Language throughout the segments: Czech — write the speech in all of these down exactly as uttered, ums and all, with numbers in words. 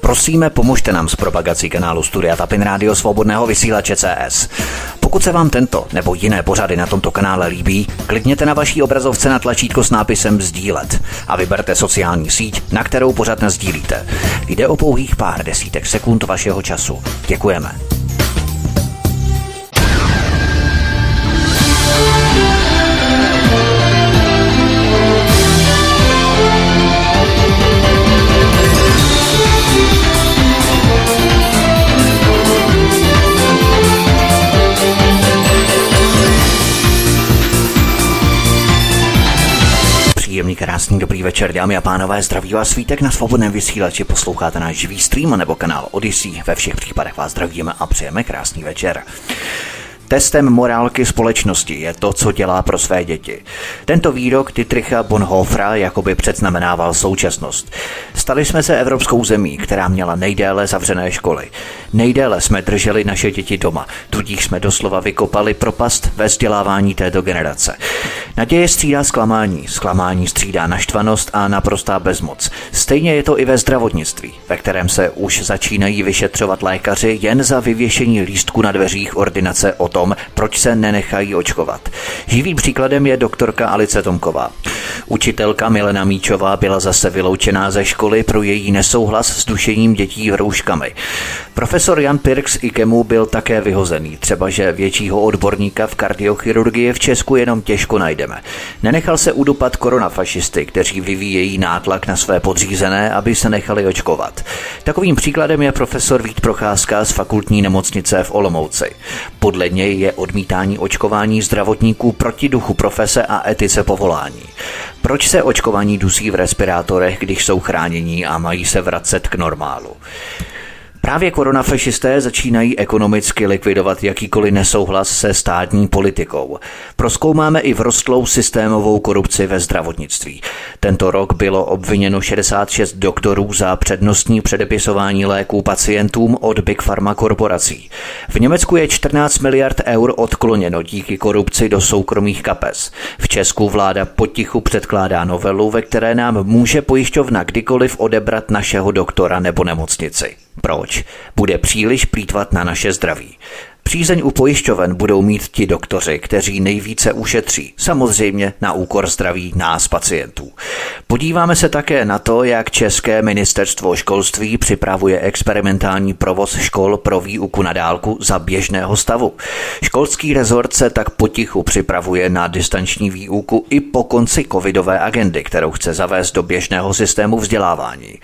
Prosíme, pomožte nám s propagací kanálu Studia Tapin Rádio Svobodného vysílače C S. Pokud se vám tento nebo jiné pořady na tomto kanále líbí, klikněte na vaší obrazovce na tlačítko s nápisem sdílet a vyberte sociální síť, na kterou pořad nasdílíte. Jde o pouhých pár desítek sekund vašeho času. Děkujeme. Příjemný, krásný, dobrý večer, dámy a pánové, zdraví vás Vítek na Svobodném vysílači, posloucháte náš živý stream nebo kanál Odyssey, ve všech případech vás zdravíme a přejeme krásný večer. Testem morálky společnosti je to, co dělá pro své děti. Tento výrok Dietricha Bonhoeffera jakoby předznamenával současnost. Stali jsme se evropskou zemí, která měla nejdéle zavřené školy. Nejdéle jsme drželi naše děti doma, tudíž jsme doslova vykopali propast ve vzdělávání této generace. Naděje střídá zklamání, zklamání střídá naštvanost a naprostá bezmoc. Stejně je to i ve zdravotnictví, ve kterém se už začínají vyšetřovat lékaři jen za vyvěšení lístku na dveřích ordinace o tom, proč se nenechají očkovat. Živým příkladem je doktorka Alice Tomková. Učitelka Milena Míčová byla zase vyloučená ze školy pro její nesouhlas s dušením dětí rouškami. Profesor Jan Pirk z IKEMu byl také vyhozený, třeba že většího odborníka v kardiochirurgii v Česku jenom těžko najdeme. Nenechal se udupat koronafašisty, kteří vyvíjejí nátlak na své podřízené, aby se nechali očkovat. Takovým příkladem je profesor Vít Procházka z fakultní nemocnice v Olomouci. Podle něj je odmítání očkování zdravotníků proti duchu profese a etice povolání. Proč se očkovaní dusí v respirátorech, když jsou chránění a mají se vracet k normálu? Právě koronafašisté začínají ekonomicky likvidovat jakýkoliv nesouhlas se státní politikou. Prozkoumáme i vrostlou systémovou korupci ve zdravotnictví. Tento rok bylo obviněno šedesát šest doktorů za přednostní předepisování léků pacientům od Big Pharma korporací. V Německu je čtrnáct miliard eur odkloněno díky korupci do soukromých kapes. V Česku vláda potichu předkládá novelu, ve které nám může pojišťovna kdykoliv odebrat našeho doktora nebo nemocnici. Proč? Bude příliš plýtvat na naše zdraví. Přízeň u pojišťoven budou mít ti doktoři, kteří nejvíce ušetří, samozřejmě na úkor zdraví nás pacientů. Podíváme se také na to, jak České ministerstvo školství připravuje experimentální provoz škol pro výuku na dálku za běžného stavu. Školský rezort se tak potichu připravuje na distanční výuku i po konci covidové agendy, kterou chce zavést do běžného systému vzdělávání.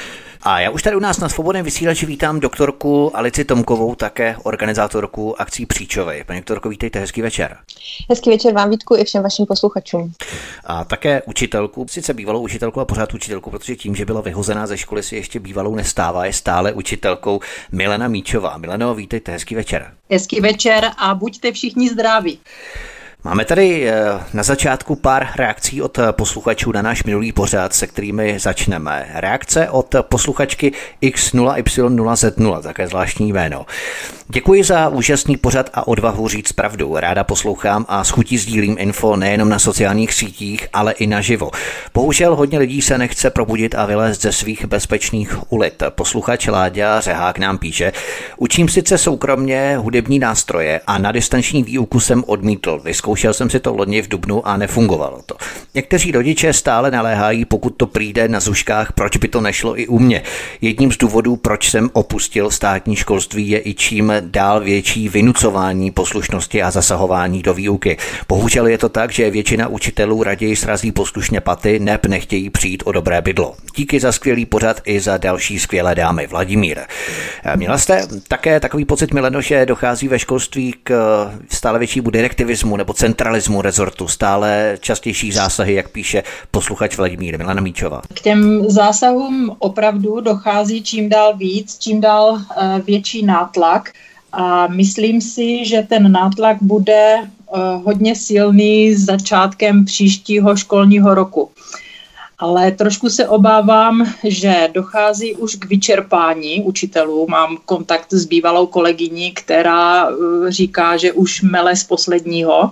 A já už tady u nás na Svobodném vysílači vítám doktorku Alici Tomkovou, také organizátorku akcí Příčovej. Paní doktorko, vítejte, hezký večer. Hezký večer vám, Vítku, i všem vašim posluchačům. A také učitelku, sice bývalou učitelku a pořád učitelku, protože tím, že byla vyhozená ze školy, si ještě bývalou nestává, je stále učitelkou Milena Míčová. Mileno, vítejte, hezký večer. Hezký večer a buďte všichni zdraví. Máme tady na začátku pár reakcí od posluchačů na náš minulý pořad, se kterými začneme. Reakce od posluchačky X nula Y nula Z nula, také zvláštní jméno. Děkuji za úžasný pořad a odvahu říct pravdu. Ráda poslouchám a s chutí sdílím info nejenom na sociálních sítích, ale i naživo. Bohužel hodně lidí se nechce probudit a vylézt ze svých bezpečných ulit. Posluchač Láďa Řehák nám píše: Učím sice soukromně hudební nástroje a na distanční výuku jsem odmítl. Vyzkoušel jsem si to loni v dubnu a nefungovalo to. Někteří rodiče stále naléhají, pokud to přijde na zuškách, proč by to nešlo i u mě. Jedním z důvodů, proč jsem opustil státní školství, je i čím dál větší vynucování poslušnosti a zasahování do výuky. Bohužel je to tak, že většina učitelů raději srazí poslušně paty, neb nechtějí přijít o dobré bydlo. Díky za skvělý pořad i za další skvělé dámy. Vladimír. Měla jste také takový pocit, Mileno, že dochází ve školství k stále většímu direktivismu nebo centralismu rezortu, stále častější zásahy, jak píše posluchač Vladimír? Milena Míčová. K těm zásahům opravdu dochází čím dál víc, čím dál uh, větší nátlak. A myslím si, že ten nátlak bude uh, hodně silný s začátkem příštího školního roku. Ale trošku se obávám, že dochází už k vyčerpání učitelů. Mám kontakt s bývalou kolegyní, která uh, říká, že už mele z posledního.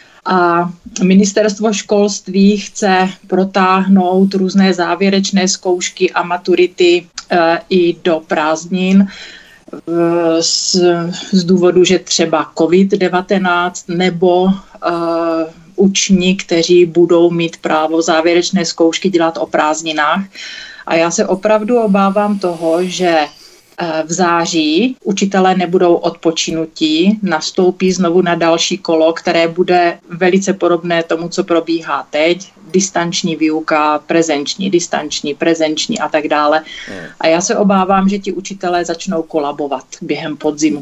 A ministerstvo školství chce protáhnout různé závěrečné zkoušky a maturity i do prázdnin z, z důvodu, že třeba covid devatenáct nebo uh, učni, kteří budou mít právo závěrečné zkoušky dělat o prázdninách. A já se opravdu obávám toho, že v září učitelé nebudou odpočinutí, nastoupí znovu na další kolo, které bude velice podobné tomu, co probíhá teď. Distanční výuka, prezenční, distanční, prezenční a tak dále. A já se obávám, že ti učitelé začnou kolabovat během podzimu.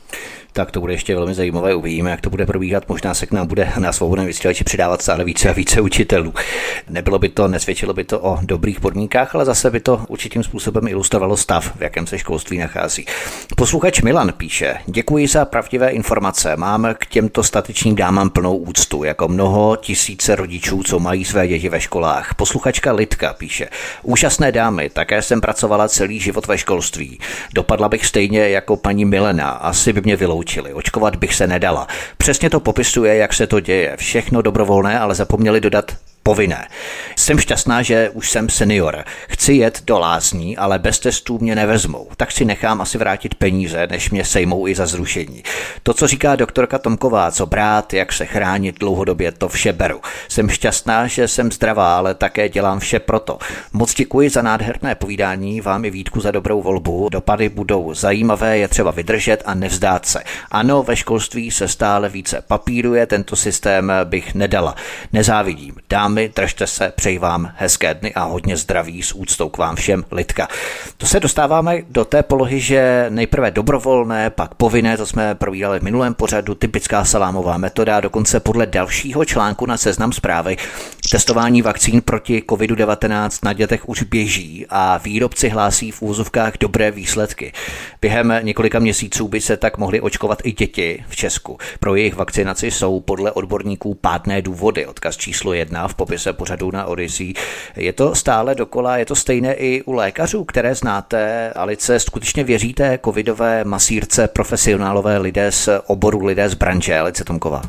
Tak to bude ještě velmi zajímavé, uvidíme, jak to bude probíhat. Možná se k nám bude na Svobodném vysílači přidávat stále více a více učitelů. Nebylo by to, nesvědčilo by to o dobrých podmínkách, ale zase by to určitým způsobem ilustrovalo stav, v jakém se školství nachází. Posluchač Milan píše: děkuji za pravdivé informace. Mám k těmto statečným dámám plnou úctu, jako mnoho tisíce rodičů, co mají své děti ve školách. Posluchačka Lidka píše: úžasné dámy, také jsem pracovala celý život ve školství. Dopadla bych stejně jako paní Milena, asi by mě vyloučila. Očkovat bych se nedala. Přesně to popisuje, jak se to děje. Všechno dobrovolné, ale zapomněli dodat povinné. Jsem šťastná, že už jsem senior. Chci jet do lázní, ale bez testů mě nevezmou. Tak si nechám asi vrátit peníze, než mě sejmou i za zrušení. To, co říká doktorka Tomková, co brát, jak se chránit dlouhodobě, to vše beru. Jsem šťastná, že jsem zdravá, ale také dělám vše proto. Moc děkuji za nádherné povídání, vám i Vítku za dobrou volbu. Dopady budou zajímavé, je třeba vydržet a nevzdát se. Ano, ve školství se stále více papíruje, tento systém bych nedala. Nezávidím. Dámy, držte se, přeji vám hezké dny a hodně zdraví, s úctou k vám všem, Lidka. To se dostáváme do té polohy, že nejprve dobrovolné, pak povinné, to jsme probírali v minulém pořadu, typická salámová metoda, dokonce podle dalšího článku na Seznam Zprávy. Testování vakcín proti covid devatenáct na dětech už běží a výrobci hlásí v úvozovkách dobré výsledky. Během několika měsíců by se tak mohly očkovat i děti v Česku. Pro jejich vakcinaci jsou podle odborníků pádné důvody. Odkaz číslo jedna v popise pořadu na Odyssey. Je to stále dokola, je to stejné i u lékařů, které znáte. Alice, skutečně věříte covidové masírce, profesionálové lidé z oboru, lidé z branže? Alice Tomková.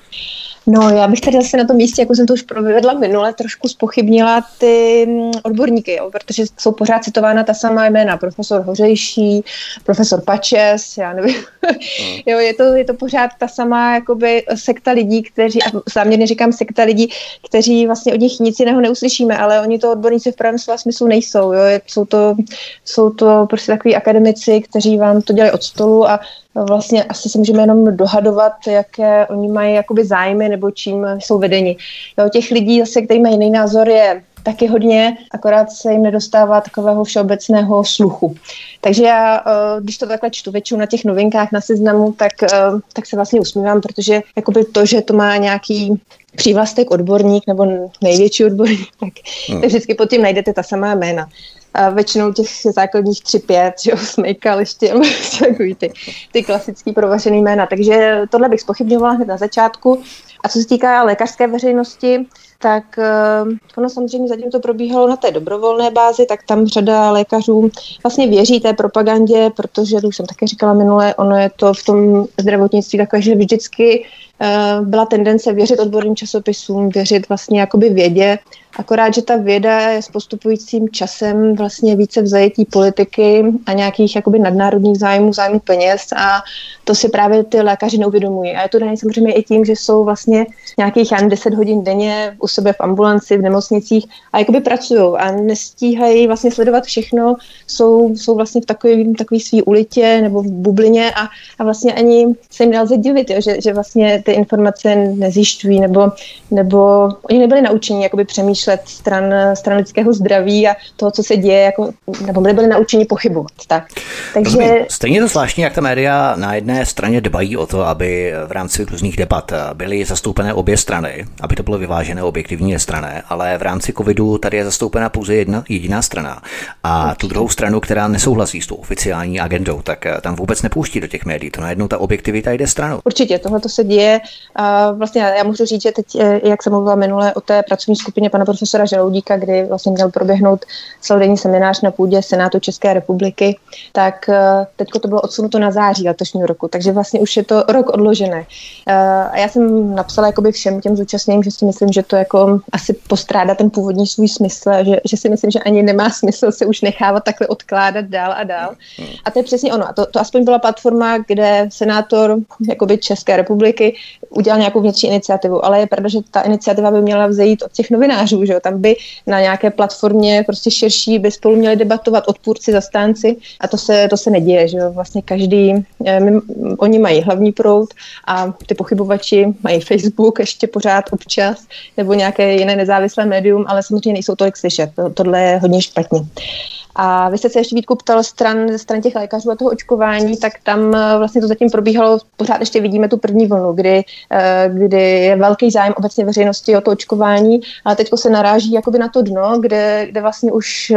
No, já bych tady zase na tom místě, jako jsem to už provedla minule, trošku zpochybnila ty odborníky, jo, protože jsou pořád citována ta samá jména, profesor Hořejší, profesor Pačes, já nevím, mm. jo, je to, je to pořád ta samá jakoby sekta lidí, kteří, a záměrně říkám sekta lidí, kteří vlastně od nich nic jiného neuslyšíme, ale oni to odborníci v pravém slova smyslu nejsou, jo, jsou to, jsou to prostě takový akademici, kteří vám to dělají od stolu a vlastně asi se můžeme jenom dohadovat, jaké oni mají jakoby zájmy nebo čím jsou vedeni. Jo, těch lidí, zase, kteří mají jiný názor, je taky hodně, akorát se jim nedostává takového všeobecného sluchu. Takže já, když to takhle čtu většinou na těch novinkách na Seznamu, tak, tak se vlastně usmívám, protože jakoby to, že to má nějaký přívlastek odborník nebo největší odborník, tak, hmm. tak vždycky pod tím najdete ta samá jména. A většinou těch základních tři pět, jo, Smejkal ještě, takový ty, ty klasický provařený jména. Takže tohle bych zpochybňovala hned na začátku. A co se týká lékařské veřejnosti, tak uh, ono samozřejmě zatím to probíhalo na té dobrovolné bázi, tak tam řada lékařů vlastně věří té propagandě, protože, to už jsem také říkala minule, ono je to v tom zdravotnictví takové, že vždycky uh, byla tendence věřit odborným časopisům, věřit vlastně jakoby vědě, akorát, že ta věda je s postupujícím časem vlastně více v zajetí politiky a nějakých jakoby nadnárodních zájmů, zájmů peněz a to si právě ty lékaři neuvědomují. A je to dané samozřejmě i tím, že jsou vlastně nějakých já nevím, deset hodin denně u sebe v ambulanci, v nemocnicích a jakoby pracují a nestíhají vlastně sledovat všechno, jsou, jsou vlastně v takový, takový svý ulitě nebo v bublině a, a vlastně ani se jim nelze divit, jo, že, že vlastně ty informace nezjišťují nebo, nebo oni nebyli naučeni jakoby přemýšlet stran, stran lidského zdraví a toho, co se děje, jako, nebo nebyli naučeni pochybovat. Tak. Takže... Stejně to zvláštní, jak ta média na jedné straně dbají o to, aby v rámci různých debat byly zastoupené obě strany, aby to bylo vyvážené, objektivní nestrané, ale v rámci covidu tady je zastoupena pouze jedna jediná strana. A Určitě. Tu druhou stranu, která nesouhlasí s tou oficiální agendou, tak tam vůbec nepouští do těch médií. To najednou ta objektivita jde stranou. Určitě, tohle to se děje že uh, vlastně já můžu říct, že teď, jak jsem mluvila minule o té pracovní skupině pana profesora Žaloudíka, kdy vlastně měl proběhnout celodenní seminář na půdě Senátu České republiky, tak uh, teďko to bylo odsunuto na září letošního roku, takže vlastně už je to rok odložené. Uh, a já jsem napsala jakoby všem těm zúčastněným, že si myslím, že to jako asi postrádá ten původní svůj smysl, že, že si myslím, že ani nemá smysl se už nechávat takhle odkládat dál a dál. A to je přesně ono. A to, to aspoň byla platforma, kde senátor jakoby České republiky udělal nějakou vnitřní iniciativu, ale je pravda, že ta iniciativa by měla vzejít od těch novinářů, že jo? Tam by na nějaké platformě prostě širší by spolu měli debatovat odpůrci, zastánci a to se, to se neděje, že jo? Vlastně každý, eh, my, oni mají hlavní proud a ty pochybovači mají Facebook ještě pořád občas nebo nějaké jiné nezávislé médium, ale samozřejmě nejsou tolik slyšet. To, tohle je hodně špatně. A vy jste se ještě, Vítku, ptal stran, ze stran těch lékařů a toho očkování, tak tam vlastně to zatím probíhalo, pořád ještě vidíme tu první vlnu, kdy, kdy je velký zájem obecně veřejnosti o to očkování, ale teď se naráží jakoby na to dno, kde, kde vlastně už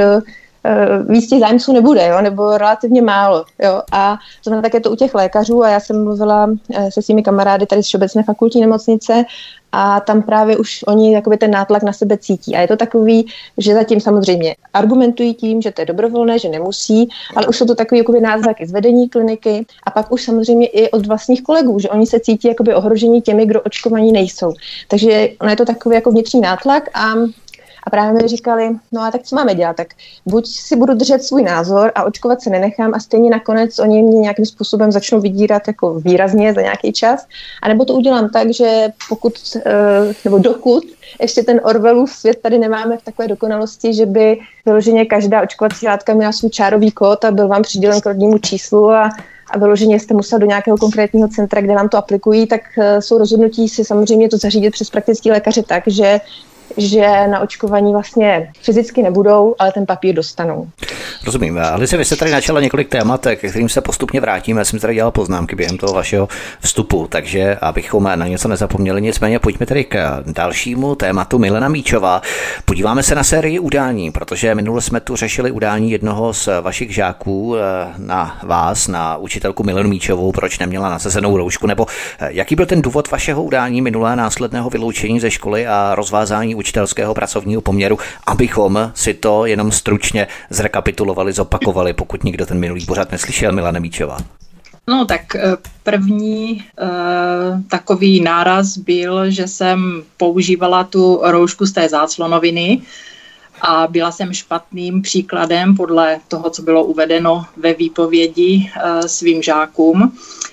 víc těch zájemců nebude, jo, nebo relativně málo. Jo. A zrovna tak je to u těch lékařů a já jsem mluvila se svými kamarády tady z Všeobecné fakultní nemocnice a tam právě už oni jakoby ten nátlak na sebe cítí. A je to takový, že zatím samozřejmě argumentují tím, že to je dobrovolné, že nemusí, ale už jsou to takový jakoby náznaky z vedení kliniky a pak už samozřejmě i od vlastních kolegů, že oni se cítí jakoby ohrožení těmi, kdo očkovaní nejsou. Takže ono je to takový jako vnitřní nátlak a A právě mi říkali, no a tak co máme dělat? Tak buď si budu držet svůj názor a očkovat se nenechám a stejně nakonec oni mě nějakým způsobem začnou vydírat jako výrazně za nějaký čas, anebo to udělám tak, že pokud, nebo dokud ještě ten Orwellův svět tady nemáme v takové dokonalosti, že by vyloženě každá očkovací látka měla svůj čárový kód a byl vám přidělen k rodnímu číslu a a vyloženě jste musel do nějakého konkrétního centra, kde vám to aplikují, tak jsou rozhodnutí si samozřejmě to zařídit přes praktický lékaře tak, že že na očkování vlastně fyzicky nebudou, ale ten papír dostanou. Rozumím. Alice, vy jste tady načala několik témat, k kterým se postupně vrátíme. Já jsem tady dělal poznámky během toho vašeho vstupu, takže abychom na něco nezapomněli, nicméně pojďme tedy k dalšímu tématu. Milena Míčová. Podíváme se na sérii udání, protože minule jsme tu řešili udání jednoho z vašich žáků na vás, na učitelku Milenu Míčovou, proč neměla nasazenou roušku, nebo jaký byl ten důvod vašeho udání minulé následného vyloučení ze školy a rozvázání učitelského pracovního poměru, abychom si to jenom stručně zrekapitulovali, zopakovali, pokud nikdo ten minulý pořad neslyšel, Milena Míčová. No tak první uh, takový náraz byl, že jsem používala tu roušku z té záclonoviny a byla jsem špatným příkladem podle toho, co bylo uvedeno ve výpovědi uh, svým žákům.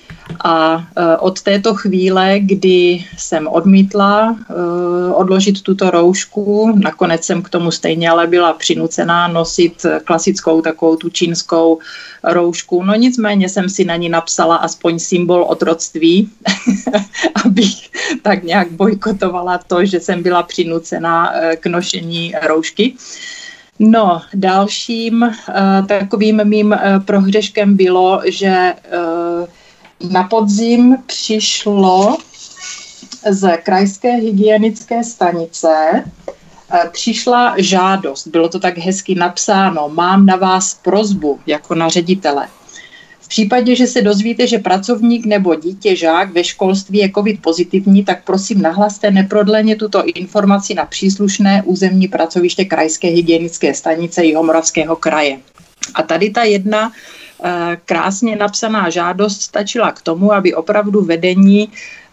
A od této chvíle, kdy jsem odmítla uh, odložit tuto roušku, nakonec jsem k tomu stejně ale byla přinucená nosit klasickou takovou tu čínskou roušku. No nicméně jsem si na ní napsala aspoň symbol otroctví, abych tak nějak bojkotovala to, že jsem byla přinucená uh, k nošení roušky. No, dalším uh, takovým mým uh, prohřeškem bylo, že uh, na podzim přišlo z krajské hygienické stanice, přišla žádost, bylo to tak hezky napsáno, mám na vás prosbu jako na ředitele. V případě, že se dozvíte, že pracovník nebo dítě, žák ve školství je covid pozitivní, tak prosím nahlaste neprodleně tuto informaci na příslušné územní pracoviště krajské hygienické stanice Jihomoravského kraje. A tady ta jedna krásně napsaná žádost stačila k tomu, aby opravdu vedení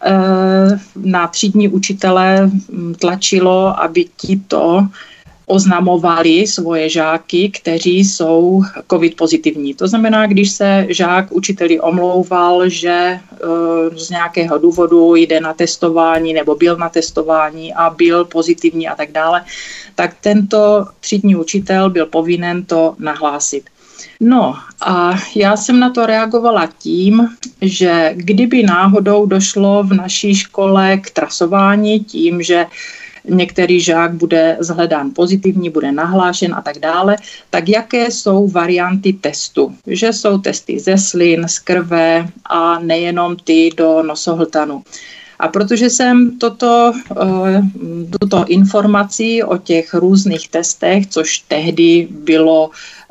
na třídní učitele tlačilo, aby tito oznamovali svoje žáky, kteří jsou covid pozitivní. To znamená, když se žák učiteli omlouval, že z nějakého důvodu jde na testování nebo byl na testování a byl pozitivní a tak dále, tak tento třídní učitel byl povinen to nahlásit. No a já jsem na to reagovala tím, že kdyby náhodou došlo v naší škole k trasování tím, že některý žák bude shledán pozitivní, bude nahlášen a tak dále, tak jaké jsou varianty testu? Že jsou testy ze slin, z krve a nejenom ty do nosohltanu. A protože jsem toto, tuto informaci o těch různých testech, což tehdy bylo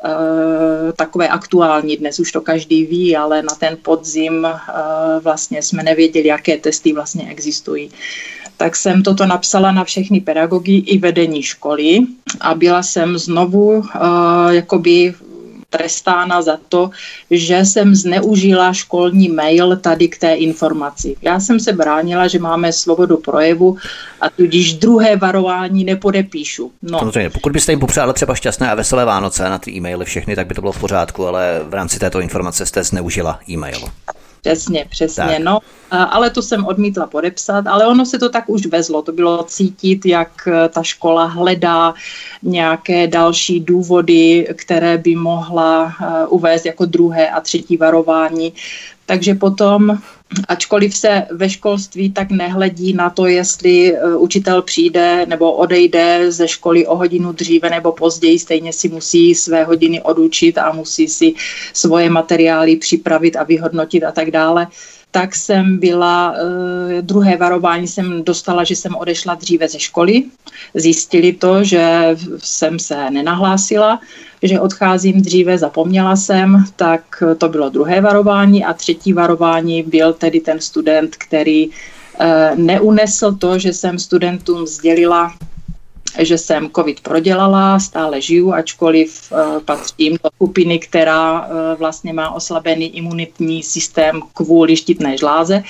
takové aktuální, dnes už to každý ví, ale na ten podzim vlastně jsme nevěděli, jaké testy vlastně existují. Tak jsem toto napsala na všechny pedagogy i vedení školy a byla jsem znovu jakoby trestána za to, že jsem zneužila školní mail tady k té informaci. Já jsem se bránila, že máme svobodu projevu a tudíž druhé varování nepodepíšu. No. Samozřejmě, pokud byste jim popřáli třeba šťastné a veselé Vánoce na ty e-maily všechny, tak by to bylo v pořádku, ale v rámci této informace jste zneužila e-mail. Přesně, přesně, tak. No, ale to jsem odmítla podepsat, ale ono se to tak už vezlo, to bylo cítit, jak ta škola hledá nějaké další důvody, které by mohla uvést jako druhé a třetí varování. Takže potom, ačkoliv se ve školství tak nehledí na to, jestli učitel přijde nebo odejde ze školy o hodinu dříve nebo později, stejně si musí své hodiny odučit a musí si svoje materiály připravit a vyhodnotit a tak dále, tak jsem byla, eh, druhé varování jsem dostala, že jsem odešla dříve ze školy. Zjistili to, že jsem se nenahlásila, že odcházím dříve, zapomněla jsem, tak to bylo druhé varování a třetí varování byl tedy ten student, který eh, neunesl to, že jsem studentům sdělila, že jsem covid prodělala, stále žiju, ačkoliv uh, patřím do skupiny, která uh, vlastně má oslabený imunitní systém kvůli štítné žláze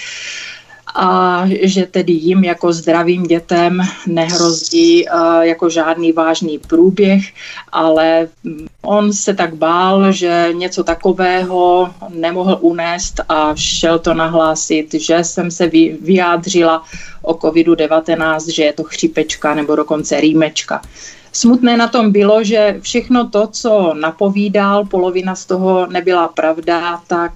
a že tedy jim jako zdravým dětem nehrozí uh, jako žádný vážný průběh, ale on se tak bál, že něco takového nemohl unést a šel to nahlásit, že jsem se vy, vyjádřila o covidu devatenáct, že je to chřipečka nebo dokonce rýmečka. Smutné na tom bylo, že všechno to, co napovídal, polovina z toho nebyla pravda, tak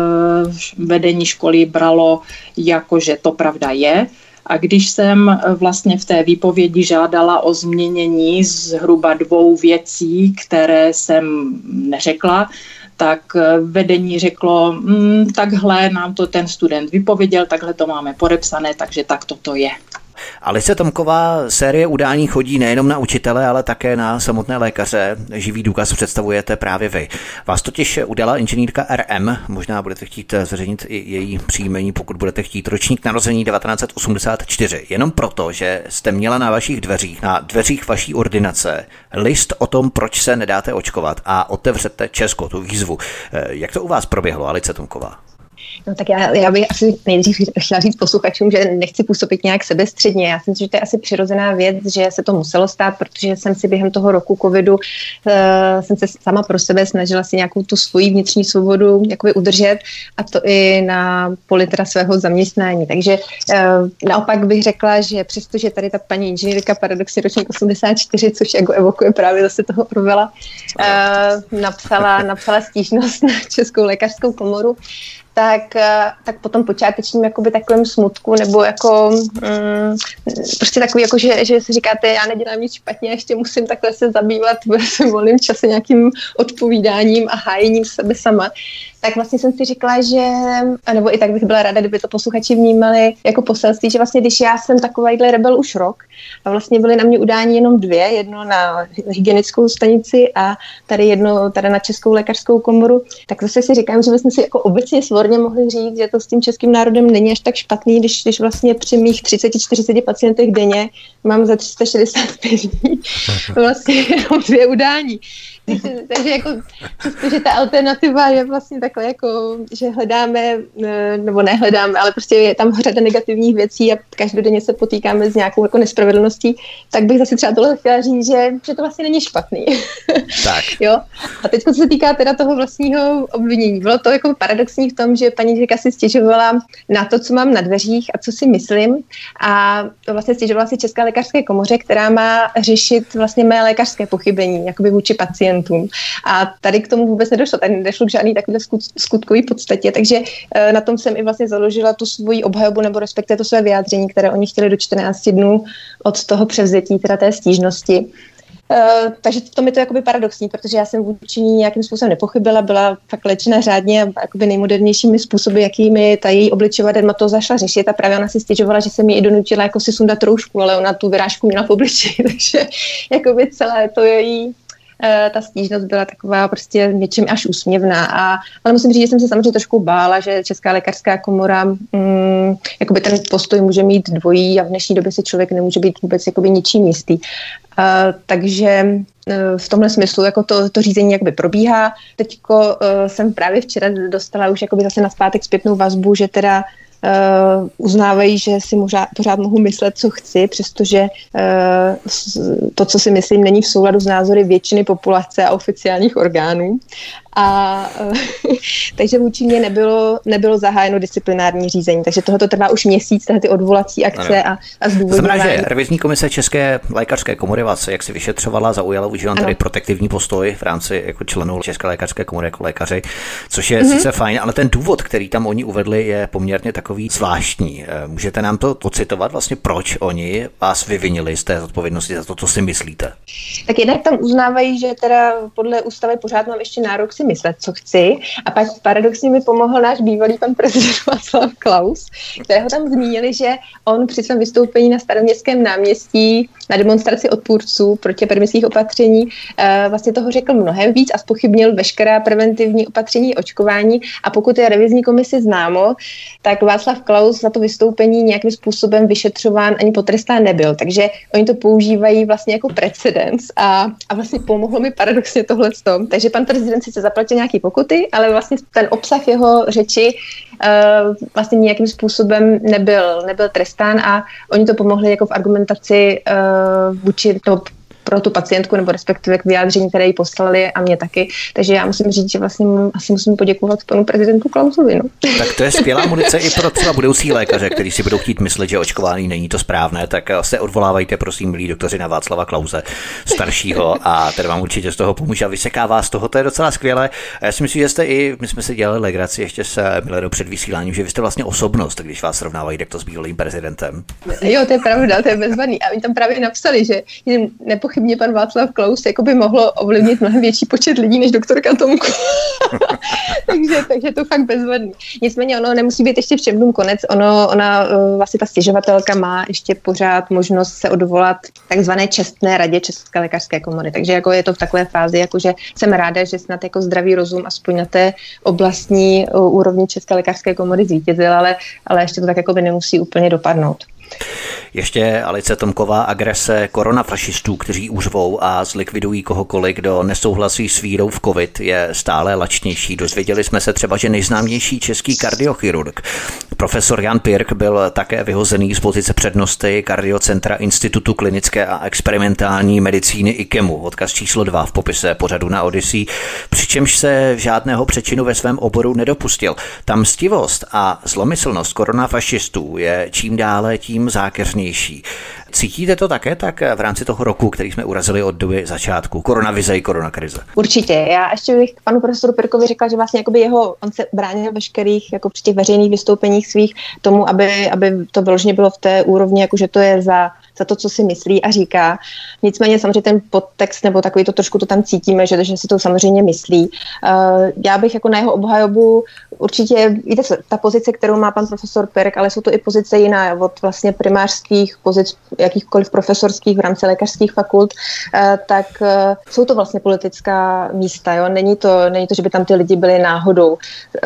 vedení školy bralo jako, že to pravda je. A když jsem vlastně v té výpovědi žádala o změnění zhruba dvou věcí, které jsem neřekla, tak vedení řeklo, hm, takhle nám to ten student vypověděl, takhle to máme podepsané, takže tak toto je. Alice Tomková, série udání chodí nejenom na učitele, ale také na samotné lékaře. Živý důkaz představujete právě vy. Vás totiž udala inženýrka R M, možná budete chtít zveřejnit i její příjmení, pokud budete chtít, ročník narození devatenáct set osmdesát čtyři. Jenom proto, že jste měla na vašich dveřích, na dveřích vaší ordinace, list o tom, proč se nedáte očkovat a otevřete Česko, tu výzvu. Jak to u vás proběhlo, Alice Tomková? No tak já, já bych asi nejdřív chtěla říct posluchačům, že nechci působit nějak sebestředně. Já si myslím, že to je asi přirozená věc, že se to muselo stát, protože jsem si během toho roku covidu uh, jsem se sama pro sebe snažila si nějakou tu svoji vnitřní svobodu jakoby udržet a to i na poli teda svého zaměstnání. Takže uh, naopak bych řekla, že přestože tady ta paní inženýrka paradoxně ročník osmdesát čtyři, což jako evokuje právě zase toho Orwella, uh, napsala, napsala stížnost na Českou lékařskou komoru, tak, tak potom počátečním jakoby takovým smutku, nebo jako mm, prostě takový, jako, že, že si říkáte, já nedělám nic špatně, ještě musím takhle se zabývat ve svém volném čase nějakým odpovídáním a hájením sebe sama. Tak vlastně jsem si říkala, že, nebo i tak bych byla ráda, kdyby to posluchači vnímali jako poselství, že vlastně když já jsem takovýhle rebel už rok a vlastně byly na mě udání jenom dvě, jedno na hygienickou stanici a tady jedno tady na Českou lékařskou komoru, tak zase si říkám, že bychom si jako obecně svorně mohli říct, že to s tím českým národem není až tak špatný, když, když vlastně při mých třicet čtyřicet pacientech denně mám za tři sta šedesát pět dní vlastně jenom dvě udání. Takže, takže jako přestože ta alternativa je vlastně takhle jako, že hledáme, nebo nehledáme, ale prostě je tam řada negativních věcí a každodenně se potýkáme s nějakou jako nespravedlností, tak bych zase třeba tohle chtěla říct, že, že to vlastně není špatný. Tak. Jo? A teď co se týká teda toho vlastního obvinění. Bylo to jako paradoxní v tom, že paní Žika si stěžovala na to, co mám na dveřích a co si myslím, a to vlastně stěžovala si České lékařské komoře, která má řešit vlastně mé lékařské pochybení, jakoby vůči pacientům. A tady k tomu vůbec nedošlo, tady nedošlo k žádný takový skutkový podstatě, takže na tom jsem i vlastně založila tu svoji obhajobu nebo respektive to své vyjádření, které oni chtěli do čtrnácti dnů od toho převzetí, teda té stížnosti. Uh, takže to mi to jakoby paradoxní, protože já jsem vůči ní nějakým způsobem nepochybila, byla fakt léčena řádně a jakoby nejmodernějšími způsoby, jakými ta její obličejová dermatóza šla řešit, a právě ona si stěžovala, že se mi i donutila jako si sundat roušku, ale ona tu vyrážku měla v obličeji, takže jakoby celé to její ta stížnost byla taková prostě něčím až úsměvná. A, ale musím říct, že jsem se samozřejmě trošku bála, že Česká lékařská komora mm, jakoby ten postoj může mít dvojí a v dnešní době se člověk nemůže být vůbec jakoby ničím jistý. Uh, takže uh, v tomhle smyslu jako to, to řízení jakoby probíhá. Teďko uh, jsem právě včera dostala už jakoby zase nazpátek zpětnou vazbu, že teda Uh, uznávají, že si možná, pořád mohu myslet, co chci, přestože uh, to, co si myslím, není v souladu s názory většiny populace a oficiálních orgánů. A uh, takže vůči mě nebylo, nebylo zahájeno disciplinární řízení. Takže tohoto trvá už měsíc, ty odvolací akce a, a zdůvodňování. To znamená, že revizní komise České lékařské komory vás, jak si vyšetřovala, zaujala, užívám tady protektivní postoj v rámci jako členů České lékařské komory jako lékaři, což je mm-hmm. sice fajn, ale ten důvod, který tam oni uvedli, je poměrně takový zvláštní. Můžete nám to ocitovat vlastně, proč oni vás vyvinili z té zodpovědnosti za to, co si myslíte? Tak jednak tam uznávají, že teda podle ústavy pořád mám ještě nárok si myslet, co chci. A pak paradoxně mi pomohl náš bývalý pan prezident Václav Klaus, kterého tam zmínili, že on při svém vystoupení na Staroměstském náměstí na demonstraci odpůrců proti epidemických opatření vlastně toho řekl mnohem víc a zpochybnil veškerá preventivní opatření očkování. A pokud je revizní komisi známo, tak Václav Klaus za to vystoupení nějakým způsobem vyšetřován ani potrestán nebyl. Takže oni to používají vlastně jako precedens a, a vlastně pomohlo mi paradoxně tohle s tom. Takže pan prezident sice zaplatil nějaký pokuty, ale vlastně ten obsah jeho řeči uh, vlastně nějakým způsobem nebyl, nebyl trestán a oni to pomohli jako v argumentaci uh, vůči no, pro tu pacientku, nebo respektive k vyjádření, které jí poslali a mě taky. Takže já musím říct, že vlastně asi musím poděkovat panu prezidentu Klausovi. No. Tak to je skvělá munice i pro třeba budoucí lékaře, kteří si budou chtít myslet, že očkování není to správné, tak se odvolávajte, prosím, milí doktoři, na Václava Klause staršího a ten vám určitě z toho pomůže a vysekává z toho, to je docela skvělé. A já si myslím, že jste i, my jsme si dělali legraci ještě s Milenou před vysíláním, že vy jste vlastně osobnost, když vás srovnávají takto s bývalým prezidentem. Jo, to je pravda, to je bezvadný. A oni tam právě napsali, že nepochybně pan Václav Klaus jako by mohlo ovlivnit mnohem větší počet lidí než doktorka Tomku. takže, takže to fakt bezvadný. Nicméně ono nemusí být ještě všem konec. Ono, ona vlastně ta stěžovatelka má ještě pořád možnost se odvolat takzvané čestné radě České lékařské komory. Takže jako je to v takové fázi, jako že jsem ráda, že snad jako zdravý rozum aspoň na té oblastní úrovni České lékařské komory zvítězil, ale, ale ještě to tak jako by nemusí úplně dopadnout. Ještě Alice Tomková, agrese koronafašistů, kteří uřvou a zlikvidují kohokoliv, kdo nesouhlasí s vírou v covid, je stále lačnější. Dozvěděli jsme se třeba, že nejznámější český kardiochirurg, profesor Jan Pirk, byl také vyhozený z pozice přednosty Kardiocentra Institutu klinické a experimentální medicíny IKEMu. Odkaz číslo dva v popise pořadu na Odyssey, přičemž se žádného přečinu ve svém oboru nedopustil. Ta mstivost a zlomyslnost koronafašistů je čím dále tím zákeřnější. Cítíte to také tak v rámci toho roku, který jsme urazili od doby začátku koronavize i koronakrize? Určitě. Já ještě bych panu profesoru Pirkovi řekla, že vlastně jakoby jeho, on se bránil veškerých jako při těch veřejných vystoupeních svých tomu, aby, aby to vyloženě bylo v té úrovni, jako že to je za za to, co si myslí a říká. Nicméně samozřejmě ten podtext nebo takový to trošku to tam cítíme, že, že si to samozřejmě myslí. Uh, já bych jako na jeho obhajobu určitě, víte, ta pozice, kterou má pan profesor Pirk, ale jsou to i pozice jiná od vlastně primářských pozic, jakýchkoliv profesorských v rámci lékařských fakult, uh, tak uh, jsou to vlastně politická místa. Jo? Není to, není to, že by tam ty lidi byli náhodou.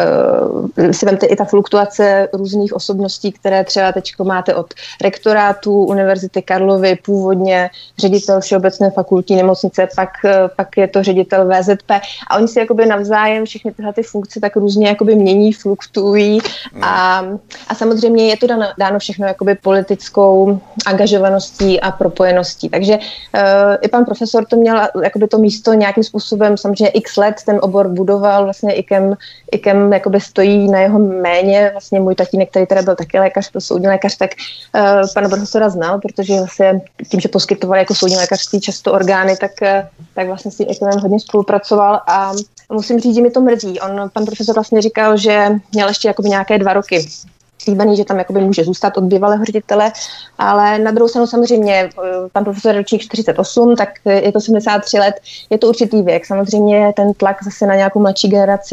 Uh, si vemte i ta fluktuace různých osobností, které třeba teď máte od rektorátů univerzity Karlovy, původně ředitel Všeobecné fakultní nemocnice, pak, pak je to ředitel V Z P a oni si jakoby navzájem všechny tyhle ty funkce tak různě jakoby mění, fluktuují a, a samozřejmě je to dáno, dáno všechno jakoby politickou angažovaností a propojeností. Takže uh, i pan profesor to měl jakoby to místo nějakým způsobem, samozřejmě x let ten obor budoval, vlastně IKEM, IKEM jakoby stojí na jeho méně, vlastně můj tatínek, který teda byl taky lékař, byl soudní lékař, tak uh, pana profesora znal, protože vlastně tím, že poskytoval jako soudní lékařství často orgány, tak, tak vlastně s tím IKEMem hodně spolupracoval a musím říct, že mi to mrzí. On, pan profesor vlastně říkal, že měl ještě jakoby nějaké dva roky slíbený, že tam jakoby může zůstat od bývalého ředitele, ale na druhou stranu samozřejmě pan profesor ročník čtyřicet osm, tak je to sedmdesát tři let, je to určitý věk. Samozřejmě ten tlak zase na nějakou mladší generaci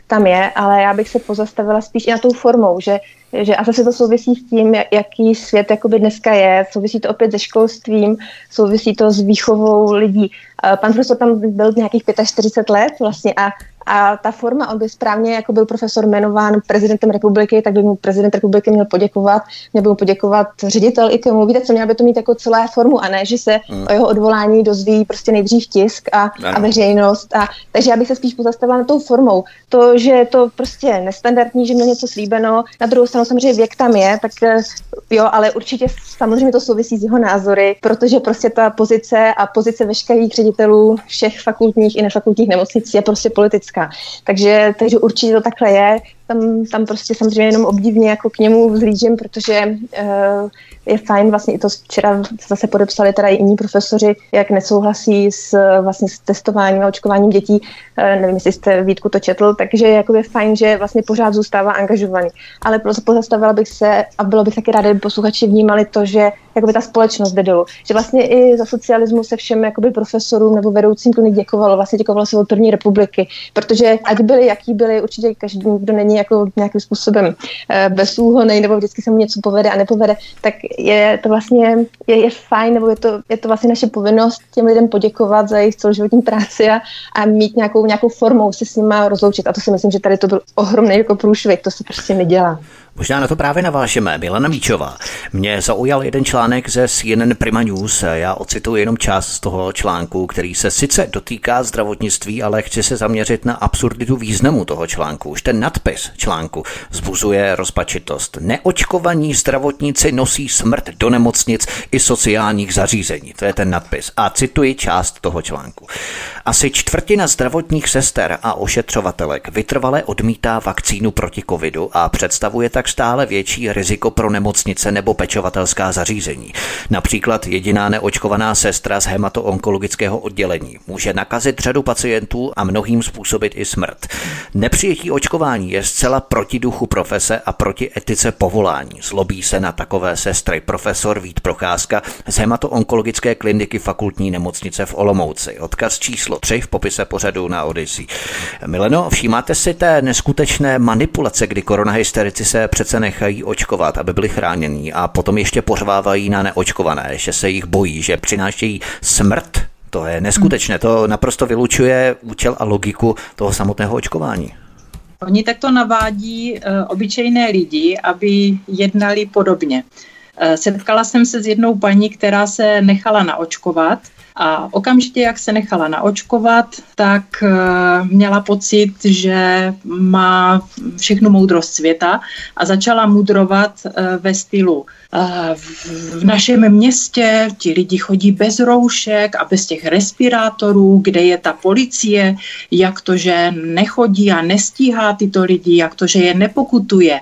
tam je, ale já bych se pozastavila spíš i na tou formou, že, že a zase to souvisí s tím, jaký svět jakoby dneska je, souvisí to opět se školstvím, souvisí to s výchovou lidí. Pan profesor tam byl nějakých čtyřicet pět let vlastně a A ta forma, on by správně, jako byl profesor jmenován prezidentem republiky, tak by mu prezident republiky měl poděkovat, měl by mu poděkovat ředitel I K M U. Víte co, měl by to mít jako celé formu a ne, že se hmm. o jeho odvolání dozví prostě nejdřív tisk a, a veřejnost. A, takže já bych se spíš pozastavila na tou formou. To, že je to prostě nestandardní, že měl něco slíbeno, na druhou stranu samozřejmě věk tam je, tak jo, ale určitě samozřejmě to souvisí s jeho názory, protože prostě ta pozice a pozice veškerých ředitelů všech fakultních i nefakultních nemocnic je prostě politická. Takže, takže určitě to takhle je. Tam, tam prostě samozřejmě jenom obdivně jako k němu vzhlížím, protože uh, je fajn, vlastně i to včera zase podepsali teda i jiní profesoři, jak nesouhlasí s, vlastně s testováním a očkováním dětí. Uh, nevím, jestli jste Vítku to četl, takže jako je fajn, že vlastně pořád zůstává angažovaný. Ale pozastavila bych se a bylo bych taky ráda, aby posluchači vnímali to, že jakoby ta společnost jde dolů. Že vlastně i za socialismu se všem jakoby profesorům nebo vedoucím klinik děkovalo, vlastně děkovalo se od první republiky, protože ať byli, jaký byli, určitě každý, kdo není jako nějakým způsobem e, bezúhonný nebo vždycky se mu něco povede a nepovede, tak je to vlastně je, je fajn, nebo je to, je to vlastně naše povinnost těm lidem poděkovat za jejich celoživotní práci a, a mít nějakou, nějakou formou se s nima rozloučit. A to si myslím, že tady to byl ohromný jako průšvih, to se prostě nedělá. Možná na to právě navážeme. Milena Míčová. Mě zaujal jeden článek ze C N N Prima News. Já ocituji jenom část z toho článku, který se sice dotýká zdravotnictví, ale chci se zaměřit na absurditu významu toho článku. Už ten nadpis článku vzbuzuje rozpačitost. Neočkovaní zdravotníci nosí smrt do nemocnic i sociálních zařízení. To je ten nadpis. A cituji část toho článku. Asi čtvrtina zdravotních sester a ošetřovatelek vytrvale odmítá vakcínu proti covidu a představuje tak stále větší riziko pro nemocnice nebo pečovatelská zařízení. Například jediná neočkovaná sestra z hematoonkologického oddělení může nakazit řadu pacientů a mnohým způsobit i smrt. Nepřijetí očkování je zcela proti duchu profese a proti etice povolání. Zlobí se na takové sestry profesor Vít Procházka z hematoonkologické kliniky fakultní nemocnice v Olomouci. Odkaz číslo tři v popise pořadu na Odyssey. Mileno, všímáte si té neskutečné manipulace, kdy koronahysterici se přece nechají očkovat, aby byli chránění a potom ještě pořvávají na neočkované, že se jich bojí, že přinášejí smrt? To je neskutečné, to naprosto vylučuje účel a logiku toho samotného očkování. Oni takto navádí uh, obyčejné lidi, aby jednali podobně. Uh, setkala jsem se s jednou paní, která se nechala naočkovat a okamžitě, jak se nechala naočkovat, tak uh, měla pocit, že má všechnu moudrost světa a začala mudrovat uh, ve stylu uh, v, v našem městě ti lidi chodí bez roušek a bez těch respirátorů, kde je ta policie, jak to, že nechodí a nestíhá tyto lidi, jak to, že je nepokutuje.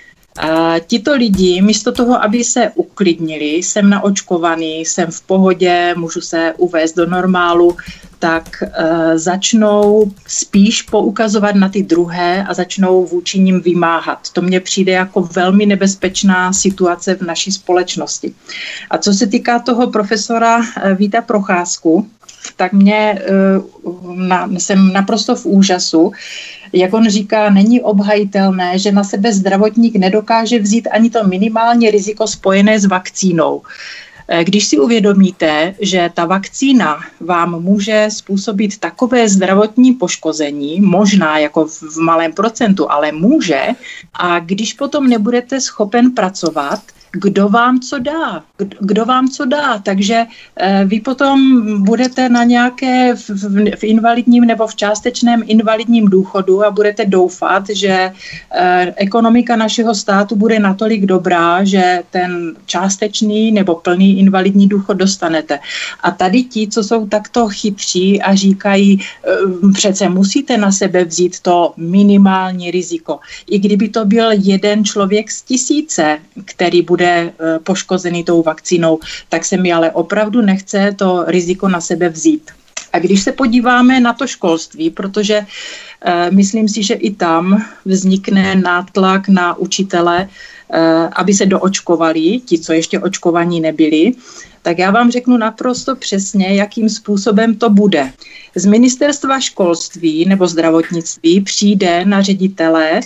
Uh, tito lidi, místo toho, aby se uklidnili, jsem naočkovaný, jsem v pohodě, můžu se uvést do normálu, tak uh, začnou spíš poukazovat na ty druhé a začnou vůči nim vymáhat. To mně přijde jako velmi nebezpečná situace v naší společnosti. A co se týká toho profesora uh, Víta Procházku, tak mě uh, na, jsem naprosto v úžasu, jak on říká, není obhajitelné, že na sebe zdravotník nedokáže vzít ani to minimální riziko spojené s vakcínou. Když si uvědomíte, že ta vakcína vám může způsobit takové zdravotní poškození, možná jako v malém procentu, ale může, a když potom nebudete schopen pracovat, kdo vám co dá, kdo vám co dá, takže vy potom budete na nějaké v, v invalidním nebo v částečném invalidním důchodu a budete doufat, že ekonomika našeho státu bude natolik dobrá, že ten částečný nebo plný invalidní důchod dostanete. A tady ti, co jsou takto chytří a říkají, přece musíte na sebe vzít to minimální riziko. I kdyby to byl jeden člověk z tisíce, který bude poškozený tou vakcínou, tak se mi ale opravdu nechce to riziko na sebe vzít. A když se podíváme na to školství, protože uh, myslím si, že i tam vznikne nátlak na učitele, aby se doočkovali, ti, co ještě očkovaní nebyli, tak já vám řeknu naprosto přesně, jakým způsobem to bude. Z ministerstva školství nebo zdravotnictví přijde na ředitele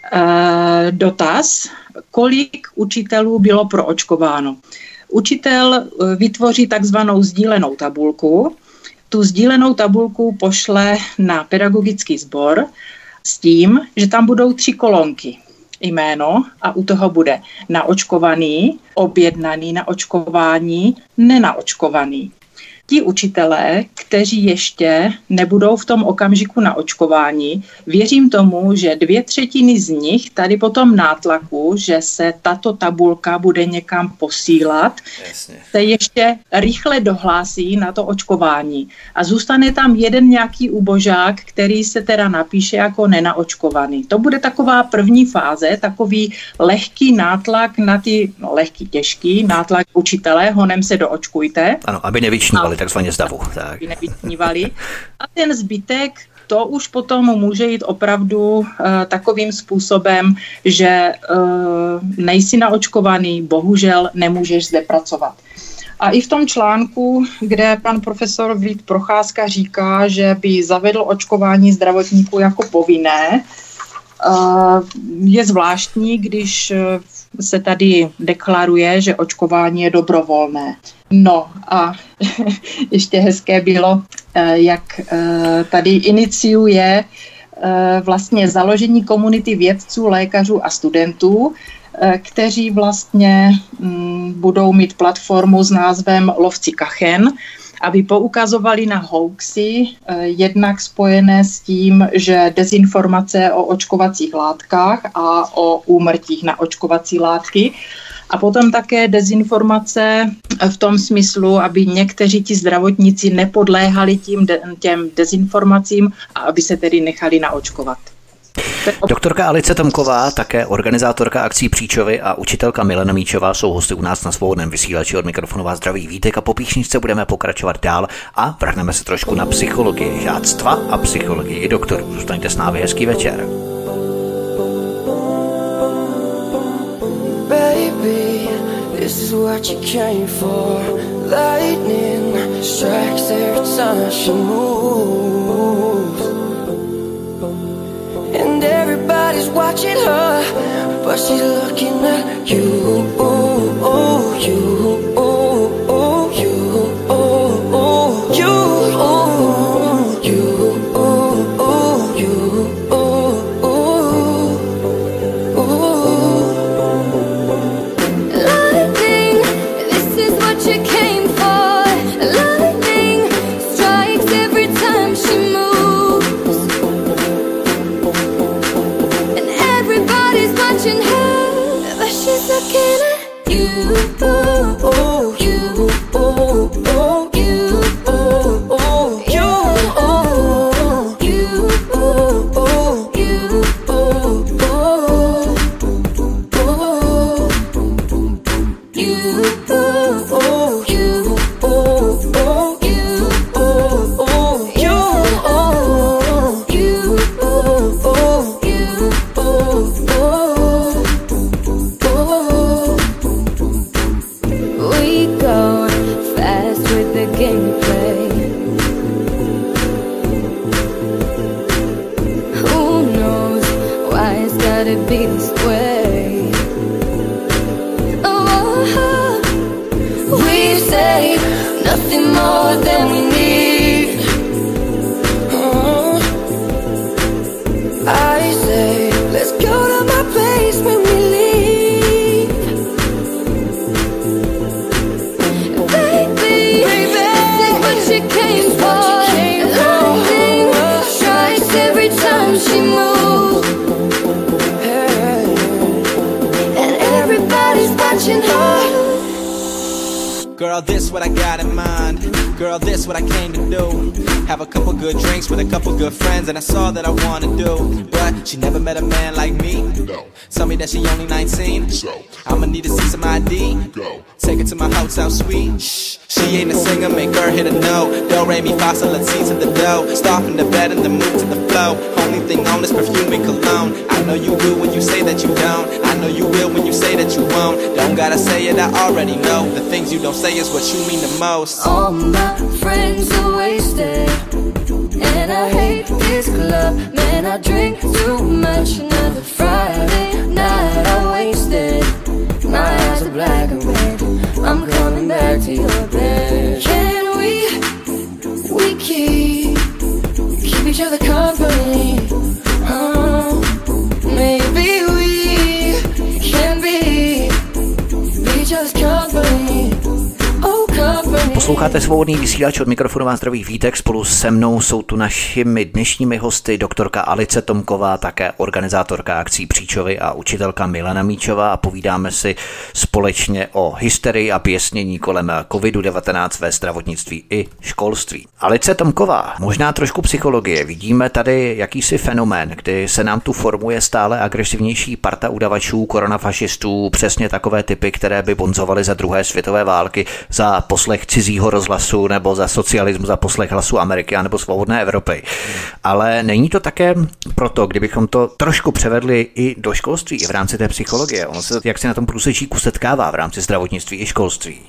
dotaz, kolik učitelů bylo proočkováno. Učitel vytvoří takzvanou sdílenou tabulku. Tu sdílenou tabulku pošle na pedagogický sbor s tím, že tam budou tři kolonky. Jméno a u toho bude naočkovaný, objednaný na očkování, nenaočkovaný. Ti učitelé, kteří ještě nebudou v tom okamžiku na očkování, věřím tomu, že dvě třetiny z nich tady po tom nátlaku, že se tato tabulka bude někam posílat, Jasně. se ještě rychle dohlásí na to očkování. A zůstane tam jeden nějaký ubožák, který se teda napíše jako nenaočkovaný. To bude taková první fáze, takový lehký nátlak na ty, no lehký, těžký nátlak učitele, honem se doočkujte. Ano, aby nevyčnívali takzvaně z davu. Tak. A ten zbytek, to už potom může jít opravdu uh, takovým způsobem, že uh, nejsi naočkovaný, bohužel nemůžeš zde pracovat. A i v tom článku, kde pan profesor Vít Procházka říká, že by zavedl očkování zdravotníků jako povinné, uh, je zvláštní, když se tady deklaruje, že očkování je dobrovolné. No a ještě hezké bylo, jak tady iniciuje vlastně založení komunity vědců, lékařů a studentů, kteří vlastně budou mít platformu s názvem Lovci kachen, aby poukazovali na hoaxy, jednak spojené s tím, že dezinformace o očkovacích látkách a o úmrtích na očkovací látky, a potom také dezinformace v tom smyslu, aby někteří ti zdravotníci nepodléhali tím de- těm dezinformacím a aby se tedy nechali naočkovat. Doktorka Alice Tomková, také organizátorka akcí Příčovy a učitelka Milena Míčová jsou hosty u nás na Svobodném vysílači. Od mikrofonu vás zdraví Vítek a po píšničce budeme pokračovat dál a vrhneme se trošku na psychologii žáctva a psychologii i doktorů. Zůstaňte s námi, hezký večer. Baby, this is what you came for. Lightning strikes every time she moves. And everybody's watching her, but she's looking at you, oh, you, oh, oh, you, oh, oh, you, oh, you, oh, oh, you, oh, oh, oh. Lightning, this is what you came for. Lightning strikes every time she moves. Watching her, but she's looking at you, oh, oh, you, oh, oh, you, oh, oh, you, oh, you, oh, oh, you, oh, oh, oh, you, oh, oh, you, oh, oh, you, oh, oh, you, oh, you, oh, oh, you, oh, oh. Be this way. Oh, we say nothing more than we need. Oh, I say let's go to my place when we leave. Baby, baby, this is what you came for. Lightning strikes every time she moves. Watching her. Girl, this what I got in mind. Girl, this what I came to do. Have a couple good drinks with a couple good friends, and that's all that I wanna do. But she never met a man like me. No. Tell me that she only nineteen. So I'ma need to see some I D. Go. Take her to my hotel suite. Shh. She ain't a singer, make her hit a note. Do re mi fa let's see to the dough. Stop in the bed and then move to the flow. Only thing on is perfume and cologne. I know you will when you say that you don't. I know you will when you say that you won't. Don't gotta say it, I already know. The things you don't say is what you mean the most. All my friends are wasted, and I hate this club. Man, I drink too much. Another Friday night I wasted. My eyes are black and red. I'm coming back to your bed. Can we, we keep, keep each other company? Oh, maybe we can be, be just company. Oh, company. Posloucháte Svobodný vysílač, od mikrofonu vás zdraví Vítek, spolu se mnou jsou tu našimi dnešními hosty doktorka Alice Tomková, také organizátorka akcí Příčovy a učitelka Milena Míčová a povídáme si společně o hysterii a běsnění kolem kovid devatenáct ve zdravotnictví i školství. Alice Tomková, možná trošku psychologie. Vidíme tady jakýsi fenomén, kdy se nám tu formuje stále agresivnější parta udavačů, koronafašistů, přesně takové typy, které by bonzovaly za druhé světové války, za poslech cizího rozhlasu nebo za socialismu, za poslech Hlasu Ameriky a nebo Svobodné Evropy. Ale není to také proto, kdybychom to trošku převedli i do školství, i v rámci té psychologie, ono se jak se na tom průsečíku setkává v rámci zdravotnictví i školství,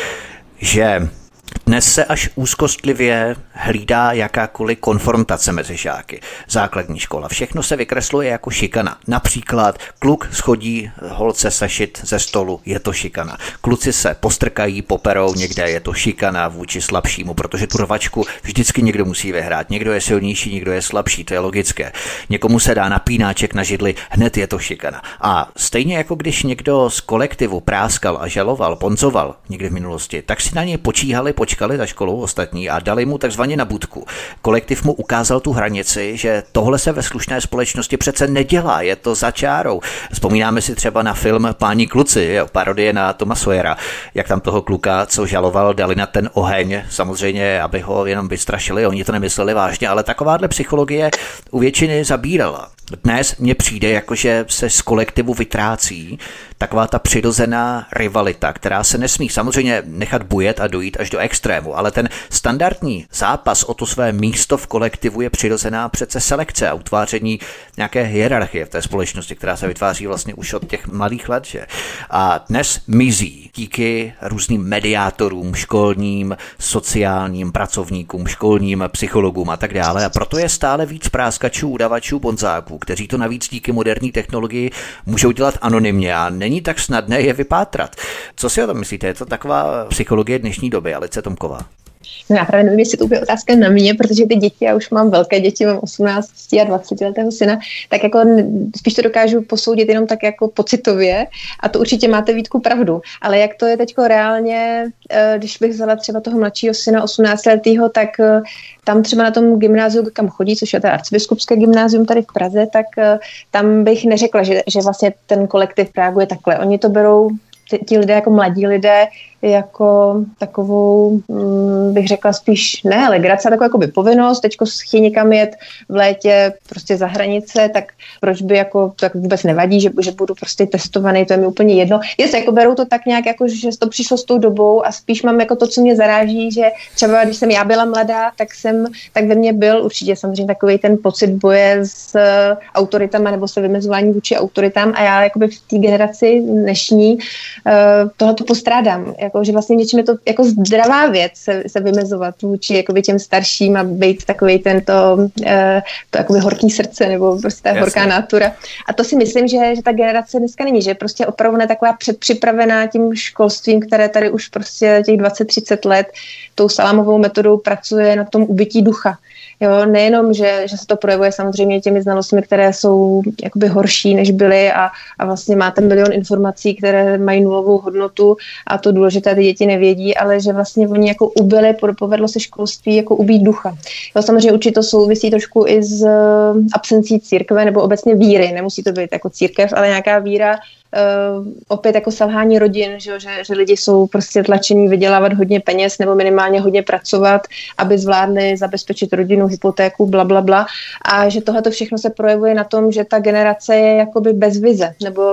že dnes se až úzkostlivě hlídá jakákoliv konfrontace mezi žáky. Základní škola. Všechno se vykresluje jako šikana. Například kluk schodí holce sešit ze stolu, je to šikana. Kluci se postrkají, poperou někde, je to šikana vůči slabšímu, protože tu rvačku vždycky někdo musí vyhrát. Někdo je silnější, někdo je slabší, to je logické. Někomu se dá napínáček na židli, hned je to šikana. A stejně jako když někdo z kolektivu práskal a žaloval, bonzoval někdy v minulosti, tak si na něj počíhali, počkali za školou ostatní a dali mu takzvaně na budku. Kolektiv mu ukázal tu hranici, že tohle se ve slušné společnosti přece nedělá, je to za čárou. Vzpomínáme si třeba na film Páni kluci, jo, parodie na Toma Sawyera, jak tam toho kluka, co žaloval, dali na ten oheň, samozřejmě, aby ho jenom vystrašili, oni to nemysleli vážně, ale takováhle psychologie u většiny zabírala. Dnes mně přijde, jakože se z kolektivu vytrácí taková ta přirozená rivalita, která se nesmí samozřejmě nechat bujet a dojít až do extrému, ale ten standardní zápas o to své místo v kolektivu je přirozená přece selekce a utváření nějaké hierarchie v té společnosti, která se vytváří vlastně už od těch malých let, že? A dnes mizí díky různým mediátorům, školním, sociálním pracovníkům, školním psychologům a tak dále. A proto je stále víc práskačů, udavačů, bonzáků, kteří to navíc díky moderní technologii můžou dělat anonymně a není tak snadné je vypátrat. Co si o tom myslíte? Je to taková psychologie dnešní doby, Alice Tomková? No já právě nevím, jestli to bude otázka na mě, protože ty děti, já už mám velké děti, mám osmnáct a dvacet letého syna, tak jako spíš to dokážu posoudit jenom tak jako pocitově a to určitě máte, Vítku, pravdu. Ale jak to je teďko reálně, když bych vzala třeba toho mladšího syna osmnáctiletého, tak tam třeba na tom gymnáziu, kam chodí, což je to arcibiskupské gymnázium tady v Praze, tak tam bych neřekla, že, že vlastně ten kolektiv reaguje takhle. Oni to berou, ti lidé jako mladí lidé, jako takovou, bych řekla spíš ne legrace, takovou jakoby povinnost, teďko chtějí někam jet v létě prostě za hranice, tak proč by jako, tak vůbec nevadí, že, že budu prostě testovaný, to je mi úplně jedno. Jestli jako berou to tak nějak, jako, že to přišlo s tou dobou a spíš mám jako to, co mě zaráží, že třeba když jsem já byla mladá, tak jsem, tak ve mně byl určitě samozřejmě takový ten pocit boje s autoritama nebo se vymezování vůči autoritám a já jakoby v té generaci dnešní uh, tohle to postrádám. Jako, že vlastně něčím je to jako zdravá věc se, se vymezovat vůči jakoby těm starším a být takovej tento uh, to jakoby horký srdce nebo prostě ta Jasně. horká nátura. A to si myslím, že, že ta generace dneska není, že je prostě opravdu ne taková předpřipravená tím školstvím, které tady už prostě těch dvacet třicet let tou salámovou metodou pracuje na tom ubytí ducha. Jo, nejenom, že, že se to projevuje samozřejmě těmi znalostmi, které jsou jakoby horší, než byly a, a vlastně máte milion informací, které mají nulovou hodnotu a to důležité ty děti nevědí, ale že vlastně oni jako ubyli, povedlo se školství jako ubít ducha. Jo, samozřejmě určitě to souvisí trošku i s absencí církve nebo obecně víry, nemusí to být jako církev, ale nějaká víra, Uh, opět jako selhání rodin, že, že, že lidi jsou prostě tlačení vydělávat hodně peněz nebo minimálně hodně pracovat, aby zvládli zabezpečit rodinu, hypotéku, bla, bla, bla. A že tohle všechno se projevuje na tom, že ta generace je jakoby bez vize, nebo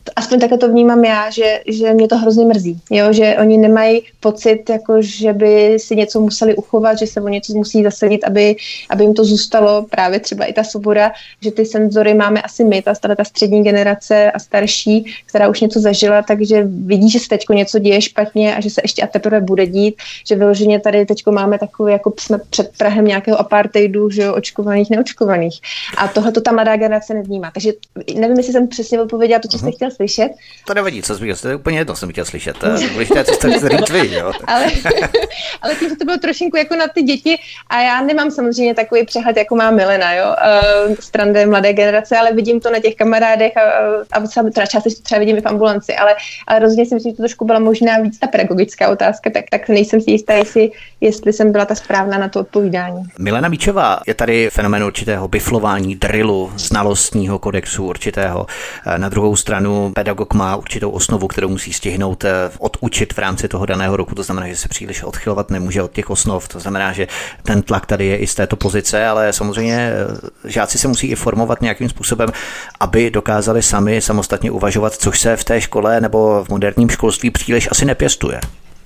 aspoň takhle to vnímám já, že, že mě to hrozně mrzí, jo? Že oni nemají pocit, jako, že by si něco museli uchovat, že se o něco musí zasadit, aby, aby jim to zůstalo, právě třeba i ta svoboda, že ty senzory máme asi my, ta, ta střední generace a starší, která už něco zažila, takže vidí, že se teďko něco děje špatně a že se ještě a teprve bude dít, že vyloženě tady teďko máme takové, jako jsme před prahem nějakého apartheidu, že jo, očkovaných, neočkovaných. A tohle to ta mladá generace nevnímá. Takže nevím, jestli jsem přesně odpověděla to, co jste chtěl slyšet. To nevadí, co jsi to je úplně jedno, jsem chtěl slyšet. Důležité, co jste chtěl říct vy, jo. ale, ale tím, že to bylo trošinku jako na ty děti a já nemám samozřejmě takový přehled, jako má Milena, jo, strany mladé generace, ale vidím to na těch kamarádech a, a třeba částečně třeba vidím i v ambulanci, ale, ale rozhodně si myslím, že to trošku byla možná víc ta pedagogická otázka, tak, tak nejsem si jistá, jestli, jestli jsem byla ta správná na to odpovídání. Milena Míčová, je tady fenomén určitého biflování, drillu, znalostního kodexu určitého. Na druhou stranu pedagog má určitou osnovu, kterou musí stihnout odučit v rámci toho daného roku, to znamená, že se příliš odchylovat nemůže od těch osnov, to znamená, že ten tlak tady je i z této pozice, ale samozřejmě žáci se musí i formovat nějakým způsobem, aby dokázali sami samostatně uvažovat, což se v té škole nebo v moderním školství příliš asi nepěstuje.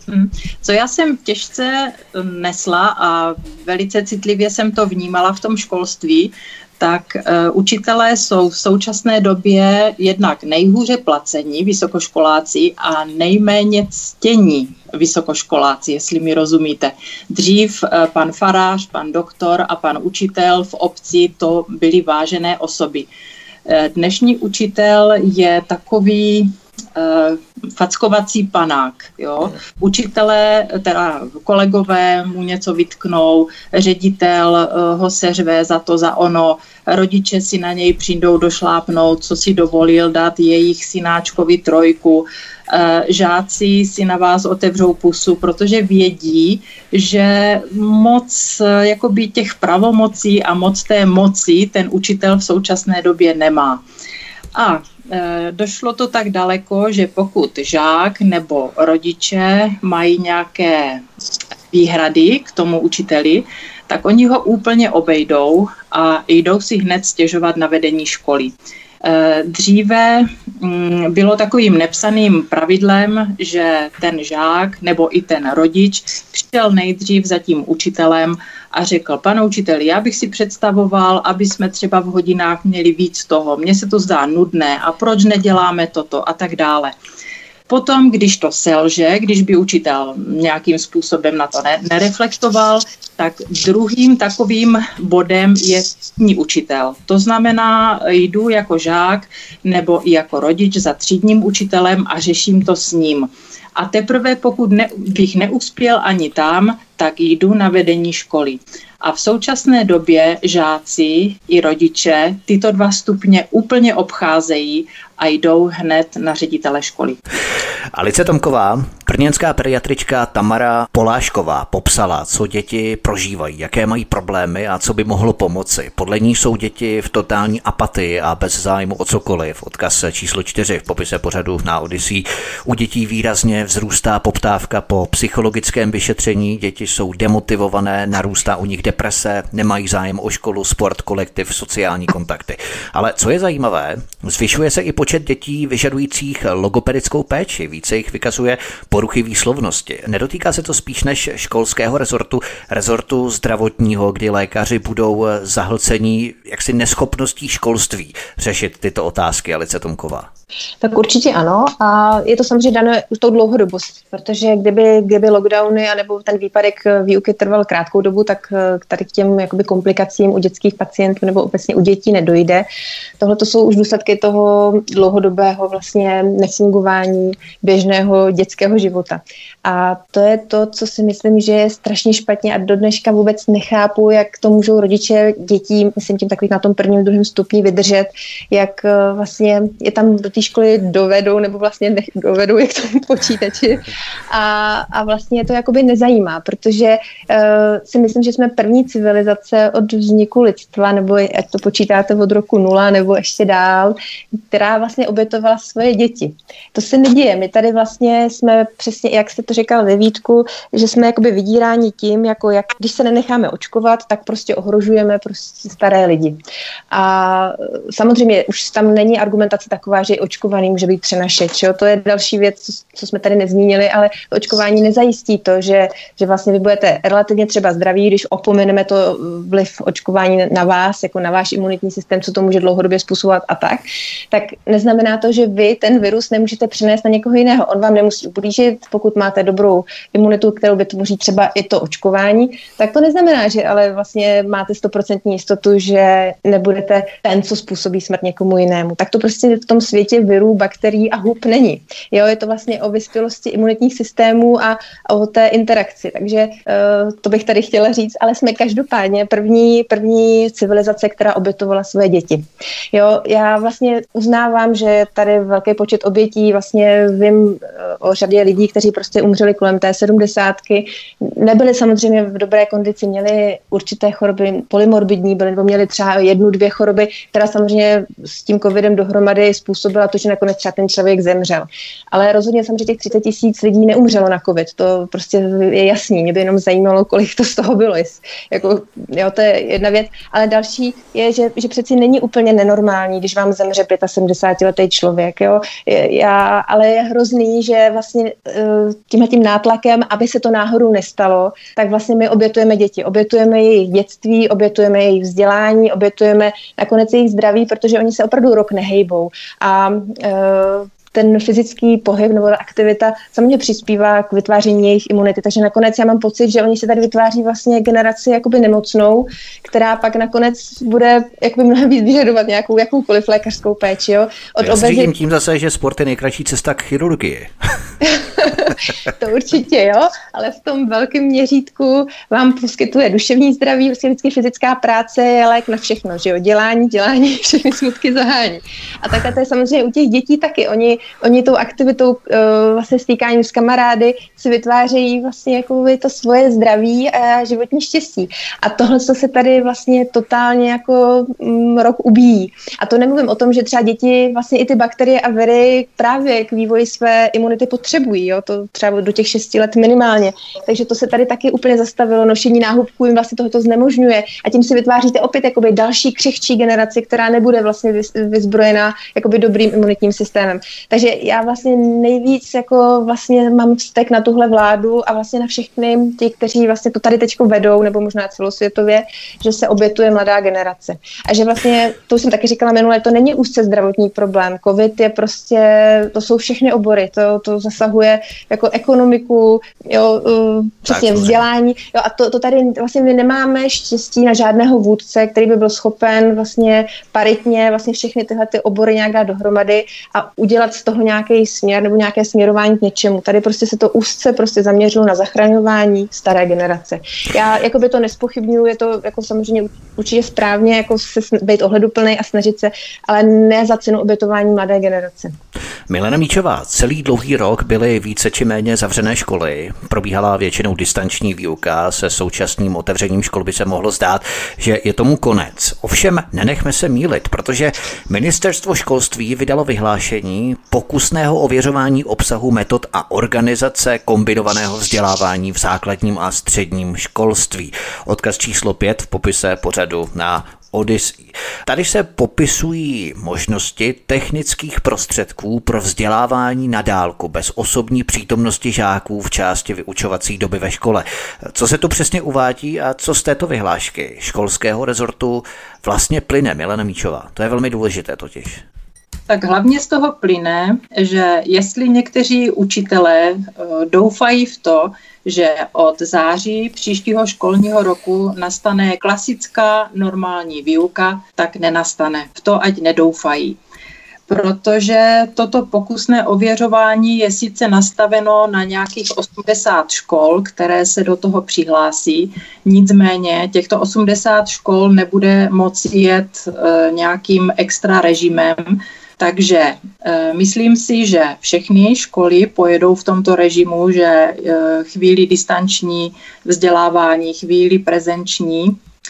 Co já jsem těžce nesla a velice citlivě jsem to vnímala v tom školství, tak uh, učitelé jsou v současné době jednak nejhůře placení vysokoškoláci a nejméně ctění vysokoškoláci, jestli mi rozumíte. Dřív uh, pan farář, pan doktor a pan učitel v obci to byly vážené osoby. Uh, dnešní učitel je takový fackovací panák. Jo? Učitelé, teda kolegové mu něco vytknou, ředitel ho seřve za to, za ono, rodiče si na něj přijdou došlápnout, co si dovolil dát jejich synáčkovi trojku, žáci si na vás otevřou pusu, protože vědí, že moc jakoby těch pravomocí a moc té moci ten učitel v současné době nemá. A došlo to tak daleko, že pokud žák nebo rodiče mají nějaké výhrady k tomu učiteli, tak oni ho úplně obejdou a jdou si hned stěžovat na vedení školy. Dříve bylo takovým nepsaným pravidlem, že ten žák nebo i ten rodič přišel nejdřív za tím učitelem a řekl: pane učiteli, já bych si představoval, aby jsme třeba v hodinách měli víc toho, mně se to zdá nudné a proč neděláme toto a tak dále. Potom, když to selže, když by učitel nějakým způsobem na to ne- nereflektoval, tak druhým takovým bodem je třídní učitel. To znamená, jdu jako žák nebo i jako rodič za třídním učitelem a řeším to s ním. A teprve pokud ne- bych neuspěl ani tam, tak jdu na vedení školy. A v současné době žáci i rodiče tyto dva stupně úplně obcházejí a jdou hned na ředitele školy. Alice Tomková, brněnská pediatrička Tamara Polášková popsala, co děti prožívají, jaké mají problémy a co by mohlo pomoci. Podle ní jsou děti v totální apatii a bez zájmu o cokoliv. Odkaz číslo čtyři v popise pořadu na Odyssey. U dětí výrazně vzrůstá poptávka po psychologickém vyšetření, děti jsou demotivované, narůstá u nich deprese, nemají zájem o školu, sport, kolektiv, sociální kontakty. Ale co je zajímavé, zvyšuje se i počet dětí vyžadujících logopedickou péči, více jich vykazuje poruchy výslovnosti. Nedotýká se to spíš než školského rezortu, rezortu zdravotního, kdy lékaři budou zahlcení jaksi neschopností školství řešit tyto otázky. Alice Tomková. Tak určitě ano a je to samozřejmě dané už tou dlouhodobostí, protože kdyby, kdyby lockdowny anebo ten výpadek výuky trval krátkou dobu, tak tady k těm jakoby komplikacím u dětských pacientů nebo obecně u dětí nedojde. Tohle to jsou už důsledky toho dlouhodobého vlastně nefungování běžného dětského života. A to je to, co si myslím, že je strašně špatně a do dneška vůbec nechápu, jak to můžou rodiče dětí, myslím tím takových na tom prvním, druhém stupni vydržet, jak vlastně je tam do té školy dovedou nebo vlastně dovedou jak tomu počítači a, a vlastně je to jakoby nezajímá, protože uh, si myslím, že jsme první civilizace od vzniku lidstva, nebo jak to počítáte od roku nula nebo ještě dál, která vlastně obětovala svoje děti. To se neděje. My tady vlastně jsme přesně, jak jste to říkal ve Vítku, že jsme jakoby vydíráni tím, jako jak, když se nenecháme očkovat, tak prostě ohrožujeme prostě staré lidi. A samozřejmě už tam není argumentace taková, že očkovaný může být přenašeč. Jo? To je další věc, co, co jsme tady nezmínili, ale to očkování nezajistí to, že, že vlastně vy budete relativně třeba zdraví, když opomeneme to vliv očkování na vás, jako na váš imunitní systém, co to může dlouhodobě způsobovat a tak, tak neznamená to, že vy ten virus nemůžete přenést na někoho jiného. On vám nemusí ublížit, pokud máte dobrou imunitu, kterou vytvoří třeba i to očkování, tak to neznamená, že ale vlastně máte stoprocentní jistotu, že nebudete ten, co způsobí smrt někomu jinému. Tak to prostě v tom světě virů, bakterií a hub není. Jo, je to vlastně o vyspělosti imunitních systémů a, a o té interakci. Takže uh, to bych tady chtěla říct, ale jsme každopádně první, první civilizace, která obětovala své děti. Jo, já vlastně uznávám, že tady velký počet obětí, vlastně vím uh, o řadě lidí, kteří prostě umřeli kolem té sedmdesátky, nebyli samozřejmě v dobré kondici, měli určité choroby polymorbidní, byli, nebo měli třeba jednu, dvě choroby, která samozřejmě s tím covidem dohromady způsobila to, že nakonec třeba ten člověk zemřel. Ale rozhodně samozřejmě těch třicet tisíc lidí neumřelo na covid, to prostě je jasný, mě by jenom zajímalo, kolik to z toho bylo. Jako, jo, to je jedna věc, ale další je, že, že přeci není úplně nenormální, když vám zemře sedmdesátipětiletý člověk, jo. Já, ale je hrozný, že vlastně tímhletím nátlakem, aby se to náhodou nestalo, tak vlastně my obětujeme děti, obětujeme jejich dětství, obětujeme jejich vzdělání, obětujeme nakonec jejich zdraví, protože oni se opravdu rok nehejbou. A e, ten fyzický pohyb nebo aktivita samozřejmě přispívá k vytváření jejich imunity. Takže nakonec já mám pocit, že oni se tady vytváří vlastně generaci jakoby nemocnou, která pak nakonec bude jakoby mnohem víc vyžadovat nějakou jakoukoliv lékařskou péči. Jo? Od já obezit... řídím tím zase, že sport je nejkratší cesta k chirurgii. To určitě, jo, ale v tom velkém měřítku vám poskytuje duševní zdraví, prostě vždycky fyzická práce je lék na všechno, že jo, dělání, dělání, všechny smutky zahání. A takhle to je samozřejmě u těch dětí taky, oni, oni tou aktivitou, uh, vlastně stýkáním s kamarády si vytvářejí vlastně jako to svoje zdraví a životní štěstí. A tohle se tady vlastně totálně jako um, rok ubíjí. A to nemluvím o tom, že třeba děti vlastně i ty bakterie a viry právě k vývoji své imunity potřebují, jo, to třeba do těch šesti let minimálně. Takže to se tady taky úplně zastavilo, nošení náhubků jim vlastně tohoto znemožňuje a tím si vytváříte opět jakoby další křehčí generaci, která nebude vlastně vyzbrojená jakoby dobrým imunitním systémem. Takže já vlastně nejvíc jako vlastně mám vztek na tuhle vládu a vlastně na všechny ti, kteří vlastně to tady teďko vedou, nebo možná celosvětově, že se obětuje mladá generace. A že vlastně, to jsem taky říkala minule, to není úzce zdravotní problém. Covid je prostě, to jsou všechny obory, to, to zasahuje jako ekonomiku, jo, uh, přesně vzdělání. Jo, a to, to tady vlastně my nemáme štěstí na žádného vůdce, který by byl schopen vlastně paritně vlastně všechny tyhle ty obory nějak dát dohromady a udělat z toho nějaký směr nebo nějaké směrování k něčemu. Tady prostě se to úzce prostě zaměřilo na zachraňování staré generace. Já jakoby to nespochybnuju, je to jako samozřejmě určitě správně jako se být ohleduplnej a snažit se, ale ne za cenu obětování mladé generace. Milena Míčová, celý dlouhý rok byly více či méně zavřené školy, probíhala většinou distanční výuka, se současným otevřením škol by se mohlo zdát, že je tomu konec. Ovšem nenechme se mýlit, protože Ministerstvo školství vydalo vyhlášení pokusného ověřování obsahu metod a organizace kombinovaného vzdělávání v základním a středním školství. Odkaz číslo pět v popise pořadu na Odyssey. Tady se popisují možnosti technických prostředků pro vzdělávání na dálku bez osobní přítomnosti žáků v části vyučovací doby ve škole. Co se tu přesně uvádí a co z této vyhlášky školského rezortu vlastně plyne, Milena Míčová? To je velmi důležité totiž. Tak hlavně z toho plyne, že jestli někteří učitelé doufají v to, že od září příštího školního roku nastane klasická normální výuka, tak nenastane. V to ať nedoufají. Protože toto pokusné ověřování je sice nastaveno na nějakých osmdesát škol, které se do toho přihlásí, nicméně těchto osmdesát škol nebude moci jet e, nějakým extra režimem. Takže e, myslím si, že všechny školy pojedou v tomto režimu, že e, chvíli distanční vzdělávání, chvíli prezenční,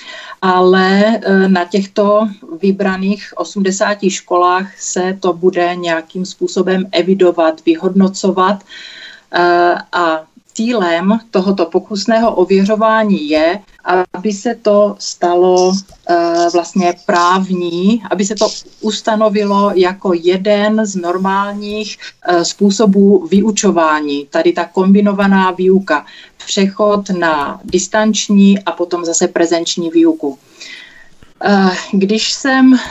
ale e, na těchto vybraných osmdesáti školách se to bude nějakým způsobem evidovat, vyhodnocovat e, a cílem tohoto pokusného ověřování je, aby se to stalo e, vlastně právní, aby se to ustanovilo jako jeden z normálních e, způsobů vyučování. Tady ta kombinovaná výuka, přechod na distanční a potom zase prezenční výuku. E, když jsem e,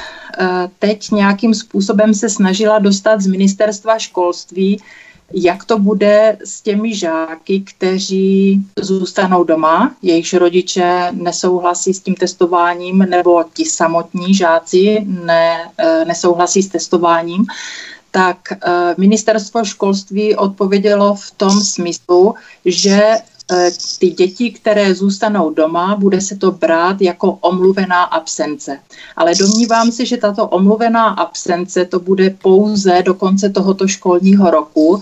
teď nějakým způsobem se snažila dostat z ministerstva školství, jak to bude s těmi žáky, kteří zůstanou doma, jejichž rodiče nesouhlasí s tím testováním, nebo ti samotní žáci ne, nesouhlasí s testováním, tak ministerstvo školství odpovědělo v tom smyslu, že ty děti, které zůstanou doma, bude se to brát jako omluvená absence. Ale domnívám se, že tato omluvená absence to bude pouze do konce tohoto školního roku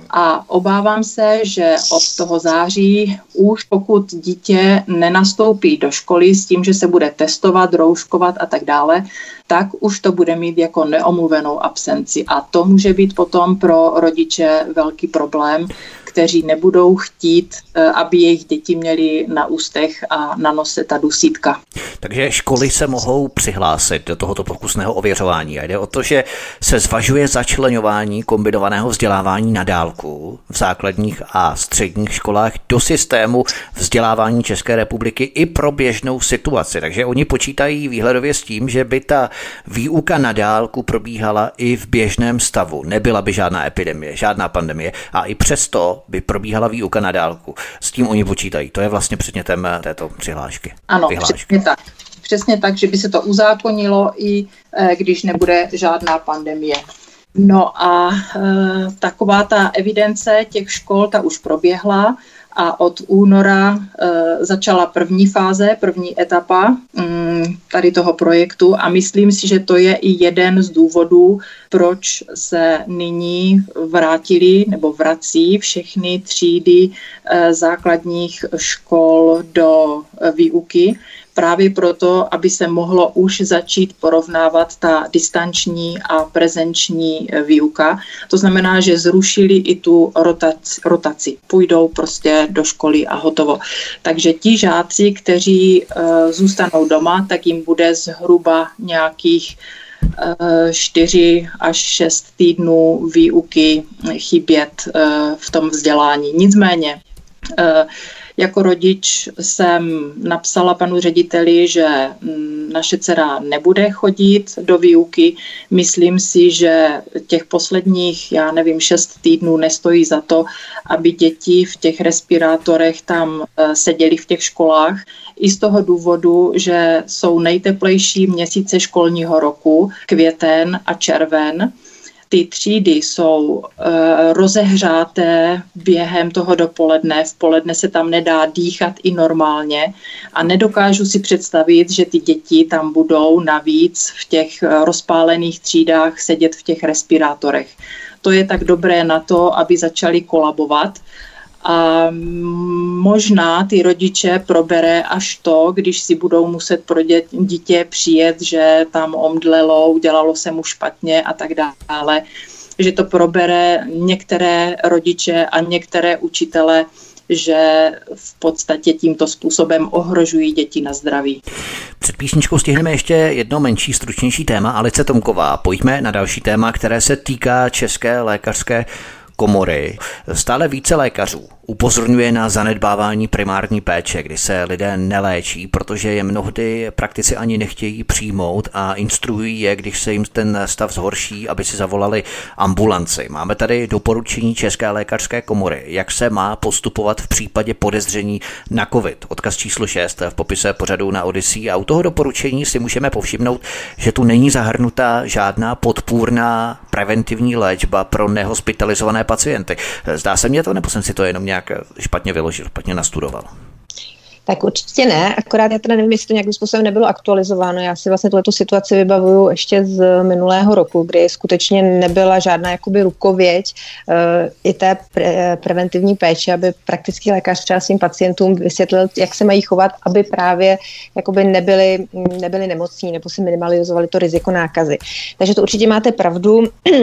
a obávám se, že od toho září už pokud dítě nenastoupí do školy s tím, že se bude testovat, rouškovat a tak dále, tak už to bude mít jako neomluvenou absenci. A to může být potom pro rodiče velký problém, kteří nebudou chtít, aby jejich děti měly na ústech a na nose ta dusítka. Takže školy se mohou přihlásit do tohoto pokusného ověřování. A jde o to, že se zvažuje začleňování kombinovaného vzdělávání na dálku v základních a středních školách do systému vzdělávání České republiky i pro běžnou situaci. Takže oni počítají výhledově s tím, že by ta výuka na dálku probíhala i v běžném stavu. Nebyla by žádná epidemie, žádná pandemie a i přesto by probíhala výuka na dálku. S tím oni počítají. To je vlastně předmětem této přihlášky. Ano, vyhlášky. Přesně tak. Přesně tak, že by se to uzákonilo, i když nebude žádná pandemie. No a e, taková ta evidence těch škol, ta už proběhla a od února e, začala první fáze, první etapa mm, tady toho projektu a myslím si, že to je i jeden z důvodů, proč se nyní vrátili nebo vrací všechny třídy e, základních škol do e, výuky. Právě proto, aby se mohlo už začít porovnávat ta distanční a prezenční výuka. To znamená, že zrušili i tu rotaci. rotaci. Půjdou prostě do školy a hotovo. Takže ti žáci, kteří e, zůstanou doma, tak jim bude zhruba nějakých e, čtyři až šest týdnů výuky chybět e, v tom vzdělání. Nicméně, e, jako rodič jsem napsala panu řediteli, že naše dcera nebude chodit do výuky. Myslím si, že těch posledních, já nevím, šest týdnů nestojí za to, aby děti v těch respirátorech tam seděly v těch školách. I z toho důvodu, že jsou nejteplejší měsíce školního roku, květen a červen. Ty třídy jsou e, rozehřáté během toho dopoledne, v poledne se tam nedá dýchat i normálně a nedokážu si představit, že ty děti tam budou navíc v těch rozpálených třídách sedět v těch respirátorech. To je tak dobré na to, aby začaly kolabovat. A možná ty rodiče probere až to, když si budou muset pro dítě přijet, že tam omdlelo, udělalo se mu špatně a tak dále, že to probere některé rodiče a některé učitele, že v podstatě tímto způsobem ohrožují děti na zdraví. Před písničkou stihneme ještě jedno menší, stručnější téma. Alice Tomková, pojďme na další téma, které se týká České lékařské komory. Stále více lékařů upozorňuje na zanedbávání primární péče, kdy se lidé neléčí, protože je mnohdy praktici ani nechtějí přijmout a instruují je, když se jim ten stav zhorší, aby si zavolali ambulanci. Máme tady doporučení České lékařské komory, jak se má postupovat v případě podezření na COVID. Odkaz číslo šest v popise pořadu na Odyssey a u toho doporučení si můžeme povšimnout, že tu není zahrnutá žádná podpůrná preventivní léčba pro nehospitalizované pacienty. Zdá se mně to, nebo jsem si to jenom nějak špatně vyložil, špatně nastudoval? Tak určitě ne, akorát já teda nevím, jestli to nějakým způsobem nebylo aktualizováno. Já si vlastně tuhletu situaci vybavuju ještě z minulého roku, kdy skutečně nebyla žádná jakoby rukověď uh, i té pre- preventivní péče, aby praktický lékař třeba svým pacientům vysvětlil, jak se mají chovat, aby právě jakoby nebyli, nebyli nemocní nebo si minimalizovali to riziko nákazy. Takže to určitě máte pravdu.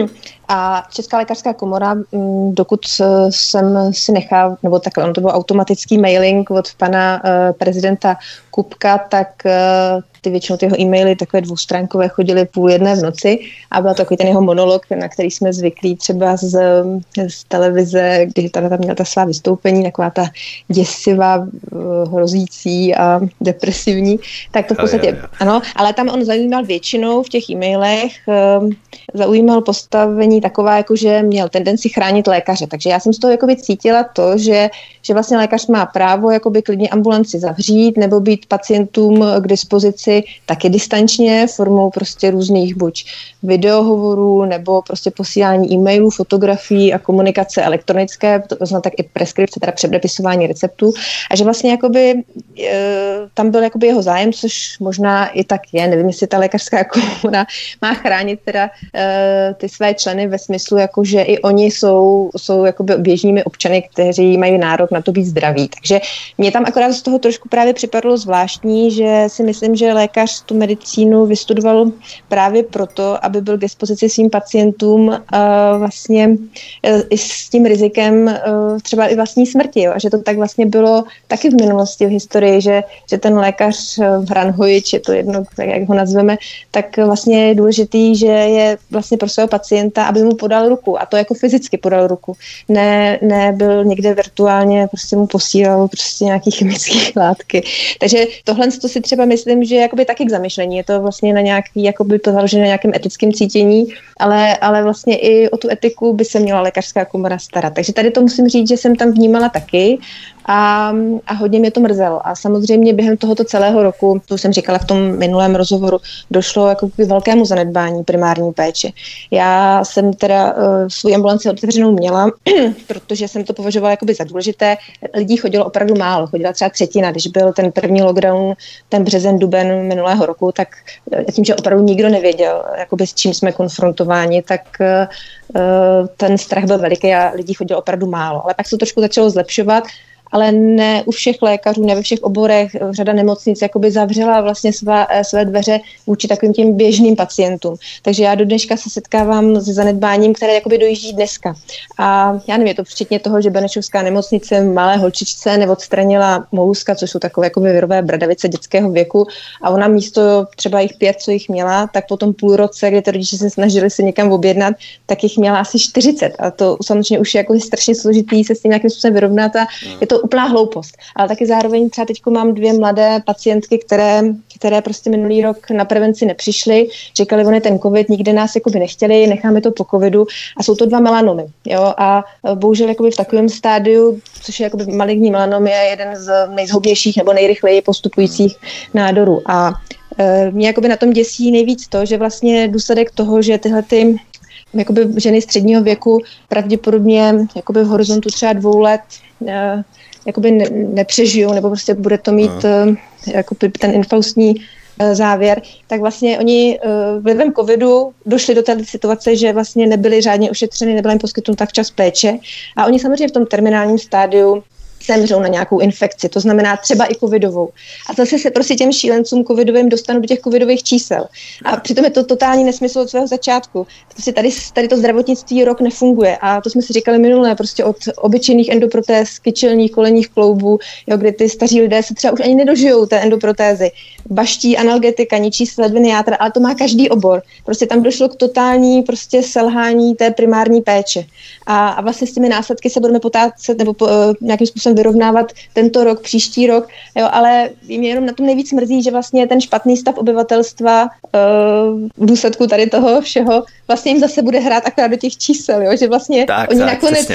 A Česká lékařská komora, dokud jsem si nechal, nebo takhle, ono to byl automatický mailing od pana uh, prezidenta Kupka, tak uh, ty většinou ty jeho e-maily takové dvoustránkové chodily půl jedné v noci a byl takový ten jeho monolog, na který jsme zvyklí třeba z, z televize, když tam, tam měla ta svá vystoupení, taková ta děsivá, uh, hrozící a depresivní, tak to v podstatě, ano, ale tam on zaujímal většinou v těch e-mailech, uh, zaujímal postavení taková, jako že měl tendenci chránit lékaře. Takže já jsem z toho jakoby cítila to, že, že vlastně lékař má právo jakoby klidně ambulanci zavřít nebo být pacientům k dispozici taky distančně formou prostě různých buď videohovorů nebo prostě posílání e-mailů, fotografií a komunikace elektronické, to znamená tak i preskripce, teda předepisování receptů. A že vlastně jakoby e, tam byl jakoby jeho zájem, což možná i tak je, nevím, jestli ta lékařská komora má chránit teda e, ty své členy ve smyslu, jako že i oni jsou, jsou jakoby běžnými občany, kteří mají nárok na to být zdraví. Takže mě tam akorát z toho trošku právě připadlo zvláštní, že si myslím, že lékař tu medicínu vystudoval právě proto, aby byl k dispozici svým pacientům uh, vlastně uh, i s tím rizikem uh, třeba i vlastní smrti. Jo? A že to tak vlastně bylo taky v minulosti, v historii, že, že ten lékař uh, Hranhovič, je to jedno, tak jak ho nazveme, tak vlastně je důležitý, že je vlastně pro svého pacienta, aby mu podal ruku. A to jako fyzicky podal ruku. Ne, ne byl někde virtuálně, prostě mu posílal prostě nějaký chemické látky. Takže tohle to si třeba myslím, že je jakoby taky k zamyšlení. Je to vlastně na nějaký, jakoby to založené na nějakém etickém cítění, ale, ale vlastně i o tu etiku by se měla lékařská komora starat. Takže tady to musím říct, že jsem tam vnímala taky a, a hodně mě to mrzelo. A samozřejmě během tohoto celého roku, to jsem říkala v tom minulém rozhovoru, došlo jako k velkému zanedbání primární péče. Já jsem teda uh, svou ambulanci otevřenou měla, protože jsem to považovala jakoby za důležité. Lidí chodilo opravdu málo, chodila třeba třetina, když byl ten první lockdown, ten březen, duben minulého roku, tak tím, že opravdu nikdo nevěděl, jakoby s čím jsme konfrontováni, tak uh, ten strach byl veliký a lidí chodilo opravdu málo. Ale pak se to trošku začalo zlepšovat, ale ne u všech lékařů, ne ve všech oborech. Řada nemocnic jakoby zavřela vlastně své, své dveře vůči takovým těm běžným pacientům. Takže já do dneška se setkávám se zanedbáním, které jakoby dojíždí dneska. A já nevím, je to včetně toho, že Benešovská nemocnice malé holčičce neodstranila mouska, což jsou takové jakoby virové bradavice dětského věku, a ona místo třeba jich pět, co jich měla, tak po tom půl roce, kdy ty rodiče se snažili se někam objednat, tak jich měla asi čtyřicet. A to samozřejmě už je jako strašně složitý se s tím nějakým způsobem vyrovnat a je to úplná hloupost. Ale taky zároveň třeba teď mám dvě mladé pacientky, které, které prostě minulý rok na prevenci nepřišly, říkali, oni ten covid, nikde nás jakoby nechtěli, necháme to po covidu, a jsou to dva melanomy. Jo? A bohužel jakoby v takovém stádiu, což je jakoby maligní melanom, je jeden z nejzhoubnějších nebo nejrychleji postupujících nádorů. A e, mě jakoby na tom děsí nejvíc to, že vlastně důsledek toho, že tyhle ty jakoby ženy středního věku pravděpodobně jakoby v horizontu třeba dvou let e, jakoby ne, nepřežijou, nebo prostě bude to mít uh, jakoby ten infaustní uh, závěr, tak vlastně oni uh, vlivem covidu došli do té situace, že vlastně nebyli řádně ošetřeny, nebyla jim poskytnuta včas péče, a oni samozřejmě v tom terminálním stádiu zemřou na nějakou infekci, to znamená třeba i covidovou. A zase se prostě těm šílencům covidovým dostanou do těch covidových čísel. A přitom je to totální nesmysl od svého začátku. Prostě tady, tady to zdravotnictví rok nefunguje. A to jsme si říkali minulé, prostě od obyčejných endoprotéz, kyčelních, kolenních kloubů, jo, kdy ty staří lidé se třeba už ani nedožijou té endoprotézy. Baští, analgetika, ničí sledviny játra, ale to má každý obor. Prostě tam došlo k totální prostě selhání té primární péče. A, a vlastně s těmi následky se budeme potácet nebo po, nějakým způsobem vyrovnávat tento rok, příští rok, jo, ale mě jenom na tom nejvíc mrzí, že vlastně ten špatný stav obyvatelstva uh, v důsledku tady toho všeho vlastně jim zase bude hrát akorát do těch čísel, jo, že vlastně tak, oni, tak, nakonec,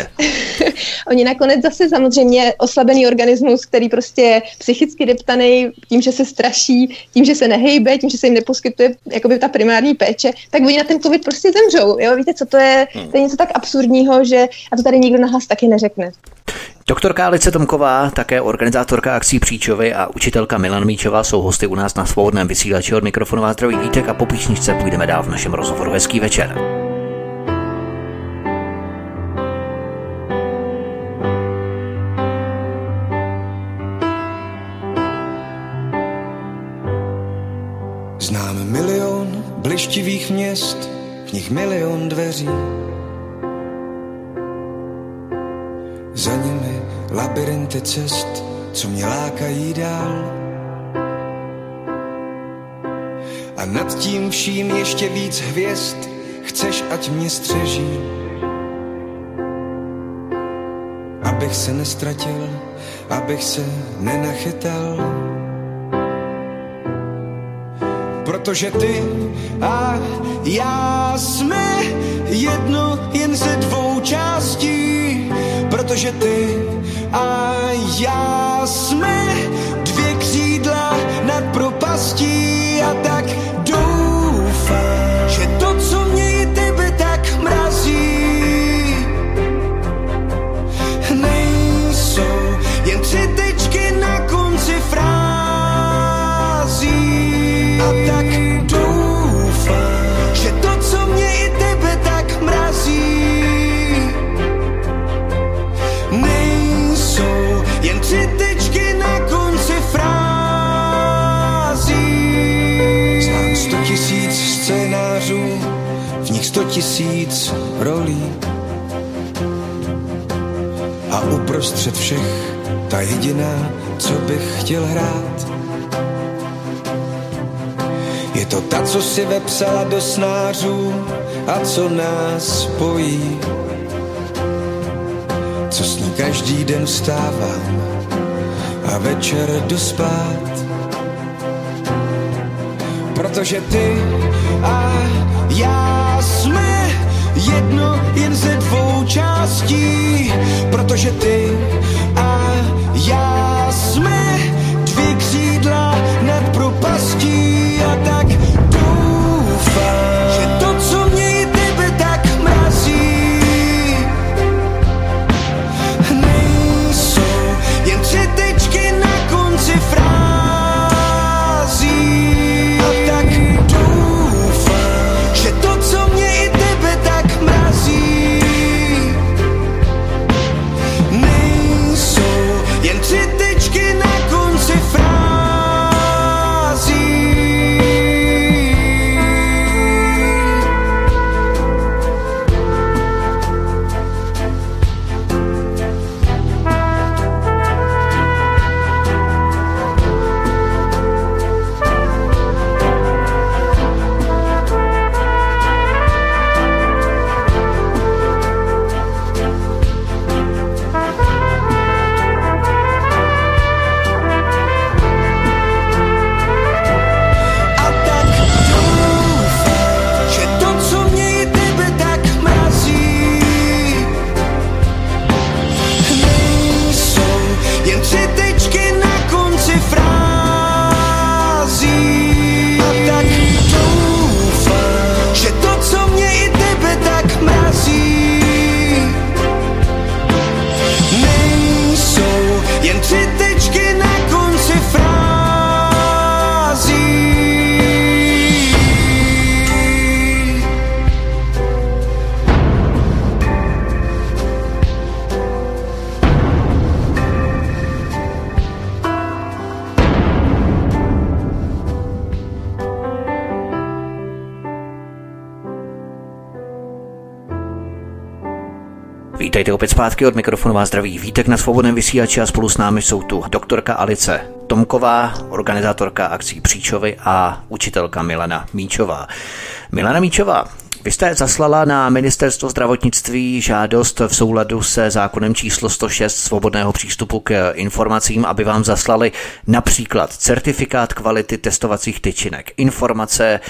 oni nakonec zase samozřejmě oslabený organismus, který prostě je psychicky deptaný tím, že se straší, tím, že se nehejbe, tím, že se jim neposkytuje jakoby ta primární péče, tak oni na ten covid prostě zemřou, jo, víte, co to je, to je něco tak absurdního, že a to tady nikdo nahlas taky neřekne. Doktorka Alice Tomková, také organizátorka akcí Příčovy a učitelka Milana Míčová jsou hosty u nás na Svobodném vysílači. Od mikrofonu vás zdraví Vítek a po písničce půjdeme dál v našem rozhovoru. Hezký večer. Znám milion blištivých měst, v nich milion dveří. Za nimi labirinty cest, co mě lákají dál. A nad tím vším ještě víc hvězd, chceš, ať mě střeží. Abych se nestratil, abych se nenachytal. Protože ty a já jsme jedno jen ze dvou částí. Protože ty a já jsme dvě křídla nad propastí. A tak doufám, že to, co mě i tebe tak mrazí, nejsou jen tři tečky na konci frází. A tak doufám, že to, co mě i tebe tak mrazí, nejsou jen tři tečky na konci frází. Znám sto tisíc scénářů, v nich sto tisíc rolí. A uprostřed všech ta jediná, co bych chtěl hrát, je to ta, co si vepsala do snářů a co nás spojí. Co s ní každý den vstávám a večer jdu spát. Protože ty a já jsme jedno jen ze dvou částí. Protože ty a já jsme dvě křídla nad propastí. A tak doufám, že to, co mě i tebe tak mrazí, nejsou jen tři tečky na konci frází. A tak doufám, že to, co mě i tebe tak mrazí, nejsou jen tři tečky na konci frází. Vítejte opět zpátky, od mikrofonu vás zdraví Vítek na Svobodném vysílači a spolu s námi jsou tu doktorka Alice Tomková, organizátorka akcí Příčovy a učitelka Milana Míčová. Milana Míčová, vy jste zaslala na Ministerstvo zdravotnictví žádost v souladu se zákonem číslo sto šest svobodného přístupu k informacím, aby vám zaslali například certifikát kvality testovacích tyčinek, informace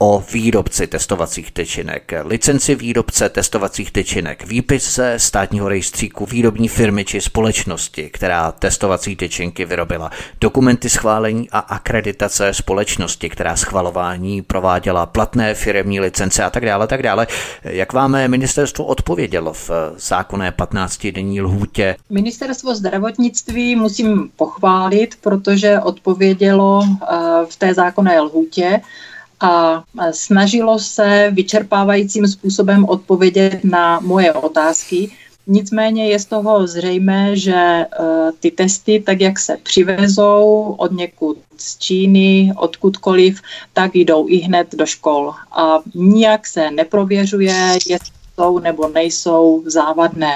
o výrobci testovacích tyčinek, licenci výrobce testovacích tyčinek, výpis ze státního rejstříku výrobní firmy či společnosti, která testovací tyčinky vyrobila, dokumenty schválení a akreditace společnosti, která schvalování prováděla, platné firemní licence a tak dále, tak dále. Jak vám ministerstvo odpovědělo v zákonné patnáctidenní lhůtě? Ministerstvo zdravotnictví musím pochválit, protože odpovědělo v té zákonné lhůtě a snažilo se vyčerpávajícím způsobem odpovědět na moje otázky. Nicméně je z toho zřejmé, že ty testy, tak jak se přivezou od někud z Číny, odkudkoliv, tak jdou i hned do škol. A nijak se neprověřuje, jestli jsou nebo nejsou závadné.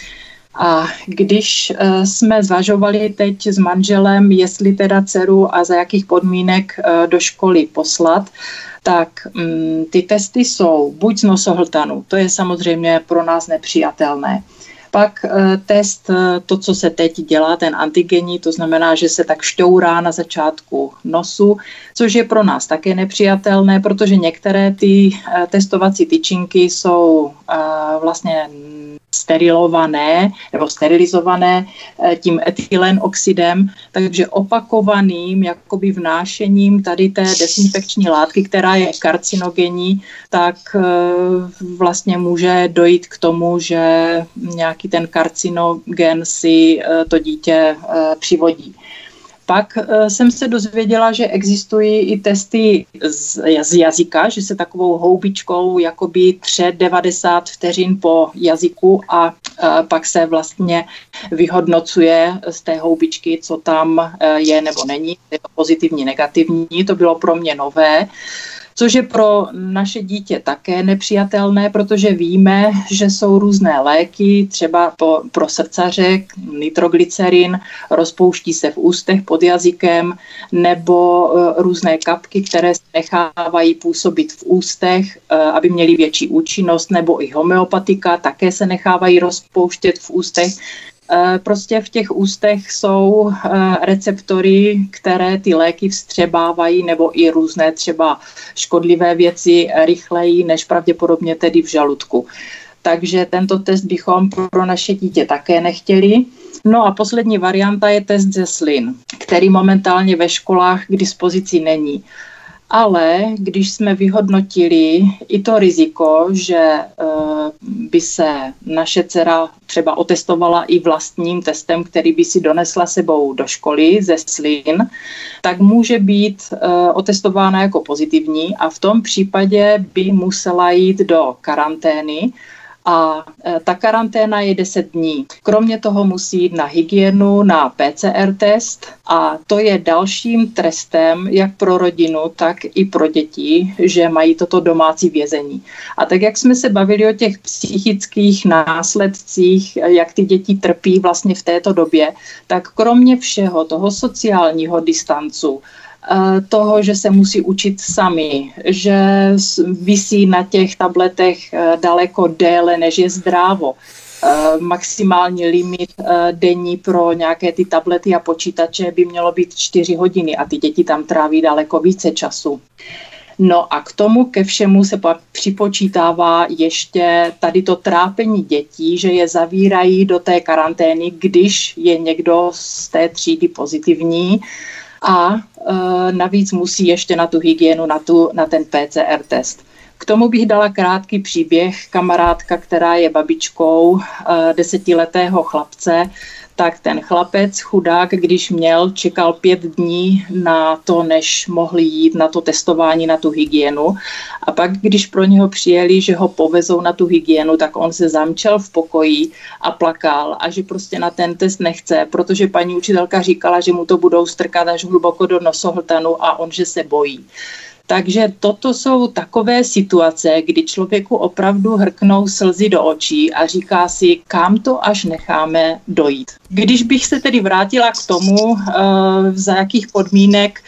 A když jsme zvažovali teď s manželem, jestli teda dceru a za jakých podmínek do školy poslat, tak mm, ty testy jsou buď z nosohltanu, to je samozřejmě pro nás nepřijatelné. Pak test, to, co se teď dělá, ten antigenní, to znamená, že se tak šťourá na začátku nosu, což je pro nás také nepřijatelné, protože některé ty testovací tyčinky jsou vlastně sterilované nebo sterilizované tím etylenoxidem, takže opakovaným jakoby vnášením tady té dezinfekční látky, která je karcinogenní, tak vlastně může dojít k tomu, že nějaký ten karcinogen si to dítě přivodí. Pak jsem se dozvěděla, že existují i testy z, z jazyka, že se takovou houbičkou jakoby tře devadesát vteřin po jazyku a, a pak se vlastně vyhodnocuje z té houbičky, co tam je nebo není, je to pozitivní, negativní. To bylo pro mě nové, což je pro naše dítě také nepřijatelné, protože víme, že jsou různé léky, třeba po, pro srdcaře, nitroglycerin, rozpouští se v ústech pod jazykem, nebo uh, různé kapky, které se nechávají působit v ústech, uh, aby měly větší účinnost, nebo i homeopatika, také se nechávají rozpouštět v ústech. Prostě v těch ústech jsou receptory, které ty léky vstřebávají, nebo i různé třeba škodlivé věci rychleji než pravděpodobně tedy v žaludku. Takže tento test bychom pro naše dítě také nechtěli. No a poslední varianta je test ze slin, který momentálně ve školách k dispozici není. Ale když jsme vyhodnotili i to riziko, že by se naše dcera třeba otestovala i vlastním testem, který by si donesla sebou do školy ze slin, tak může být otestována jako pozitivní a v tom případě by musela jít do karantény. A ta karanténa je deset dní. Kromě toho musí jít na hygienu, na P C R test a to je dalším trestem jak pro rodinu, tak i pro děti, že mají toto domácí vězení. A tak jak jsme se bavili o těch psychických následcích, jak ty děti trpí vlastně v této době, tak kromě všeho toho sociálního distancu, toho, že se musí učit sami, že visí na těch tabletech daleko déle, než je zdrávo. Maximální limit denní pro nějaké ty tablety a počítače by mělo být čtyři hodiny a ty děti tam tráví daleko více času. No a k tomu ke všemu se pak připočítává ještě tady to trápení dětí, že je zavírají do té karantény, když je někdo z té třídy pozitivní, a e, navíc musí ještě na tu hygienu, na, tu, na ten P C R test. K tomu bych dala krátký příběh. Kamarádka, která je babičkou e, desetiletého chlapce, tak ten chlapec, chudák, když měl, čekal pět dní na to, než mohli jít na to testování, na tu hygienu. A pak, když pro něho přijeli, že ho povezou na tu hygienu, tak on se zamčel v pokoji a plakal a že prostě na ten test nechce, protože paní učitelka říkala, že mu to budou strkat až hluboko do nosohltanu a on, že se bojí. Takže toto jsou takové situace, kdy člověku opravdu hrknou slzy do očí a říká si, kam to až necháme dojít. Když bych se tedy vrátila k tomu, za jakých podmínek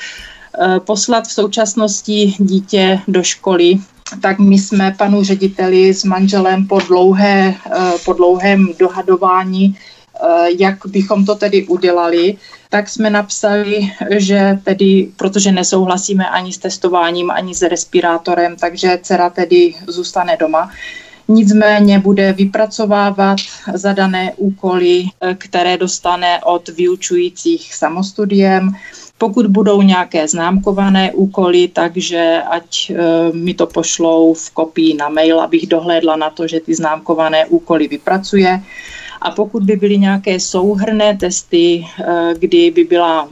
poslat v současnosti dítě do školy, tak my jsme panu řediteli s manželem po, dlouhé, po dlouhém dohadování jak bychom to tedy udělali, tak jsme napsali, že tedy, protože nesouhlasíme ani s testováním, ani s respirátorem, takže dcera tedy zůstane doma. Nicméně bude vypracovávat zadané úkoly, které dostane od vyučujících samostudiem. Pokud budou nějaké známkované úkoly, takže ať e, mi to pošlou v kopii na mail, abych dohlédla na to, že ty známkované úkoly vypracuje. A pokud by byly nějaké souhrnné testy, e, kdy by byla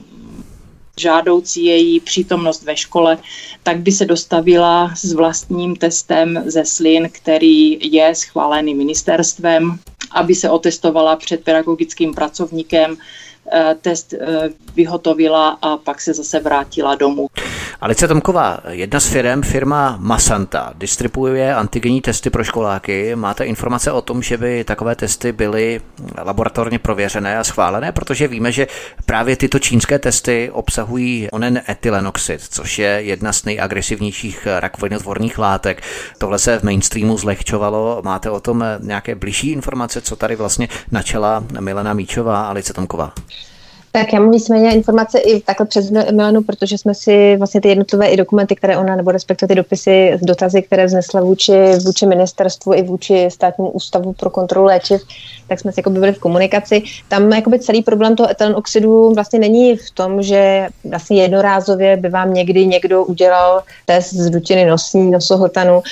žádoucí její přítomnost ve škole, tak by se dostavila s vlastním testem ze slin, který je schválený ministerstvem, aby se otestovala před pedagogickým pracovníkem, test vyhotovila a pak se zase vrátila domů. Alice Tomková, jedna z firem, firma Masanta, distribuuje antigenní testy pro školáky. Máte informace o tom, že by takové testy byly laboratorně prověřené a schválené? Protože víme, že právě tyto čínské testy obsahují onen etylenoxid, což je jedna z nejagresivnějších rakovinotvorných látek. Tohle se v mainstreamu zlehčovalo. Máte o tom nějaké bližší informace, co tady vlastně načala Milena Míčová a Alice Tomková? Tak já mám víceméně informace i takhle přes Milenu, protože jsme si vlastně ty jednotlivé i dokumenty, které ona, nebo respektive ty dopisy z dotazy, které vznesla vůči, vůči ministerstvu i vůči Státnímu ústavu pro kontrolu léčiv, tak jsme si jako byli v komunikaci. Tam jakoby celý problém toho etylenoxidu vlastně není v tom, že vlastně jednorázově by vám někdy někdo udělal test z dutiny nosní, nosohltanu uh,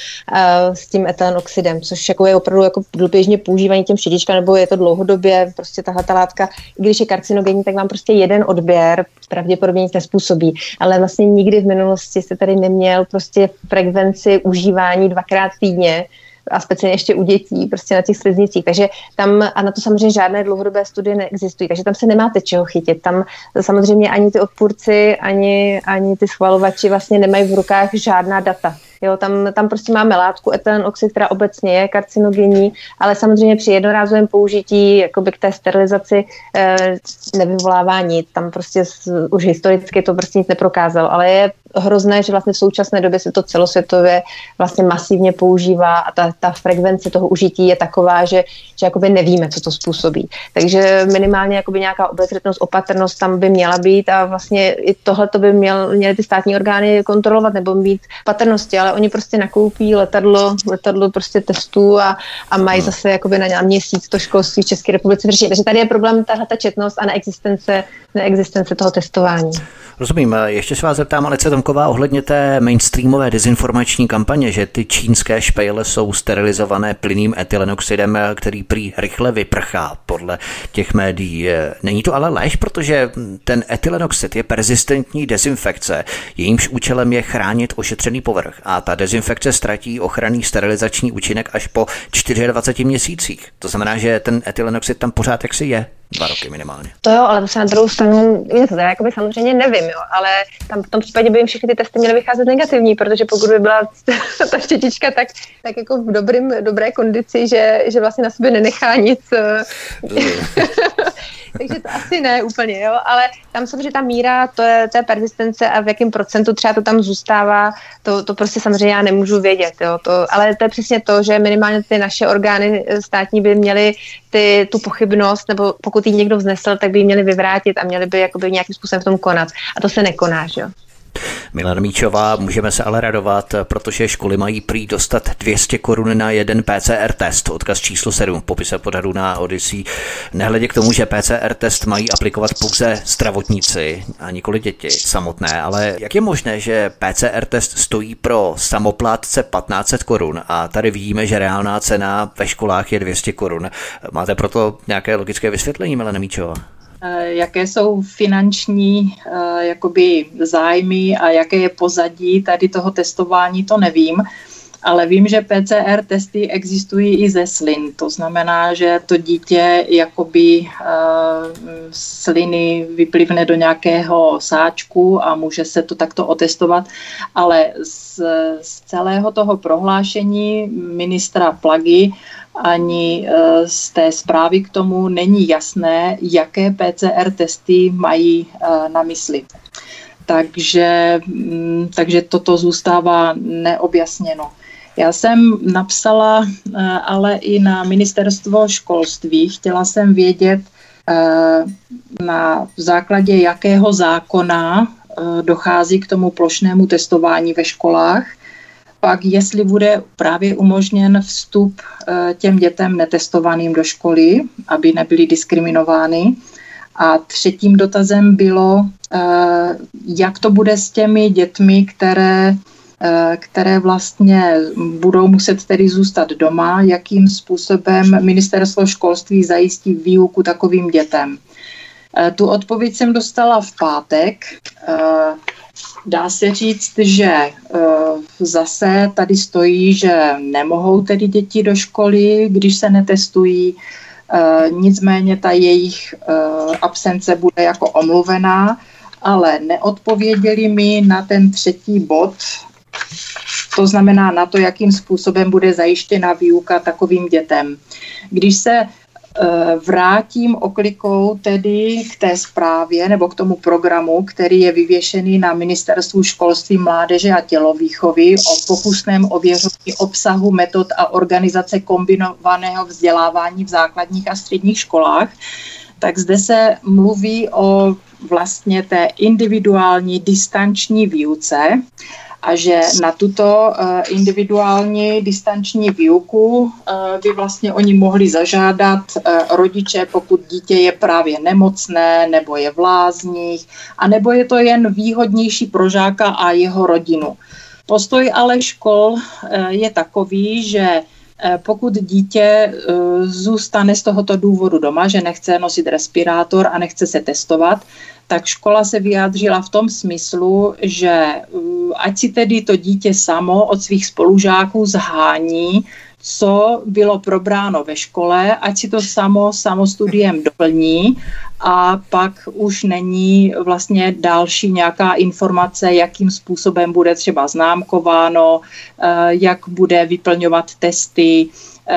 s tím etylenoxidem, což jako je opravdu jako běžně používaný těm štětičkám, nebo je to dlouhodobě prostě tahle ta látka, i když je karcinogenní, tak vám prostě jeden odběr pravděpodobně nic nezpůsobí. Ale vlastně nikdy v minulosti jste tady neměl prostě frekvenci užívání dvakrát týdně a speciálně ještě u dětí, prostě na těch sliznicích. Takže tam, a na to samozřejmě žádné dlouhodobé studie neexistují, takže tam se nemáte čeho chytit. Tam samozřejmě ani ty odpůrci, ani, ani ty schvalovači vlastně nemají v rukách žádná data. Jo, tam, tam prostě máme látku etylenoxid, která obecně je karcinogenní, ale samozřejmě při jednorázovém použití jakoby k té sterilizaci e, nevyvolává nic. Tam prostě z, už historicky to prostě nic neprokázalo, ale je hrozné, že vlastně v současné době se to celosvětově vlastně masivně používá a ta, ta frekvence toho užití je taková, že, že jakoby nevíme, co to způsobí. Takže minimálně jakoby nějaká obezřetnost, opatrnost tam by měla být a vlastně i tohle to by měl, měly ty státní orgány kontrolovat nebo mít patrnosti, ale oni prostě nakoupí letadlo, letadlo prostě testů a, a mají zase jakoby na měsíc to školství v České republice řešit. Takže tady je problém tahle ta četnost a neexistence, neexistence toho testování. Rozumím. Ještě se vás zeptám, Alice Tomková, ohledně té mainstreamové dezinformační kampaně, že ty čínské špejle jsou sterilizované plynným etylenoxidem, který prý rychle vyprchá podle těch médií. Není to ale lež, protože ten etylenoxid je perzistentní dezinfekce, jejímž účelem je chránit ošetřený povrch a ta dezinfekce ztratí ochranný sterilizační účinek až po dvaceti čtyřech měsících. To znamená, že ten etylenoxid tam pořád jaksi je. Dva roky minimálně. To jo, ale to se na druhou stranu, já jakoby samozřejmě nevím, jo, ale tam v tom případě by jim všechny ty testy měly vycházet negativní, protože pokud by byla ta štětička tak, tak jako v dobrým, dobré kondici, že, že vlastně na sobě nenechá nic. Takže to asi ne úplně, jo, ale tam samozřejmě ta míra to je té persistence a v jakém procentu třeba to tam zůstává, to, to prostě samozřejmě já nemůžu vědět, jo, to, ale to je přesně to, že minimálně ty naše orgány státní by měly ty, tu pochybnost, nebo pokud ji někdo vznesl, tak by ji měli vyvrátit a měli by jakoby nějakým způsobem v tom konat. A to se nekoná, že jo. Milena Míčová, můžeme se ale radovat, protože školy mají prý dostat dvě stě korun na jeden P C R test, odkaz číslo sedm v popise pořadu na Odyssey. Nehledě k tomu, že P C R test mají aplikovat pouze zdravotníci a nikoli děti samotné, ale jak je možné, že P C R test stojí pro samoplátce patnáct set korun a tady vidíme, že reálná cena ve školách je dvě stě korun. Máte proto nějaké logické vysvětlení, Milena Míčová? Jaké jsou finanční jakoby zájmy a jaké je pozadí tady toho testování, to nevím, ale vím, že P C R testy existují i ze slin. To znamená, že to dítě jakoby uh, sliny vyplivne do nějakého sáčku a může se to takto otestovat, ale z, z celého toho prohlášení ministra Plagy ani z té zprávy k tomu není jasné, jaké P C R testy mají na mysli. Takže, takže toto zůstává neobjasněno. Já jsem napsala ale i na ministerstvo školství. Chtěla jsem vědět, na základě jakého zákona dochází k tomu plošnému testování ve školách. Pak jestli bude právě umožněn vstup těm dětem netestovaným do školy, aby nebyly diskriminovány. A třetím dotazem bylo, jak to bude s těmi dětmi, které, které vlastně budou muset tedy zůstat doma, jakým způsobem ministerstvo školství zajistí výuku takovým dětem. Tu odpověď jsem dostala v pátek. Dá se říct, že zase tady stojí, že nemohou tedy děti do školy, když se netestují. Nicméně ta jejich absence bude jako omluvená, ale neodpověděli mi na ten třetí bod, to znamená na to, jakým způsobem bude zajištěna výuka takovým dětem. Když se vrátím oklikou tedy k té zprávě nebo k tomu programu, který je vyvěšený na Ministerstvu školství, mládeže a tělovýchovy o pokusném ověřování obsahu, metod a organizace kombinovaného vzdělávání v základních a středních školách, tak zde se mluví o vlastně té individuální distanční výuce a že na tuto individuální distanční výuku by vlastně oni mohli zažádat rodiče, pokud dítě je právě nemocné nebo je v lázních, anebo je to jen výhodnější pro žáka a jeho rodinu. Postoj ale škol je takový, že pokud dítě zůstane z tohoto důvodu doma, že nechce nosit respirátor a nechce se testovat, tak škola se vyjádřila v tom smyslu, že ať si tedy to dítě samo od svých spolužáků zhání, co bylo probráno ve škole, ať si to samo samostudiem doplní a pak už není vlastně další nějaká informace, jakým způsobem bude třeba známkováno, jak bude vyplňovat testy,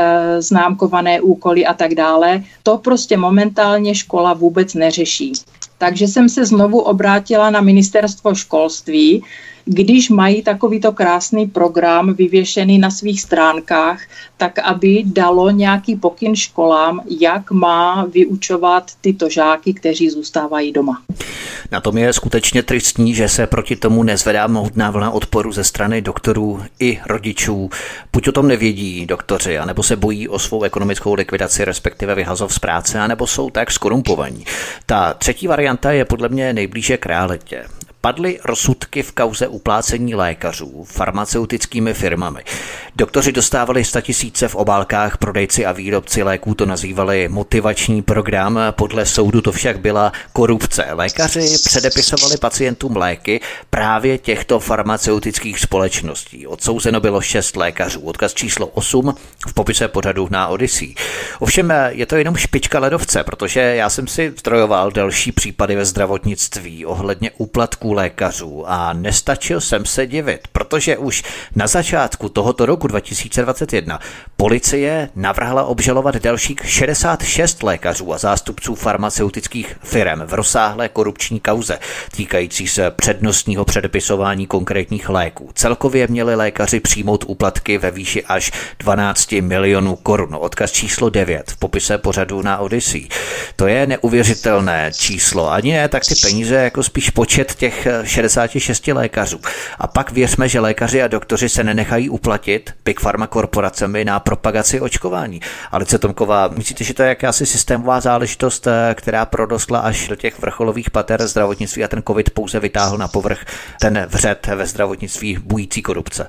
známkované úkoly a tak dále. To prostě momentálně škola vůbec neřeší. Takže jsem se znovu obrátila na Ministerstvo školství, když mají takovýto krásný program vyvěšený na svých stránkách, tak aby dalo nějaký pokyn školám, jak má vyučovat tyto žáky, kteří zůstávají doma. Na tom je skutečně tristní, že se proti tomu nezvedá mohutná vlna odporu ze strany doktorů i rodičů. Buď o tom nevědí doktoři, anebo se bojí o svou ekonomickou likvidaci, respektive vyhazov z práce, anebo jsou tak skorumpovaní. Ta třetí varianta je podle mě nejblíže k realitě. Padly rozsudky v kauze uplácení lékařů farmaceutickými firmami. Doktoři dostávali statisíce v obálkách, prodejci a výrobci léků to nazývali motivační program, podle soudu to však byla korupce. Lékaři předepisovali pacientům léky právě těchto farmaceutických společností. Odsouzeno bylo šest lékařů, odkaz číslo osm v popise pořadu na Odyssey. Ovšem je to jenom špička ledovce, protože já jsem si zdrojoval další případy ve zdravotnictví ohledně úplatků lékařů a nestačil jsem se divit, protože už na začátku tohoto roku dva tisíce dvacet jedna policie navrhla obžalovat dalších šedesát šest lékařů a zástupců farmaceutických firem v rozsáhlé korupční kauze týkající se přednostního předepisování konkrétních léků. Celkově měli lékaři přijmout úplatky ve výši až dvanáct milionů korun. Odkaz číslo devět v popise pořadu na Odyssey. To je neuvěřitelné číslo. Ani ne tak ty peníze, jako spíš počet těch šedesát šest lékařů. A pak věřme, že lékaři a doktoři se nenechají uplatit Big Pharma korporacemi na propagaci očkování. Alice Tomková, myslíte, že to je jakási systémová záležitost, která prodostla až do těch vrcholových pater zdravotnictví a ten covid pouze vytáhl na povrch ten vřet ve zdravotnictví bující korupce?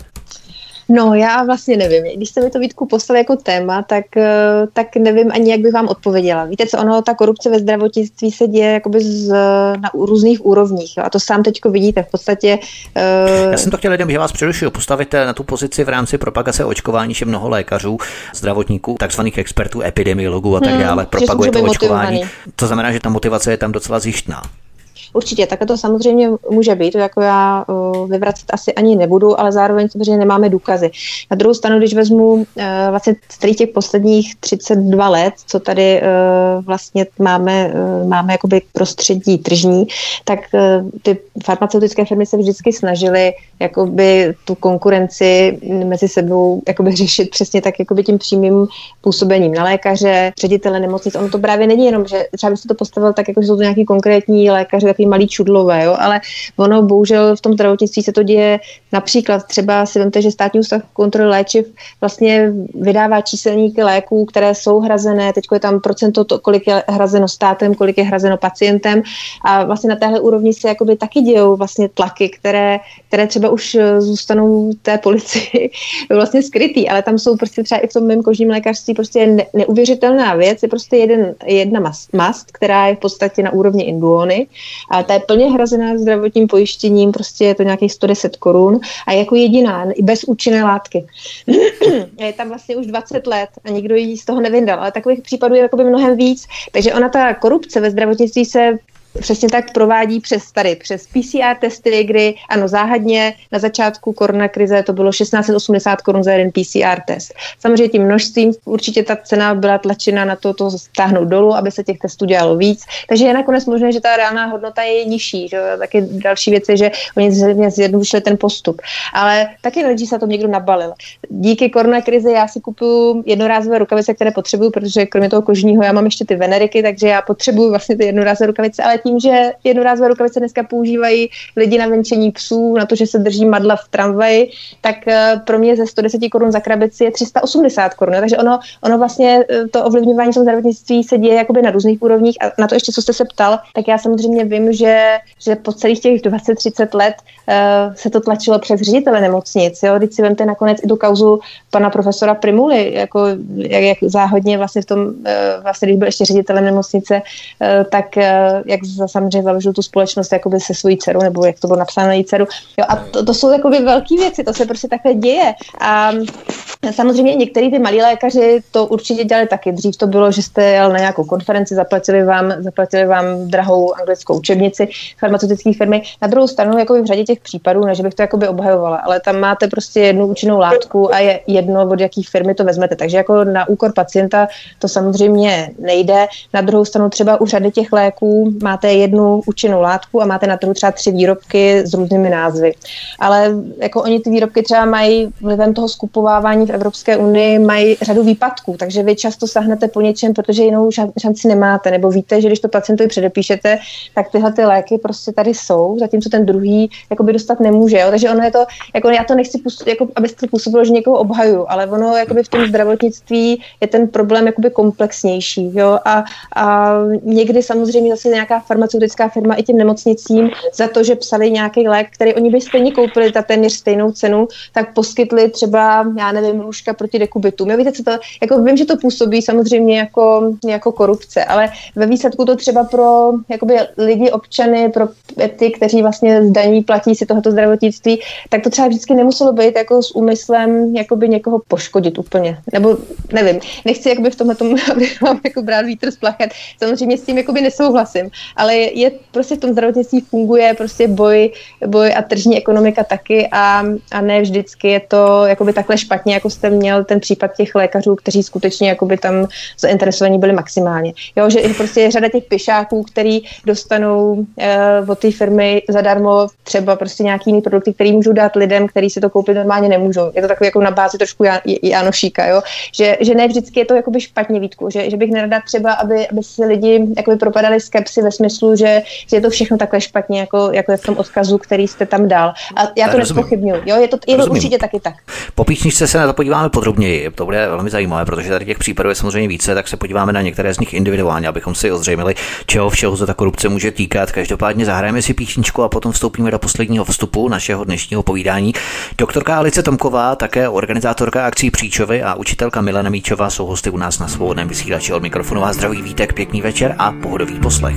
No, já vlastně nevím. Když jste mi to, Vítku, poslali jako téma, tak, tak nevím ani, jak bych vám odpověděla. Víte co, ono, ta korupce ve zdravotnictví se děje jakoby z, na různých úrovních. Jo? A to sám teďko vidíte. V podstatě... Uh... Já jsem to chtěl lidem, že vás přerušuju, postavit na tu pozici v rámci propagace očkování, že mnoho lékařů, zdravotníků, takzvaných expertů, epidemiologů a tak dále, hmm, propaguje to očkování. Motivovaný. To znamená, že ta motivace je tam docela zjištná. určitě, tak to samozřejmě může být, to jako já uh, vyvracet asi ani nebudu, ale zároveň samozřejmě nemáme důkazy. Na druhou stranu, když vezmu uh, vlastně z těch posledních třicet dva let, co tady uh, vlastně máme, uh, máme jakoby prostředí tržní, tak uh, ty farmaceutické firmy se vždycky snažily jakoby tu konkurenci mezi sebou jakoby řešit přesně tak jakoby tím přímým působením na lékaře, ředitele nemocnic. Ono to právě není jenom, že třeba byste to postavil tak, jako že jsou to nějaký konkrétní lékaři, takový malý čudlové, jo, ale ono bohužel v tom zdravotnictví se to děje například třeba si vemte, že Státní ústav kontroly léčiv vlastně vydává číselníky léků, které jsou hrazené, teď je tam procento, to, kolik je hrazeno státem, kolik je hrazeno pacientem a vlastně na téhle úrovni se jakoby taky dějou vlastně tlaky, které, které třeba už zůstanou té policii vlastně skrytý, ale tam jsou prostě třeba i v tom mém kožním lékařství prostě ne, neuvěřitelná věc, je prostě jeden, jedna mast, mast, která je v podstatě na úrovni Induony a ta je plně hrazená zdravotním pojištěním, prostě je to nějakých sto deset korun a jako jediná, bez účinné látky. Je tam vlastně už dvacet let a nikdo jí z toho nevyndal, ale takových případů je jakoby mnohem víc, takže ona ta korupce ve zdravotnictví se přesně tak provádí přes tady, přes P C R testy, kdy ano, záhadně na začátku koronakrize to bylo šestnáct set osmdesát korun za jeden P C R test. Samozřejmě tím množstvím určitě ta cena byla tlačena na to, to stáhnout dolů, aby se těch testů dělalo víc. Takže je nakonec možné, že ta reálná hodnota je nižší. Že? Taky další věc je, že oni zjednodušili ten postup. Ale taky nejdřív se to někdo nabalil. Díky koronakrizi já si kupuju jednorázové rukavice, které potřebuju, protože kromě toho kožního já mám ještě ty veneriky, takže já potřebuju vlastně ty jednorázové rukavice, ale tím, že jednorázové rukavice dneska používají lidi na venčení psů, na to, že se drží madla v tramvaji, tak pro mě ze sto deset korun za krabici je tři sta osmdesát korun. Takže ono, ono vlastně to ovlivňování toho zdravotnictví se děje jakoby na různých úrovních a na to ještě, co jste se ptal, tak já samozřejmě vím, že, že po celých těch dvacet třicet let uh, se to tlačilo přes ředitele nemocnic. Jo? Když si vemte nakonec i tu kauzu pana profesora Primuly, jako, jak, jak záhodně vlastně v tom, uh, vlastně když byl ještě ředitelem nemocnice, uh, tak uh, jak samozřejmě založil tu společnost jakoby se svojí dcerou, nebo jak to bylo napsáno na její dceru. Jo, a to, to jsou jakoby velké věci, to se prostě takhle děje. A samozřejmě některý ty malí lékaři to určitě dělali taky. Dřív to bylo, že jste jel na nějakou konferenci, zaplatili vám, zaplatili vám drahou anglickou učebnici farmaceutické firmy. Na druhou stranu, jakoby v řadě těch případů, ne, že bych to jakoby obhajovala, ale tam máte prostě jednu účinnou látku a je jedno, od jaký firmy to vezmete. Takže jako na úkor pacienta to samozřejmě nejde. Na druhou stranu třeba u řady těch léků máte jednu účinnou látku a máte na trhu třeba tři výrobky s různými názvy. Ale jako oni ty výrobky třeba mají vlivem toho skupovávání v Evropské unii mají řadu výpadků, takže vy často sahnete po něčem, protože jinou šanci nemáte, nebo víte, že když to pacientovi předepíšete, tak tyhle ty léky prostě tady jsou, zatímco ten druhý jakoby dostat nemůže. Jo? Takže ono je to, jako já to nechci, jako, abyste to působilo, že někoho obhajuju, ale ono jakoby v tom zdravotnictví je ten problém jakoby komplexnější. Jo? A, a někdy samozřejmě zase nějaká farmaceutická firma i těm nemocnicím za to, že psali nějaký lék, který oni by stejně koupili za téměř stejnou cenu, tak poskytli třeba, já nevím, lůžka proti dekubitům. Já víte, co to, jako vím, že to působí samozřejmě jako, jako korupce, ale ve výsledku to třeba pro jakoby lidi, občany, pro ty, kteří vlastně zdaní, platí si tohoto zdravotnictví, tak to třeba vždycky nemuselo být jako s úmyslem jakoby někoho poškodit úplně. Nebo nevím, nechci jakoby v tomhle tomu jako brát vítr z plachet. Samozřejmě s tím jakoby nesouhlasím, ale je prostě v tom zdravotnictví funguje prostě boj, boj a tržní ekonomika taky a, a ne vždycky je to jakoby takhle špatně, jako jste měl ten případ těch lékařů, kteří skutečně jakoby tam zainteresovaní byli maximálně. Jo, že prostě je řada těch pyšáků, který dostanou uh, od té firmy zadarmo třeba prostě nějaký jiný produkty, který můžou dát lidem, kteří si to koupit normálně nemůžou. Je to takový jako na bázi trošku Janošíka, jo, že, že ne vždycky je to jakoby špatně, Vítku, že, že bych nerada třeba, aby, aby si lidi jakoby propadali skepsi ve smyslu, že, že je to všechno takhle špatně, jako, jako je v tom odkazu, který jste tam dal. A já to nezpochybnuju. Jo, je to, je to určitě taky tak. Po písničce se na to podíváme podrobněji. To bude velmi zajímavé, protože tady těch případů je samozřejmě více, tak se podíváme na některé z nich individuálně, abychom si ozřejmili, čeho všeho se ta korupce může týkat. Každopádně zahrajeme si písničku a potom vstoupíme do posledního vstupu našeho dnešního povídání. Doktorka Alice Tomková, také organizátorka akcí Příčovy a učitelka Milena Míčová jsou hosty u nás na Svobodném vysílači. Od mikrofonu vás zdraví Vítek, pěkný večer a pohodový poslech.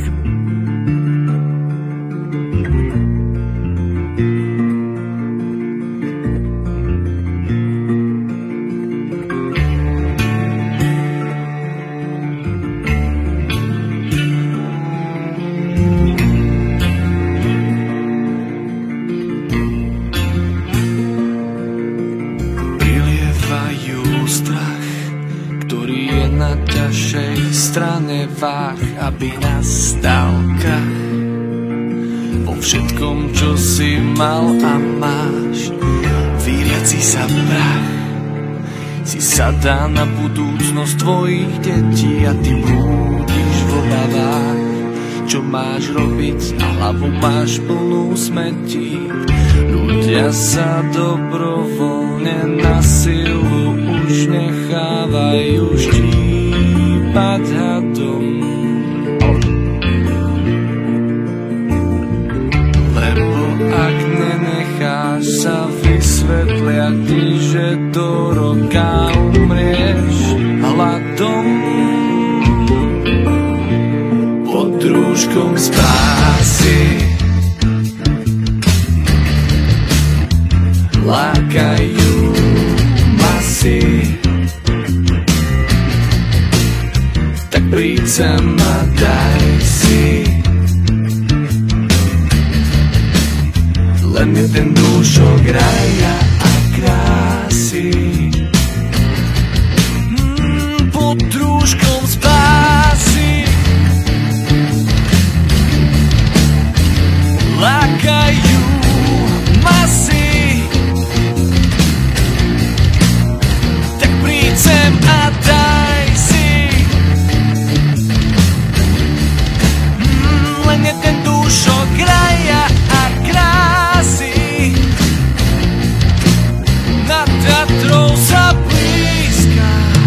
na ťažšej strane váh, aby nastal krach. Po všetkom, čo si mal a máš, víriaci sa prach. Si sadá na budúcnosť tvojich detí a ty blúdiš v obavách, čo máš robiť a hlavu máš plnú smetí. Ľudia sa dobrovoľne na silu už nechávajú štípať hadom, lebo ak nenecháš sa vysvetlia ti, že do roka umrieš hladom pod rúškom spásy. Lákajú masy, tak príď sem a daj si len jeden dúšok raja a krásy. Mm, pod rúškom spásy lákajú masy, tak príď sem a daj si mm, len jeden dúšok raja a krásy. Nad Tatrou sa blízka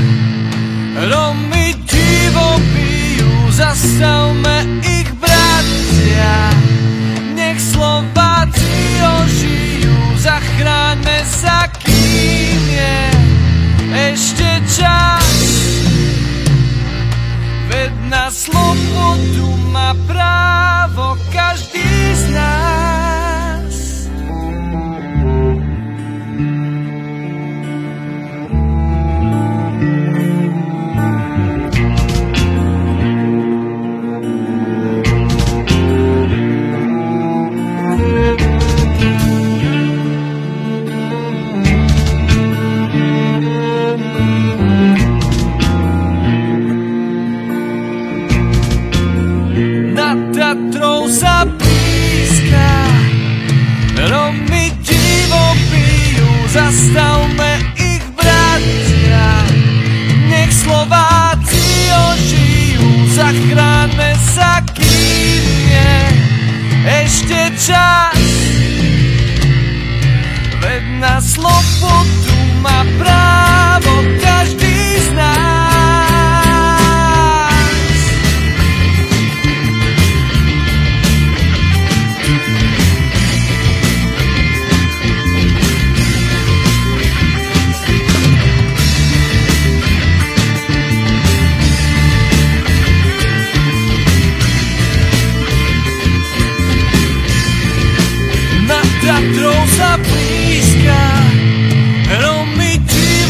Romy divo pijú, zastavme ich bratia, nech Slováci ožijú, zachráňme sa, kým je ešte čas. Veď na slobodu má právo každý z nás. Nad Tatrou sa blízka Romy divo pijú, zastavme ich bratia, nech Slováci ožijú, zachráňme sa, kým je ešte čas. Veď na slobodu má právo každý z nás. Nad Tatrou sa blízka Romy divo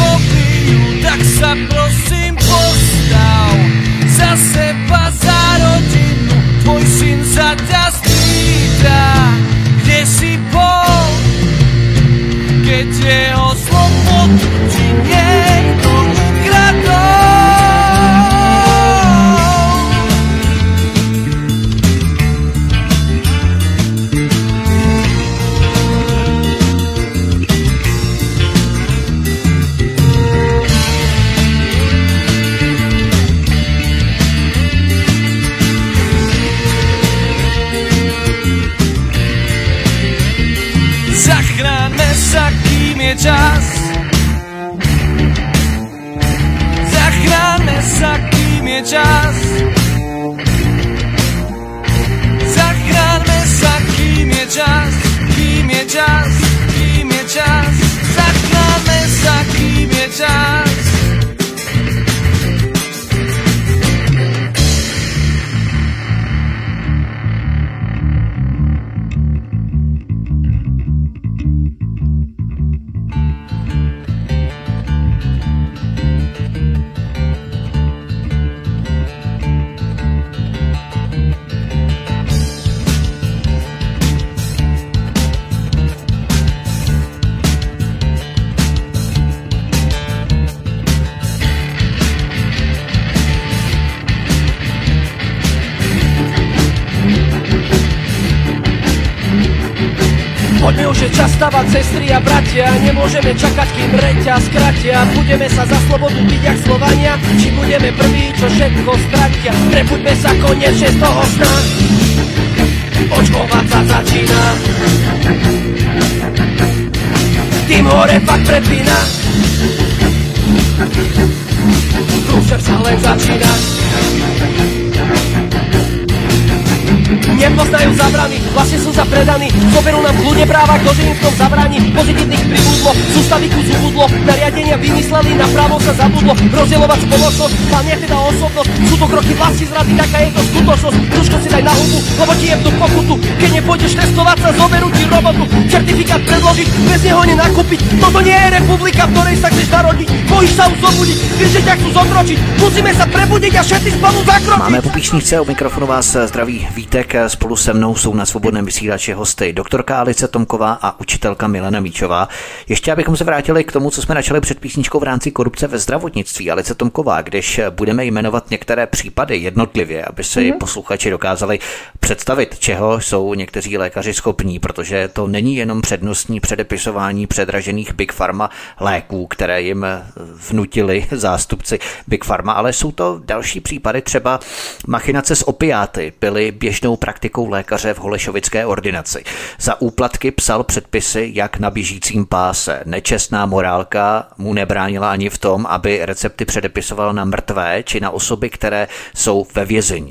Nemôže čas stavať sestry a bratia, nemôžeme čakať, kým reťaz skratia. Budeme sa za slobodu byť jak Slovania, či budeme prví, čo všetko stratia. Prebuďme sa konečne z toho sna, očkovať sa začína. Tým hore fakt prepína, prúšer sa len začína. Nepoznajú zabrany, vlastne sú zapredaní. Zoberú nám kľudne práva, kto im v tom zabráni. Pozitívnych pribudlo, sústavy kus ubudlo. Nariadenia vymysleli, na právo sa zabudlo. Rozdielovať spoločnosť, hlavne teda osobnosť. Sú to kroky vlasti zrady, taká je to skutočnosť. Ruško si daj na hubu, lebo ti jebnú pokutu. Keď nepôjdeš testovať sa, zoberú ti robotu. Certifikát predložiť, bez neho nenakúpiť. Toto nie je republika, v ktorej sa chceš narodiť. Bojíš sa už zobudiť, vieš, že ťa chcú zotročiť. Musíme sa prebudiť a všetci spolu zakročiť. Máme po píšničce, u mikrofonu vás zdraví Vítek. Spolu se mnou jsou na Svobodném vysílači hosty doktorka Alice Tomková a učitelka Milena Míčová. Ještě abychom se vrátili k tomu, co jsme načali před písničkou v rámci korupce ve zdravotnictví. Alice Tomková, když budeme jmenovat některé případy jednotlivě, aby si mm-hmm. posluchači dokázali představit, čeho jsou někteří lékaři schopní, protože to není jenom přednostní předepisování předražených Big Pharma léků, které jim vnutili zástupci Big Pharma, ale jsou to další případy, třeba machinace s opiáty byly běžnou praktikou lékaře v holešovické ordinaci. Za úplatky psal předpisy jak na běžícím páse. Nečestná morálka mu nebránila ani v tom, aby recepty předepisoval na mrtvé či na osoby, které jsou ve vězení.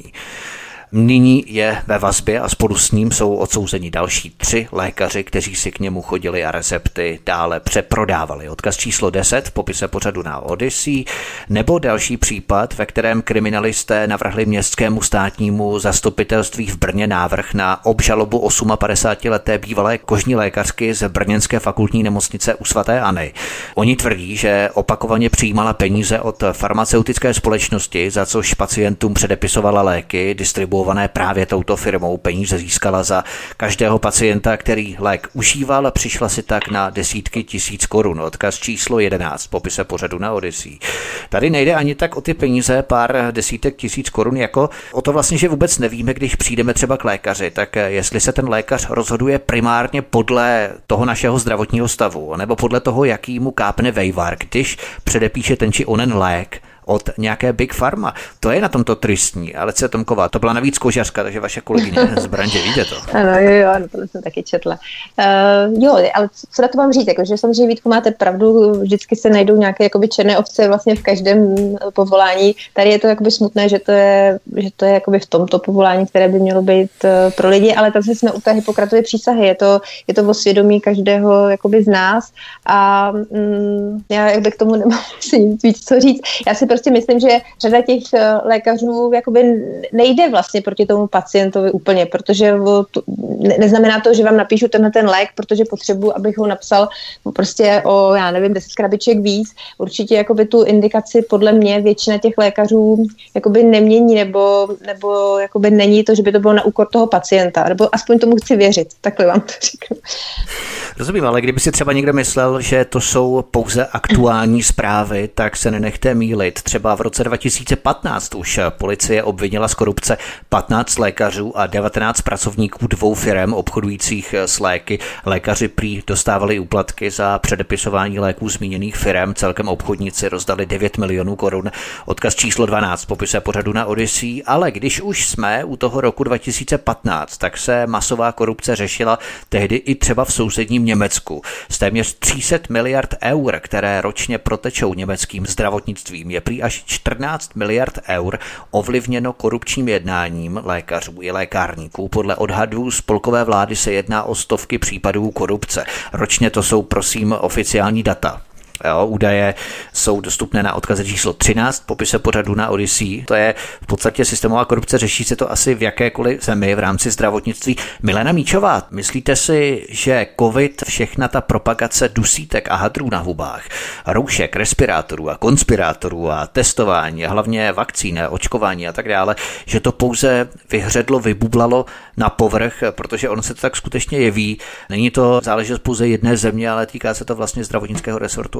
Nyní je ve vazbě a spolu s ním jsou odsouzeni další tři lékaři, kteří si k němu chodili a recepty dále přeprodávali. Odkaz číslo deset v popise pořadu na Odyssey, nebo další případ, ve kterém kriminalisté navrhli městskému státnímu zastupitelství v Brně návrh na obžalobu padesátiosmileté bývalé kožní lékařky z brněnské fakultní nemocnice u svaté Anny. Oni tvrdí, že opakovaně přijímala peníze od farmaceutické společnosti, za což pacientům předepisovala léky, distribuovala právě touto firmou. Peníze získala za každého pacienta, který lék užíval, přišla si tak na desítky tisíc korun. Odkaz číslo jedenáct v popise pořadu na Odyssey. Tady nejde ani tak o ty peníze, pár desítek tisíc korun, jako o to vlastně, že vůbec nevíme, když přijdeme třeba k lékaři, tak jestli se ten lékař rozhoduje primárně podle toho našeho zdravotního stavu, nebo podle toho, jaký mu kápne vejvar, když předepíše ten či onen lék od nějaké Big Pharma. To je na tomto tristní. Alice Tomková, to byla navíc kožařka, takže vaše kolegyně z branže, víte to? Ano, jo, jo, ano, to jsem taky četla. Uh, jo, ale co na to vám říct, jako, že samozřejmě, Vítku, máte pravdu, vždycky se najdou nějaké jakoby černé ovce vlastně v každém povolání. Tady je to jakoby smutné, že to je, že to je jakoby v tomto povolání, které by mělo být uh, pro lidi, ale tady jsme u té Hippokratovy přísahy, je to, je to o svědomí každého jakoby z nás a mm, já jak by k tomu nemám si nic víc co říct. Já si prostě myslím, že řada těch lékařů jakoby nejde vlastně proti tomu pacientovi úplně, protože to, ne, neznamená to, že vám napíšu tenhle ten lék, protože potřebuji, abych ho napsal prostě o, já nevím, deset krabiček víc. Určitě jakoby tu indikaci podle mě většina těch lékařů jakoby nemění, nebo, nebo jakoby není to, že by to bylo na úkor toho pacienta, nebo aspoň tomu chci věřit. Takhle vám to říkám. Rozumím, ale kdyby si třeba někdo myslel, že to jsou pouze aktuální zprávy, tak se nenechte mýlit. Třeba v roce dva tisíce patnáct už policie obvinila z korupce patnáct lékařů a devatenáct pracovníků dvou firem obchodujících s léky. Lékaři prý dostávali úplatky za předepisování léků zmíněných firem. Celkem obchodníci rozdali devět milionů korun. Odkaz číslo dvanáct v popise pořadu na Odyssey. Ale když už jsme u toho roku dva tisíce patnáct, tak se masová korupce řešila tehdy i třeba v sousedním Německu. Z téměř tři sta miliard eur, které ročně protečou německým zdravotnictvím, je prý až čtrnáct miliard eur ovlivněno korupčním jednáním lékařů i lékárníků. Podle odhadů spolkové vlády se jedná o stovky případů korupce. Ročně to jsou, prosím, oficiální data. Jo, údaje jsou dostupné na odkaze číslo třináct v popise pořadu na Odyssey. To je v podstatě systémová korupce, řeší se to asi v jakékoliv zemi v rámci zdravotnictví. Milena Míčová, myslíte si, že covid, všechna ta propagace dusítek a hadrů na hubách, roušek, respirátorů a konspirátorů a testování a hlavně vakcín, očkování a tak dále, že to pouze vyhředlo, vybublalo na povrch, protože ono se to tak skutečně jeví. Není to záležitost pouze jedné země, ale týká se to vlastně zdravotnického resortu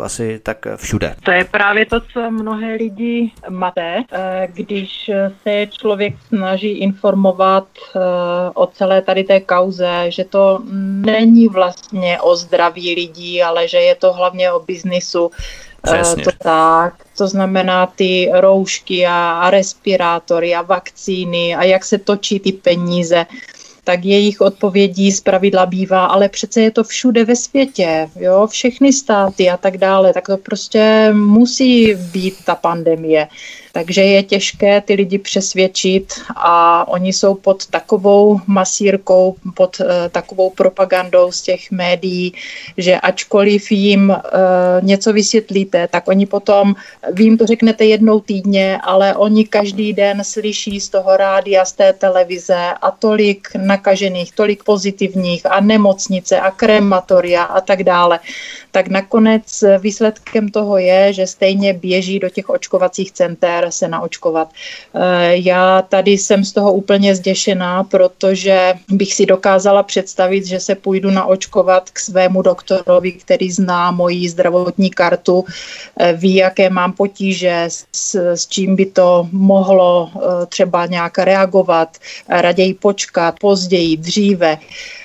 asi tak všude. To je právě to, co mnohé lidi mate, když se člověk snaží informovat o celé tady té kauze, že to není vlastně o zdraví lidí, ale že je to hlavně o biznisu. Přesně. To tak, to znamená ty roušky a, a respirátory a vakcíny a jak se točí ty peníze, tak jejich odpovědí zpravidla bývá, ale přece je to všude ve světě, jo, všechny státy a tak dále, tak to prostě musí být ta pandemie. Takže je těžké ty lidi přesvědčit a oni jsou pod takovou masírkou, pod uh, takovou propagandou z těch médií, že ačkoliv jim uh, něco vysvětlíte, tak oni potom, vy jim to řeknete jednou týdně, ale oni každý den slyší z toho rádia, z té televize a tolik nakažených, tolik pozitivních a nemocnice a krematoria a tak dále. Tak nakonec výsledkem toho je, že stejně běží do těch očkovacích center se naočkovat. Já tady jsem z toho úplně zděšená, protože bych si dokázala představit, že se půjdu naočkovat k svému doktorovi, který zná moji zdravotní kartu, ví, jaké mám potíže, s, s čím by to mohlo třeba nějak reagovat, raději počkat, později, dříve.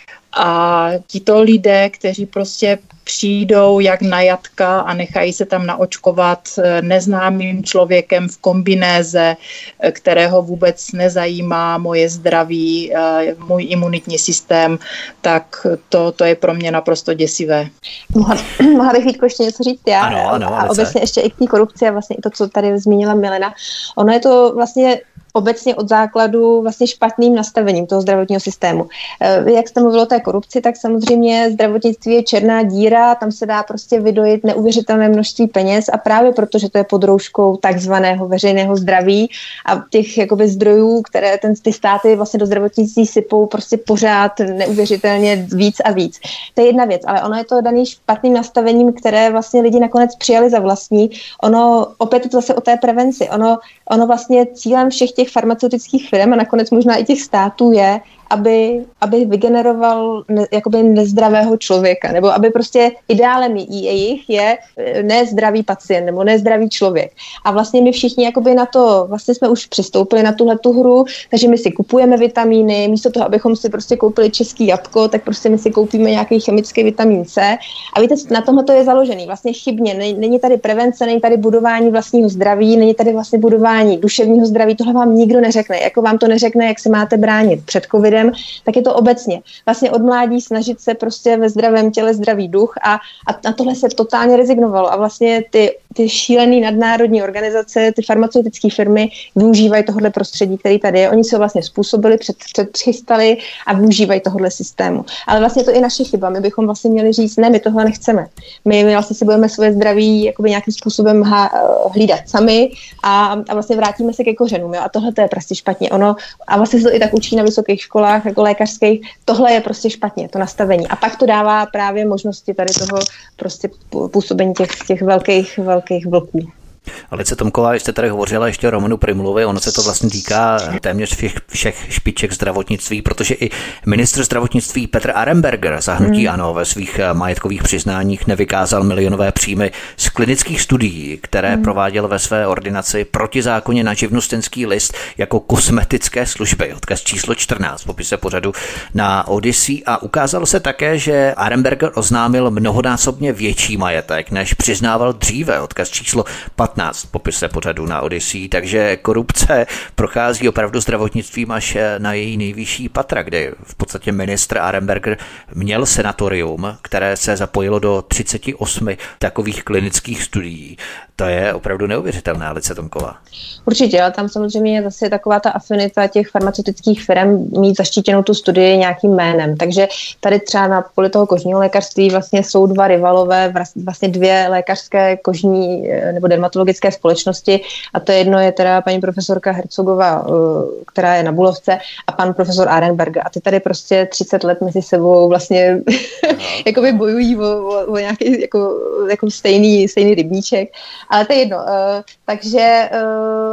A tito lidé, kteří prostě přijdou jak na jatka a nechají se tam naočkovat neznámým člověkem v kombinéze, kterého vůbec nezajímá moje zdraví, můj imunitní systém, tak to, to je pro mě naprosto děsivé. Mohla, mohla bych Vítko ještě něco říct já? Ano, ano, a obecně ještě i k té korupci a vlastně i to, co tady zmínila Milena. Ono je to vlastně obecně od základu vlastně špatným nastavením toho zdravotního systému. Jak jste mluvilo o té korupci, tak samozřejmě zdravotnictví je černá díra, tam se dá prostě vydojit neuvěřitelné množství peněz a právě proto, že to je pod rouškou takzvaného veřejného zdraví a těch jakoby zdrojů, které ten, ty státy vlastně do zdravotnictví sypou prostě pořád neuvěřitelně víc a víc. To je jedna věc, ale ono je to daný špatným nastavením, které vlastně lidi nakonec přijali za vlastní. Ono opět je to zase o té prevenci. Ono, ono vlastně cílem všech těch farmaceutických firm a nakonec možná i těch států je, aby, aby vygeneroval ne, jakoby nezdravého člověka, nebo aby prostě ideálem jejich je nezdravý pacient, nebo nezdravý člověk. A vlastně my všichni jakoby na to, vlastně jsme už přistoupili na tuhletu hru, takže my si kupujeme vitamíny, místo toho, abychom si prostě koupili český jabko, tak prostě my si koupíme nějaký chemický vitamin C. A víte, na tomhle to je založený, vlastně chybně. Není tady prevence, není tady budování vlastního zdraví, není tady vlastně budování duševního zdraví, tohle vám nikdo neřekne. Jako vám to neřekne, jak se máte bránit před covidem, tak je to obecně. Vlastně od mládí snažit se prostě ve zdravém těle zdravý duch a, a na tohle se totálně rezignovalo. A vlastně ty, ty šílený nadnárodní organizace, ty farmaceutické firmy využívají tohle prostředí, který tady je. Oni se ho vlastně způsobili, před, předchystali a využívají tohle systému. Ale vlastně to je naše chyba. My bychom vlastně měli říct, ne, my tohle nechceme. My, my vlastně si budeme svoje zdraví jakoby nějakým způsobem ha, hlídat sami a, a vlastně vrátíme se ke kořenům. Jo? A tohle to je prostě špatně. Ono, a vlastně se to i tak učí na vysokých školách, jako lékařských, tohle je prostě špatně, to nastavení. A pak to dává právě možnosti tady toho prostě působení těch, těch velkých, velkých vlků. Alice Tomková, jste tady hovořila ještě o Romanu Prymulovi, ono se to vlastně týká téměř všech, všech špiček zdravotnictví, protože i ministr zdravotnictví Petr Arenberger za hnutí hmm. ANO ve svých majetkových přiznáních nevykázal milionové příjmy z klinických studií, které hmm. prováděl ve své ordinaci protizákonně na živnostenský list jako kosmetické služby. Odkaz číslo čtrnáct v popise pořadu na Odyssey a ukázalo se také, že Arenberger oznámil mnohonásobně větší majetek, než přiznával dříve. Odkaz číslo patnáct v popise pořadu na Odyssey, takže korupce prochází opravdu zdravotnictvím až na její nejvyšší patra, kde v podstatě ministr Arenberger měl senatorium, které se zapojilo do třicet osm takových klinických studií. To je opravdu neuvěřitelné, Alice Tomková. Určitě, ale tam samozřejmě je zase taková ta afinita těch farmaceutických firm mít zaštítěnou tu studii nějakým jménem. Takže tady třeba na poli toho kožního lékařství vlastně jsou dva rivalové, vlastně dvě lékařské kožní nebo dermatologické společnosti a to jedno je teda paní profesorka Hercogová, která je na Bulovce a pan profesor Arenberger. A ty tady prostě třicet let mezi sebou vlastně jakoby bojují o, o, o nějaký jako, jako stejný, stejný rybníček. Ale to je jedno. Uh, takže uh,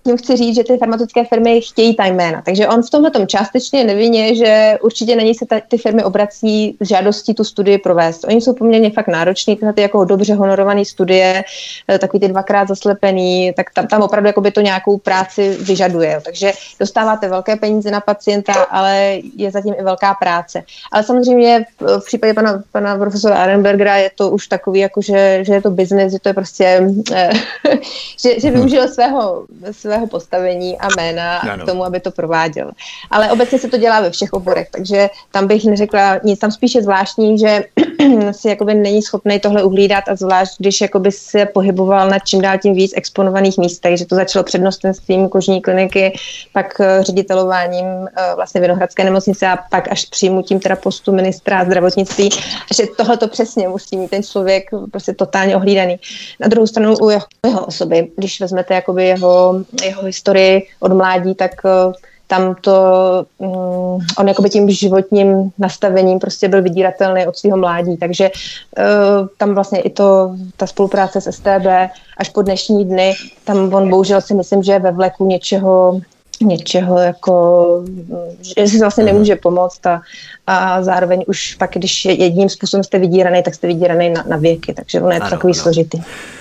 tím chci říct, že ty farmaceutické firmy chtějí ta jména. Takže on v tomhle tom částečně nevině, že určitě na něj se ta, ty firmy obrací s žádostí tu studii provést. Oni jsou poměrně fakt nároční, tyhle ty jako dobře honorované studie, takový ty dvakrát zaslepený, tak tam, tam opravdu jakoby to nějakou práci vyžaduje. Takže dostáváte velké peníze na pacienta, ale je zatím i velká práce. Ale samozřejmě v, v případě pana, pana profesora Arenbergera je to už takový, jako že, že je to business, že to je prostě, že, že využil svého, svého postavení a jména k tomu, aby to prováděl. Ale obecně se to dělá ve všech oborech, takže tam bych neřekla nic, tam spíše zvláštní, že si jakoby není schopný tohle uhlídat a zvlášť, když jakoby se pohyboval na čím dál tím víc exponovaných místech, že to začalo přednostenstvím kožní kliniky, pak ředitelováním vlastně Vinohradské nemocnice a pak až přijmutím teda postu ministra zdravotnictví, že tohle to přesně musí mít ten člověk prostě totálně ohlídaný. Na druhou stranu u jeho, jeho osoby, když vezmete jakoby jeho, jeho historii od mládí, tak tam to, um, on jakoby tím životním nastavením prostě byl vydíratelný od svého mládí, takže uh, tam vlastně i to, ta spolupráce s S T B až po dnešní dny, tam on bohužel si myslím, že je ve vleku něčeho, něčeho jako, že si vlastně nemůže pomoct a, a zároveň už pak, když jedním způsobem jste vydíraný, tak jste vydíraný na, na věky, takže on je ano, takový ano. složitý.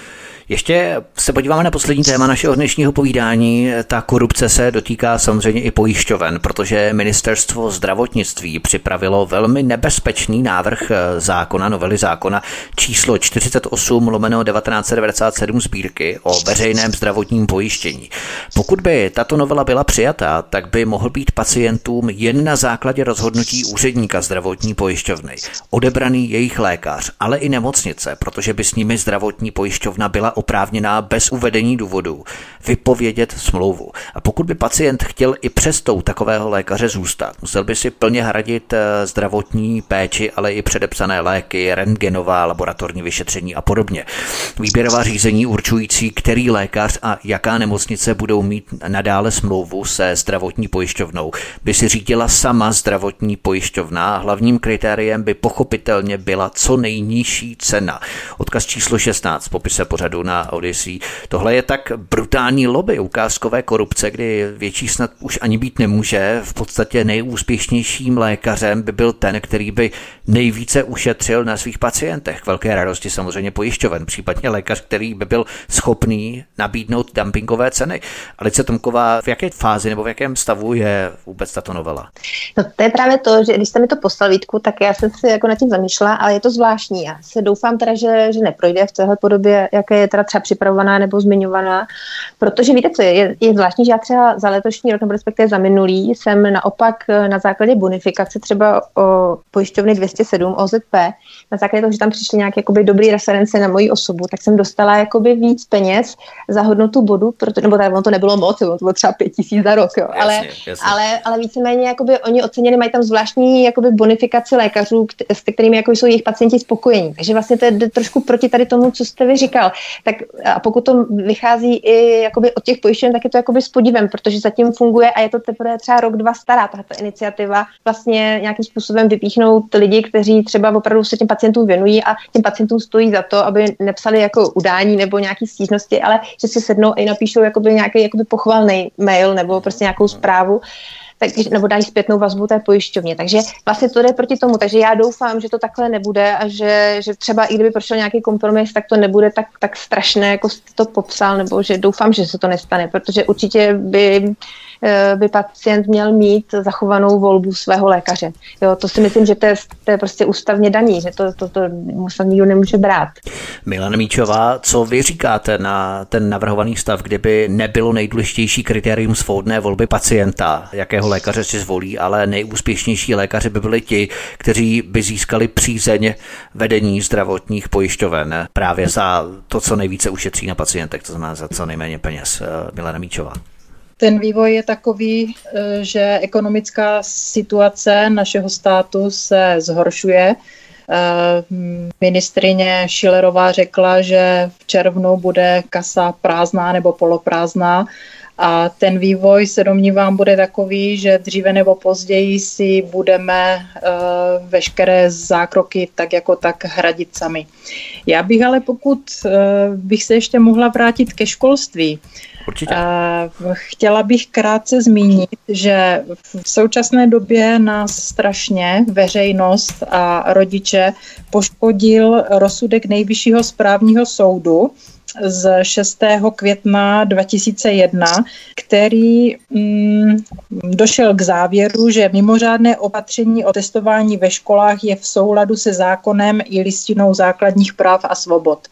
Ještě se podíváme na poslední téma našeho dnešního povídání. Ta korupce se dotýká samozřejmě i pojišťoven, protože ministerstvo zdravotnictví připravilo velmi nebezpečný návrh zákona, novely zákona číslo čtyřicet osm lomeno devatenáct set devadesát sedm sbírky o veřejném zdravotním pojištění. Pokud by tato novela byla přijatá, tak by mohl být pacientům jen na základě rozhodnutí úředníka zdravotní pojišťovny odebraný jejich lékař, ale i nemocnice, protože by s nimi zdravotní pojišťovna byla oprávněná bez uvedení důvodu vypovědět smlouvu. A pokud by pacient chtěl i přestou takového lékaře zůstat, musel by si plně hradit zdravotní péči, ale i předepsané léky, rentgenová, laboratorní vyšetření a podobně. Výběrová řízení určující, který lékař a jaká nemocnice budou mít nadále smlouvu se zdravotní pojišťovnou, by si řídila sama zdravotní pojišťovna. Hlavním kritériem by pochopitelně byla co nejnižší cena. Odkaz číslo šestnáct v popise pořadu na Odyssey. Tohle je tak brutální lobby ukázkové korupce, kdy větší snad už ani být nemůže. V podstatě nejúspěšnějším lékařem by byl ten, který by nejvíce ušetřil na svých pacientech. K velké radosti samozřejmě pojišťoven, případně lékař, který by byl schopný nabídnout dumpingové ceny. Alice Tomková, v jaké fázi nebo v jakém stavu je vůbec tato novela? No, to je právě to, že když jste mi to poslal, Vítku, tak já jsem si jako nad tím zamýšlela, ale je to zvláštní. Já se doufám teda, že, že neprojde v téhle podobě, jaké je teda třeba připravovaná nebo zmiňovaná, protože víte co, je, je zvláštní, že já třeba za letošní rok, nebo respektive za minulý, jsem naopak na základě bonifikace třeba o pojišťovny dvě stě sedm O Z P, na základě toho, že tam přišly nějaké jakoby dobrý reference na moji osobu, tak jsem dostala jakoby víc peněz za hodnotu bodu, proto, nebo tak, ono to nebylo moc, to bylo třeba pět tisíc za rok, jo, ale, jasně, jasně. ale, ale víceméně jakoby oni oceněni, mají tam zvláštní jakoby bonifikaci lékařů, s kterými jako jsou jejich pacienti spokojení. Takže vlastně to je trošku proti tady tomu, co jste vy říkal. Tak a pokud to vychází i jakoby od těch pojišťoven, tak je to jakoby s podívem, protože zatím funguje a je to teprve třeba rok, dva stará tato iniciativa vlastně nějakým způsobem vypíchnout lidi, kteří třeba opravdu se těm pacientům věnují a těm pacientům stojí za to, aby nepsali jako udání nebo nějaký stížnosti, ale že si sednou a napíšou jakoby nějaký jakoby pochvalný mail nebo prostě nějakou zprávu. Tak, nebo dají zpětnou vazbu té pojišťovně. Takže vlastně to jde proti tomu. Takže já doufám, že to takhle nebude a že, že třeba i kdyby prošel nějaký kompromis, tak to nebude tak, tak strašné, jako jste to popsal, nebo že doufám, že se to nestane, protože určitě by, by pacient měl mít zachovanou volbu svého lékaře. Jo, to si myslím, že to je, to je prostě ústavně daný, že to, to, to musel nikdo nemůže brát. Milana Míčová, co vy říkáte na ten navrhovaný stav, kdyby nebylo nejdůležitější kritérium svobodné volby pacienta, jakého lékaře si zvolí, ale nejúspěšnější lékaři by byli ti, kteří by získali přízeň vedení zdravotních pojišťoven právě za to, co nejvíce ušetří na pacientech, to znamená za co nejméně peněz. Milana Míčová. Ten vývoj je takový, že ekonomická situace našeho státu se zhoršuje. Ministryně Schillerová řekla, že v červnu bude kasa prázdná nebo poloprázdná A ten vývoj se domnívám bude takový, že dříve nebo později si budeme uh, veškeré zákroky tak jako tak hradit sami. Já bych ale pokud uh, bych se ještě mohla vrátit ke školství, Určitě. Chtěla bych krátce zmínit, že v současné době nás strašně veřejnost a rodiče poškodil rozsudek Nejvyššího správního soudu z šestého května dva tisíce jedna, který mm, došel k závěru, že mimořádné opatření o testování ve školách je v souladu se zákonem i listinou základních práv a svobod.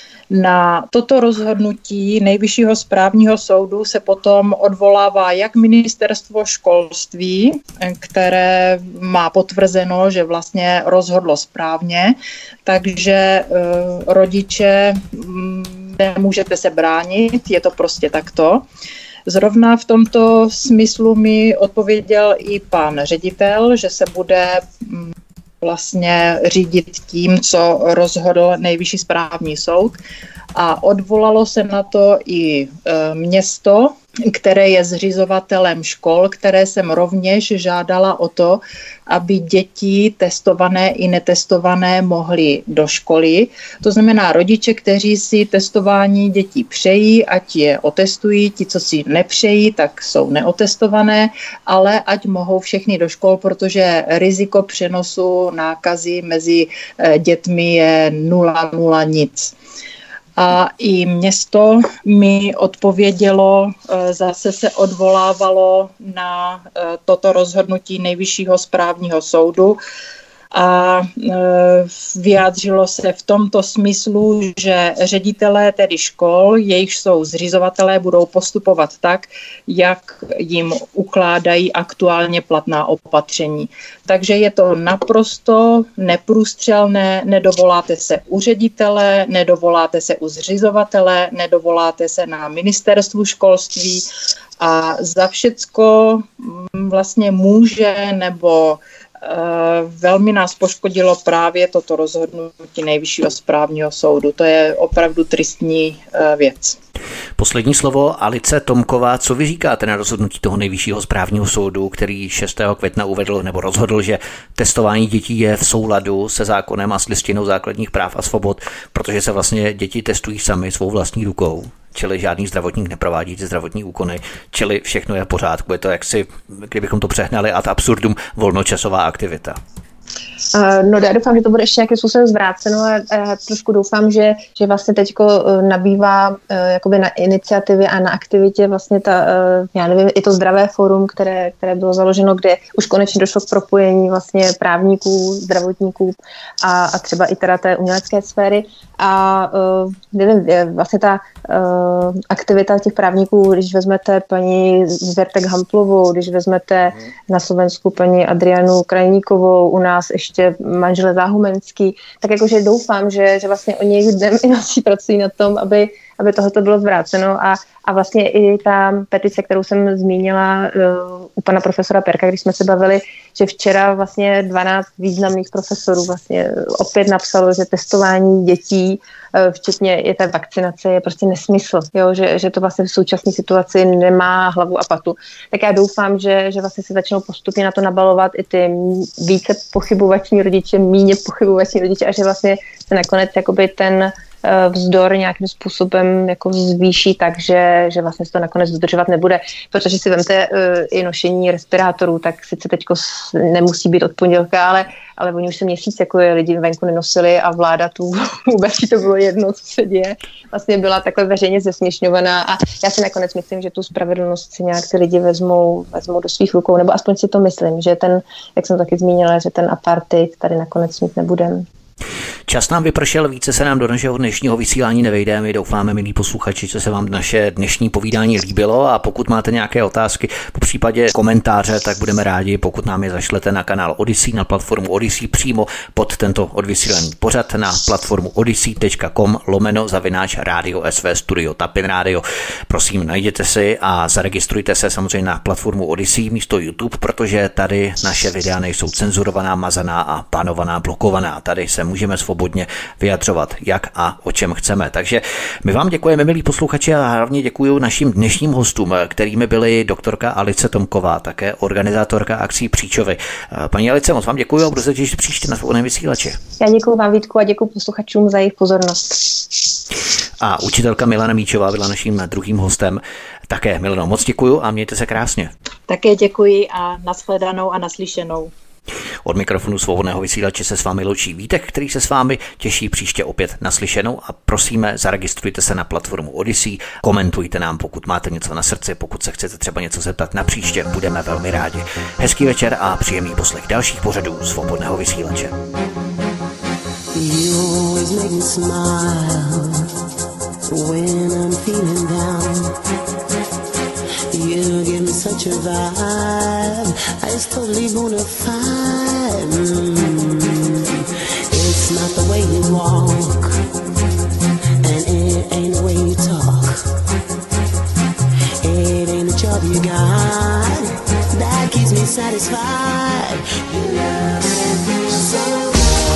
Na toto rozhodnutí Nejvyššího správního soudu se potom odvolává jak ministerstvo školství, které má potvrzeno, že vlastně rozhodlo správně, takže uh, rodiče um, nemůžete se bránit, je to prostě takto. Zrovna v tomto smyslu mi odpověděl i pan ředitel, že se bude um, vlastně řídit tím, co rozhodl Nejvyšší správní soud, a odvolalo se na to i e, město, které je zřizovatelem škol, které jsem rovněž žádala o to, aby děti testované i netestované mohly do školy. To znamená rodiče, kteří si testování dětí přejí, ať je otestují, ti, co si nepřejí, tak jsou neotestované, ale ať mohou všechny do škol, protože riziko přenosu nákazy mezi dětmi je nula nula nic. A i město mi odpovědělo, zase se odvolávalo na toto rozhodnutí Nejvyššího správního soudu a vyjádřilo se v tomto smyslu, že ředitelé tedy škol, jejichž jsou zřizovatelé, budou postupovat tak, jak jim ukládají aktuálně platná opatření. Takže je to naprosto neprůstřelné, nedovoláte se u ředitele, nedovoláte se u zřizovatele, nedovoláte se na ministerstvu školství a za všecko vlastně může nebo velmi nás poškodilo právě toto rozhodnutí Nejvyššího správního soudu. To je opravdu tristní věc. Poslední slovo Alice Tomková. Co vy říkáte na rozhodnutí toho Nejvyššího správního soudu, který šestého května uvedl nebo rozhodl, že testování dětí je v souladu se zákonem a s listinou základních práv a svobod, protože se vlastně děti testují sami svou vlastní rukou, čili žádný zdravotník neprovádí ty zdravotní úkony, čili všechno je v pořádku. Je to jaksi, kdybychom to přehnali ad absurdum, volnočasová aktivita. No já doufám, že to bude ještě nějakým způsobem zvráceno a, a trošku doufám, že, že vlastně teďko nabývá jakoby na iniciativě a na aktivitě vlastně ta, já nevím, i to zdravé fórum, které, které bylo založeno, kde už konečně došlo k propojení vlastně právníků, zdravotníků a, a třeba i teda té umělecké sféry a nevím, vlastně ta uh, aktivita těch právníků, když vezmete paní Zvertek Hamplovou, když vezmete na Slovensku paní Adrianu Krajníkovou, u nás ještě manžele Záhumenský, tak jakože doufám, že, že vlastně oni dnem i nocí pracují na tom, aby, aby tohoto bylo zvráceno a, a vlastně i ta petice, kterou jsem zmínila uh, u pana profesora Perka, když jsme se bavili, že včera vlastně dvanáct významných profesorů vlastně opět napsalo, že testování dětí, včetně i té vakcinace, je prostě nesmysl, jo? Že, že to vlastně v současné situaci nemá hlavu a patu. Tak já doufám, že, že vlastně se začnou postupně na to nabalovat i ty více pochybovační rodiče, míně pochybovační rodiče a že vlastně se nakonec jakoby ten vzdor nějakým způsobem jako zvýší tak, že, že vlastně se to nakonec dodržovat nebude. Protože si vemte uh, i nošení respirátorů, tak sice teďko nemusí být od pondělka, ale, ale oni už se měsíc jako je lidi venku nenosili a vláda tu vůbec to bylo jedno, co se děje. Vlastně byla takhle veřejně zesměšňovaná a já si nakonec myslím, že tu spravedlnost si nějak ty lidi vezmou, vezmou do svých rukou, nebo aspoň si to myslím, že ten, jak jsem taky zmínila, že ten apartheid tady nakonec mít nebudeme. Čas nám vypršel, více se nám do našeho dnešního vysílání nevejde. My doufáme, milí posluchači, že se vám naše dnešní povídání líbilo a pokud máte nějaké otázky, po případě komentáře, tak budeme rádi, pokud nám je zašlete na kanál Odyssey, na platformu Odyssey přímo pod tento odvysílaný pořad na platformu odyssey tečka com lomeno zavináč rádio S V Studio Tapin Radio. Prosím, najděte si a zaregistrujte se samozřejmě na platformu Odyssey místo YouTube, protože tady naše videa nejsou cenzurovaná, mazaná a panovaná, blokovaná. Tady se můžeme svobodně svobodně vyjadřovat, jak a o čem chceme. Takže my vám děkujeme, milí posluchači, a hlavně děkuji našim dnešním hostům, kterými byly doktorka Alice Tomková, také organizátorka akcí Příčovy. Paní Alice, moc vám děkuji a budu se těšit příště na Svobodném vysílači. Já děkuji vám, Vítku, a děkuji posluchačům za jejich pozornost. A učitelka Milana Míčová byla naším druhým hostem. Také, Milano, moc děkuji a mějte se krásně. Také děkuji a nashledanou a naslyšenou. Od mikrofonu Svobodného vysílače se s vámi loučí Vítek, který se s vámi těší příště opět naslyšenou, a prosíme, zaregistrujte se na platformu Odyssey, komentujte nám, pokud máte něco na srdci, pokud se chcete třeba něco zeptat na příště, budeme velmi rádi. Hezký večer a příjemný poslech dalších pořadů Svobodného vysílače. You give me such a vibe, it's totally bona fide. Mm. It's not the way you walk, and it ain't the way you talk. It ain't the job you got that keeps me satisfied. You love me so.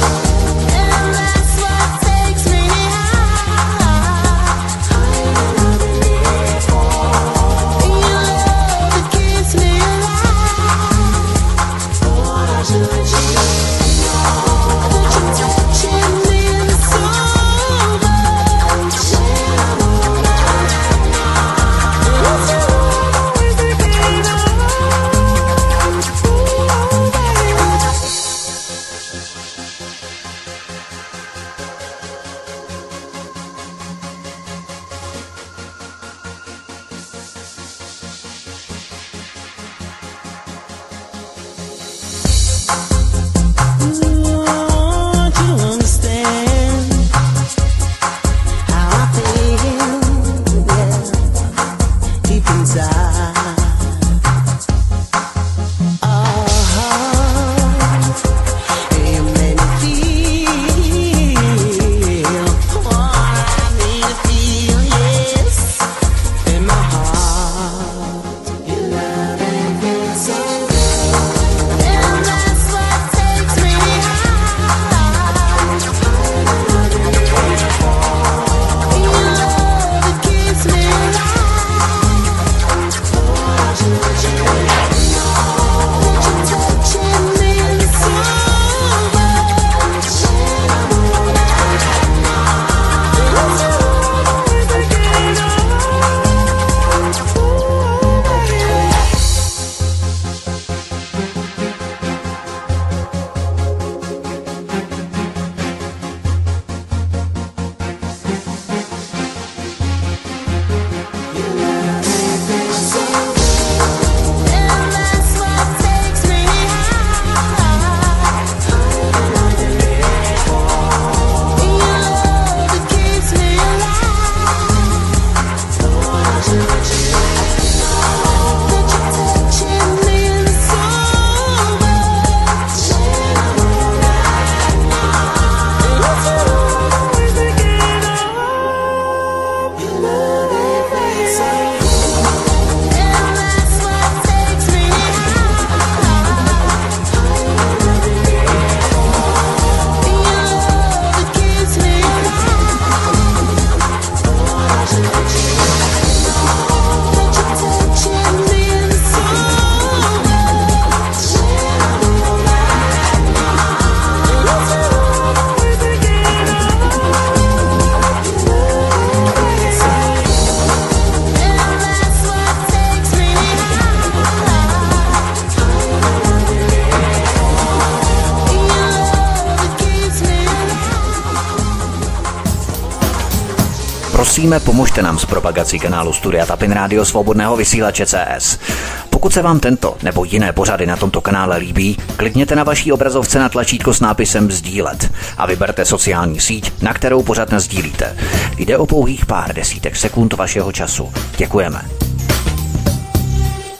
Prosíme, pomožte nám s propagací kanálu Studia Tapin Rádio Svobodného vysílače C S. Pokud se vám tento nebo jiné pořady na tomto kanále líbí, klikněte na vaší obrazovce na tlačítko s nápisem sdílet a vyberte sociální síť, na kterou pořad nasdílíte. Jde o pouhých pár desítek sekund vašeho času. Děkujeme.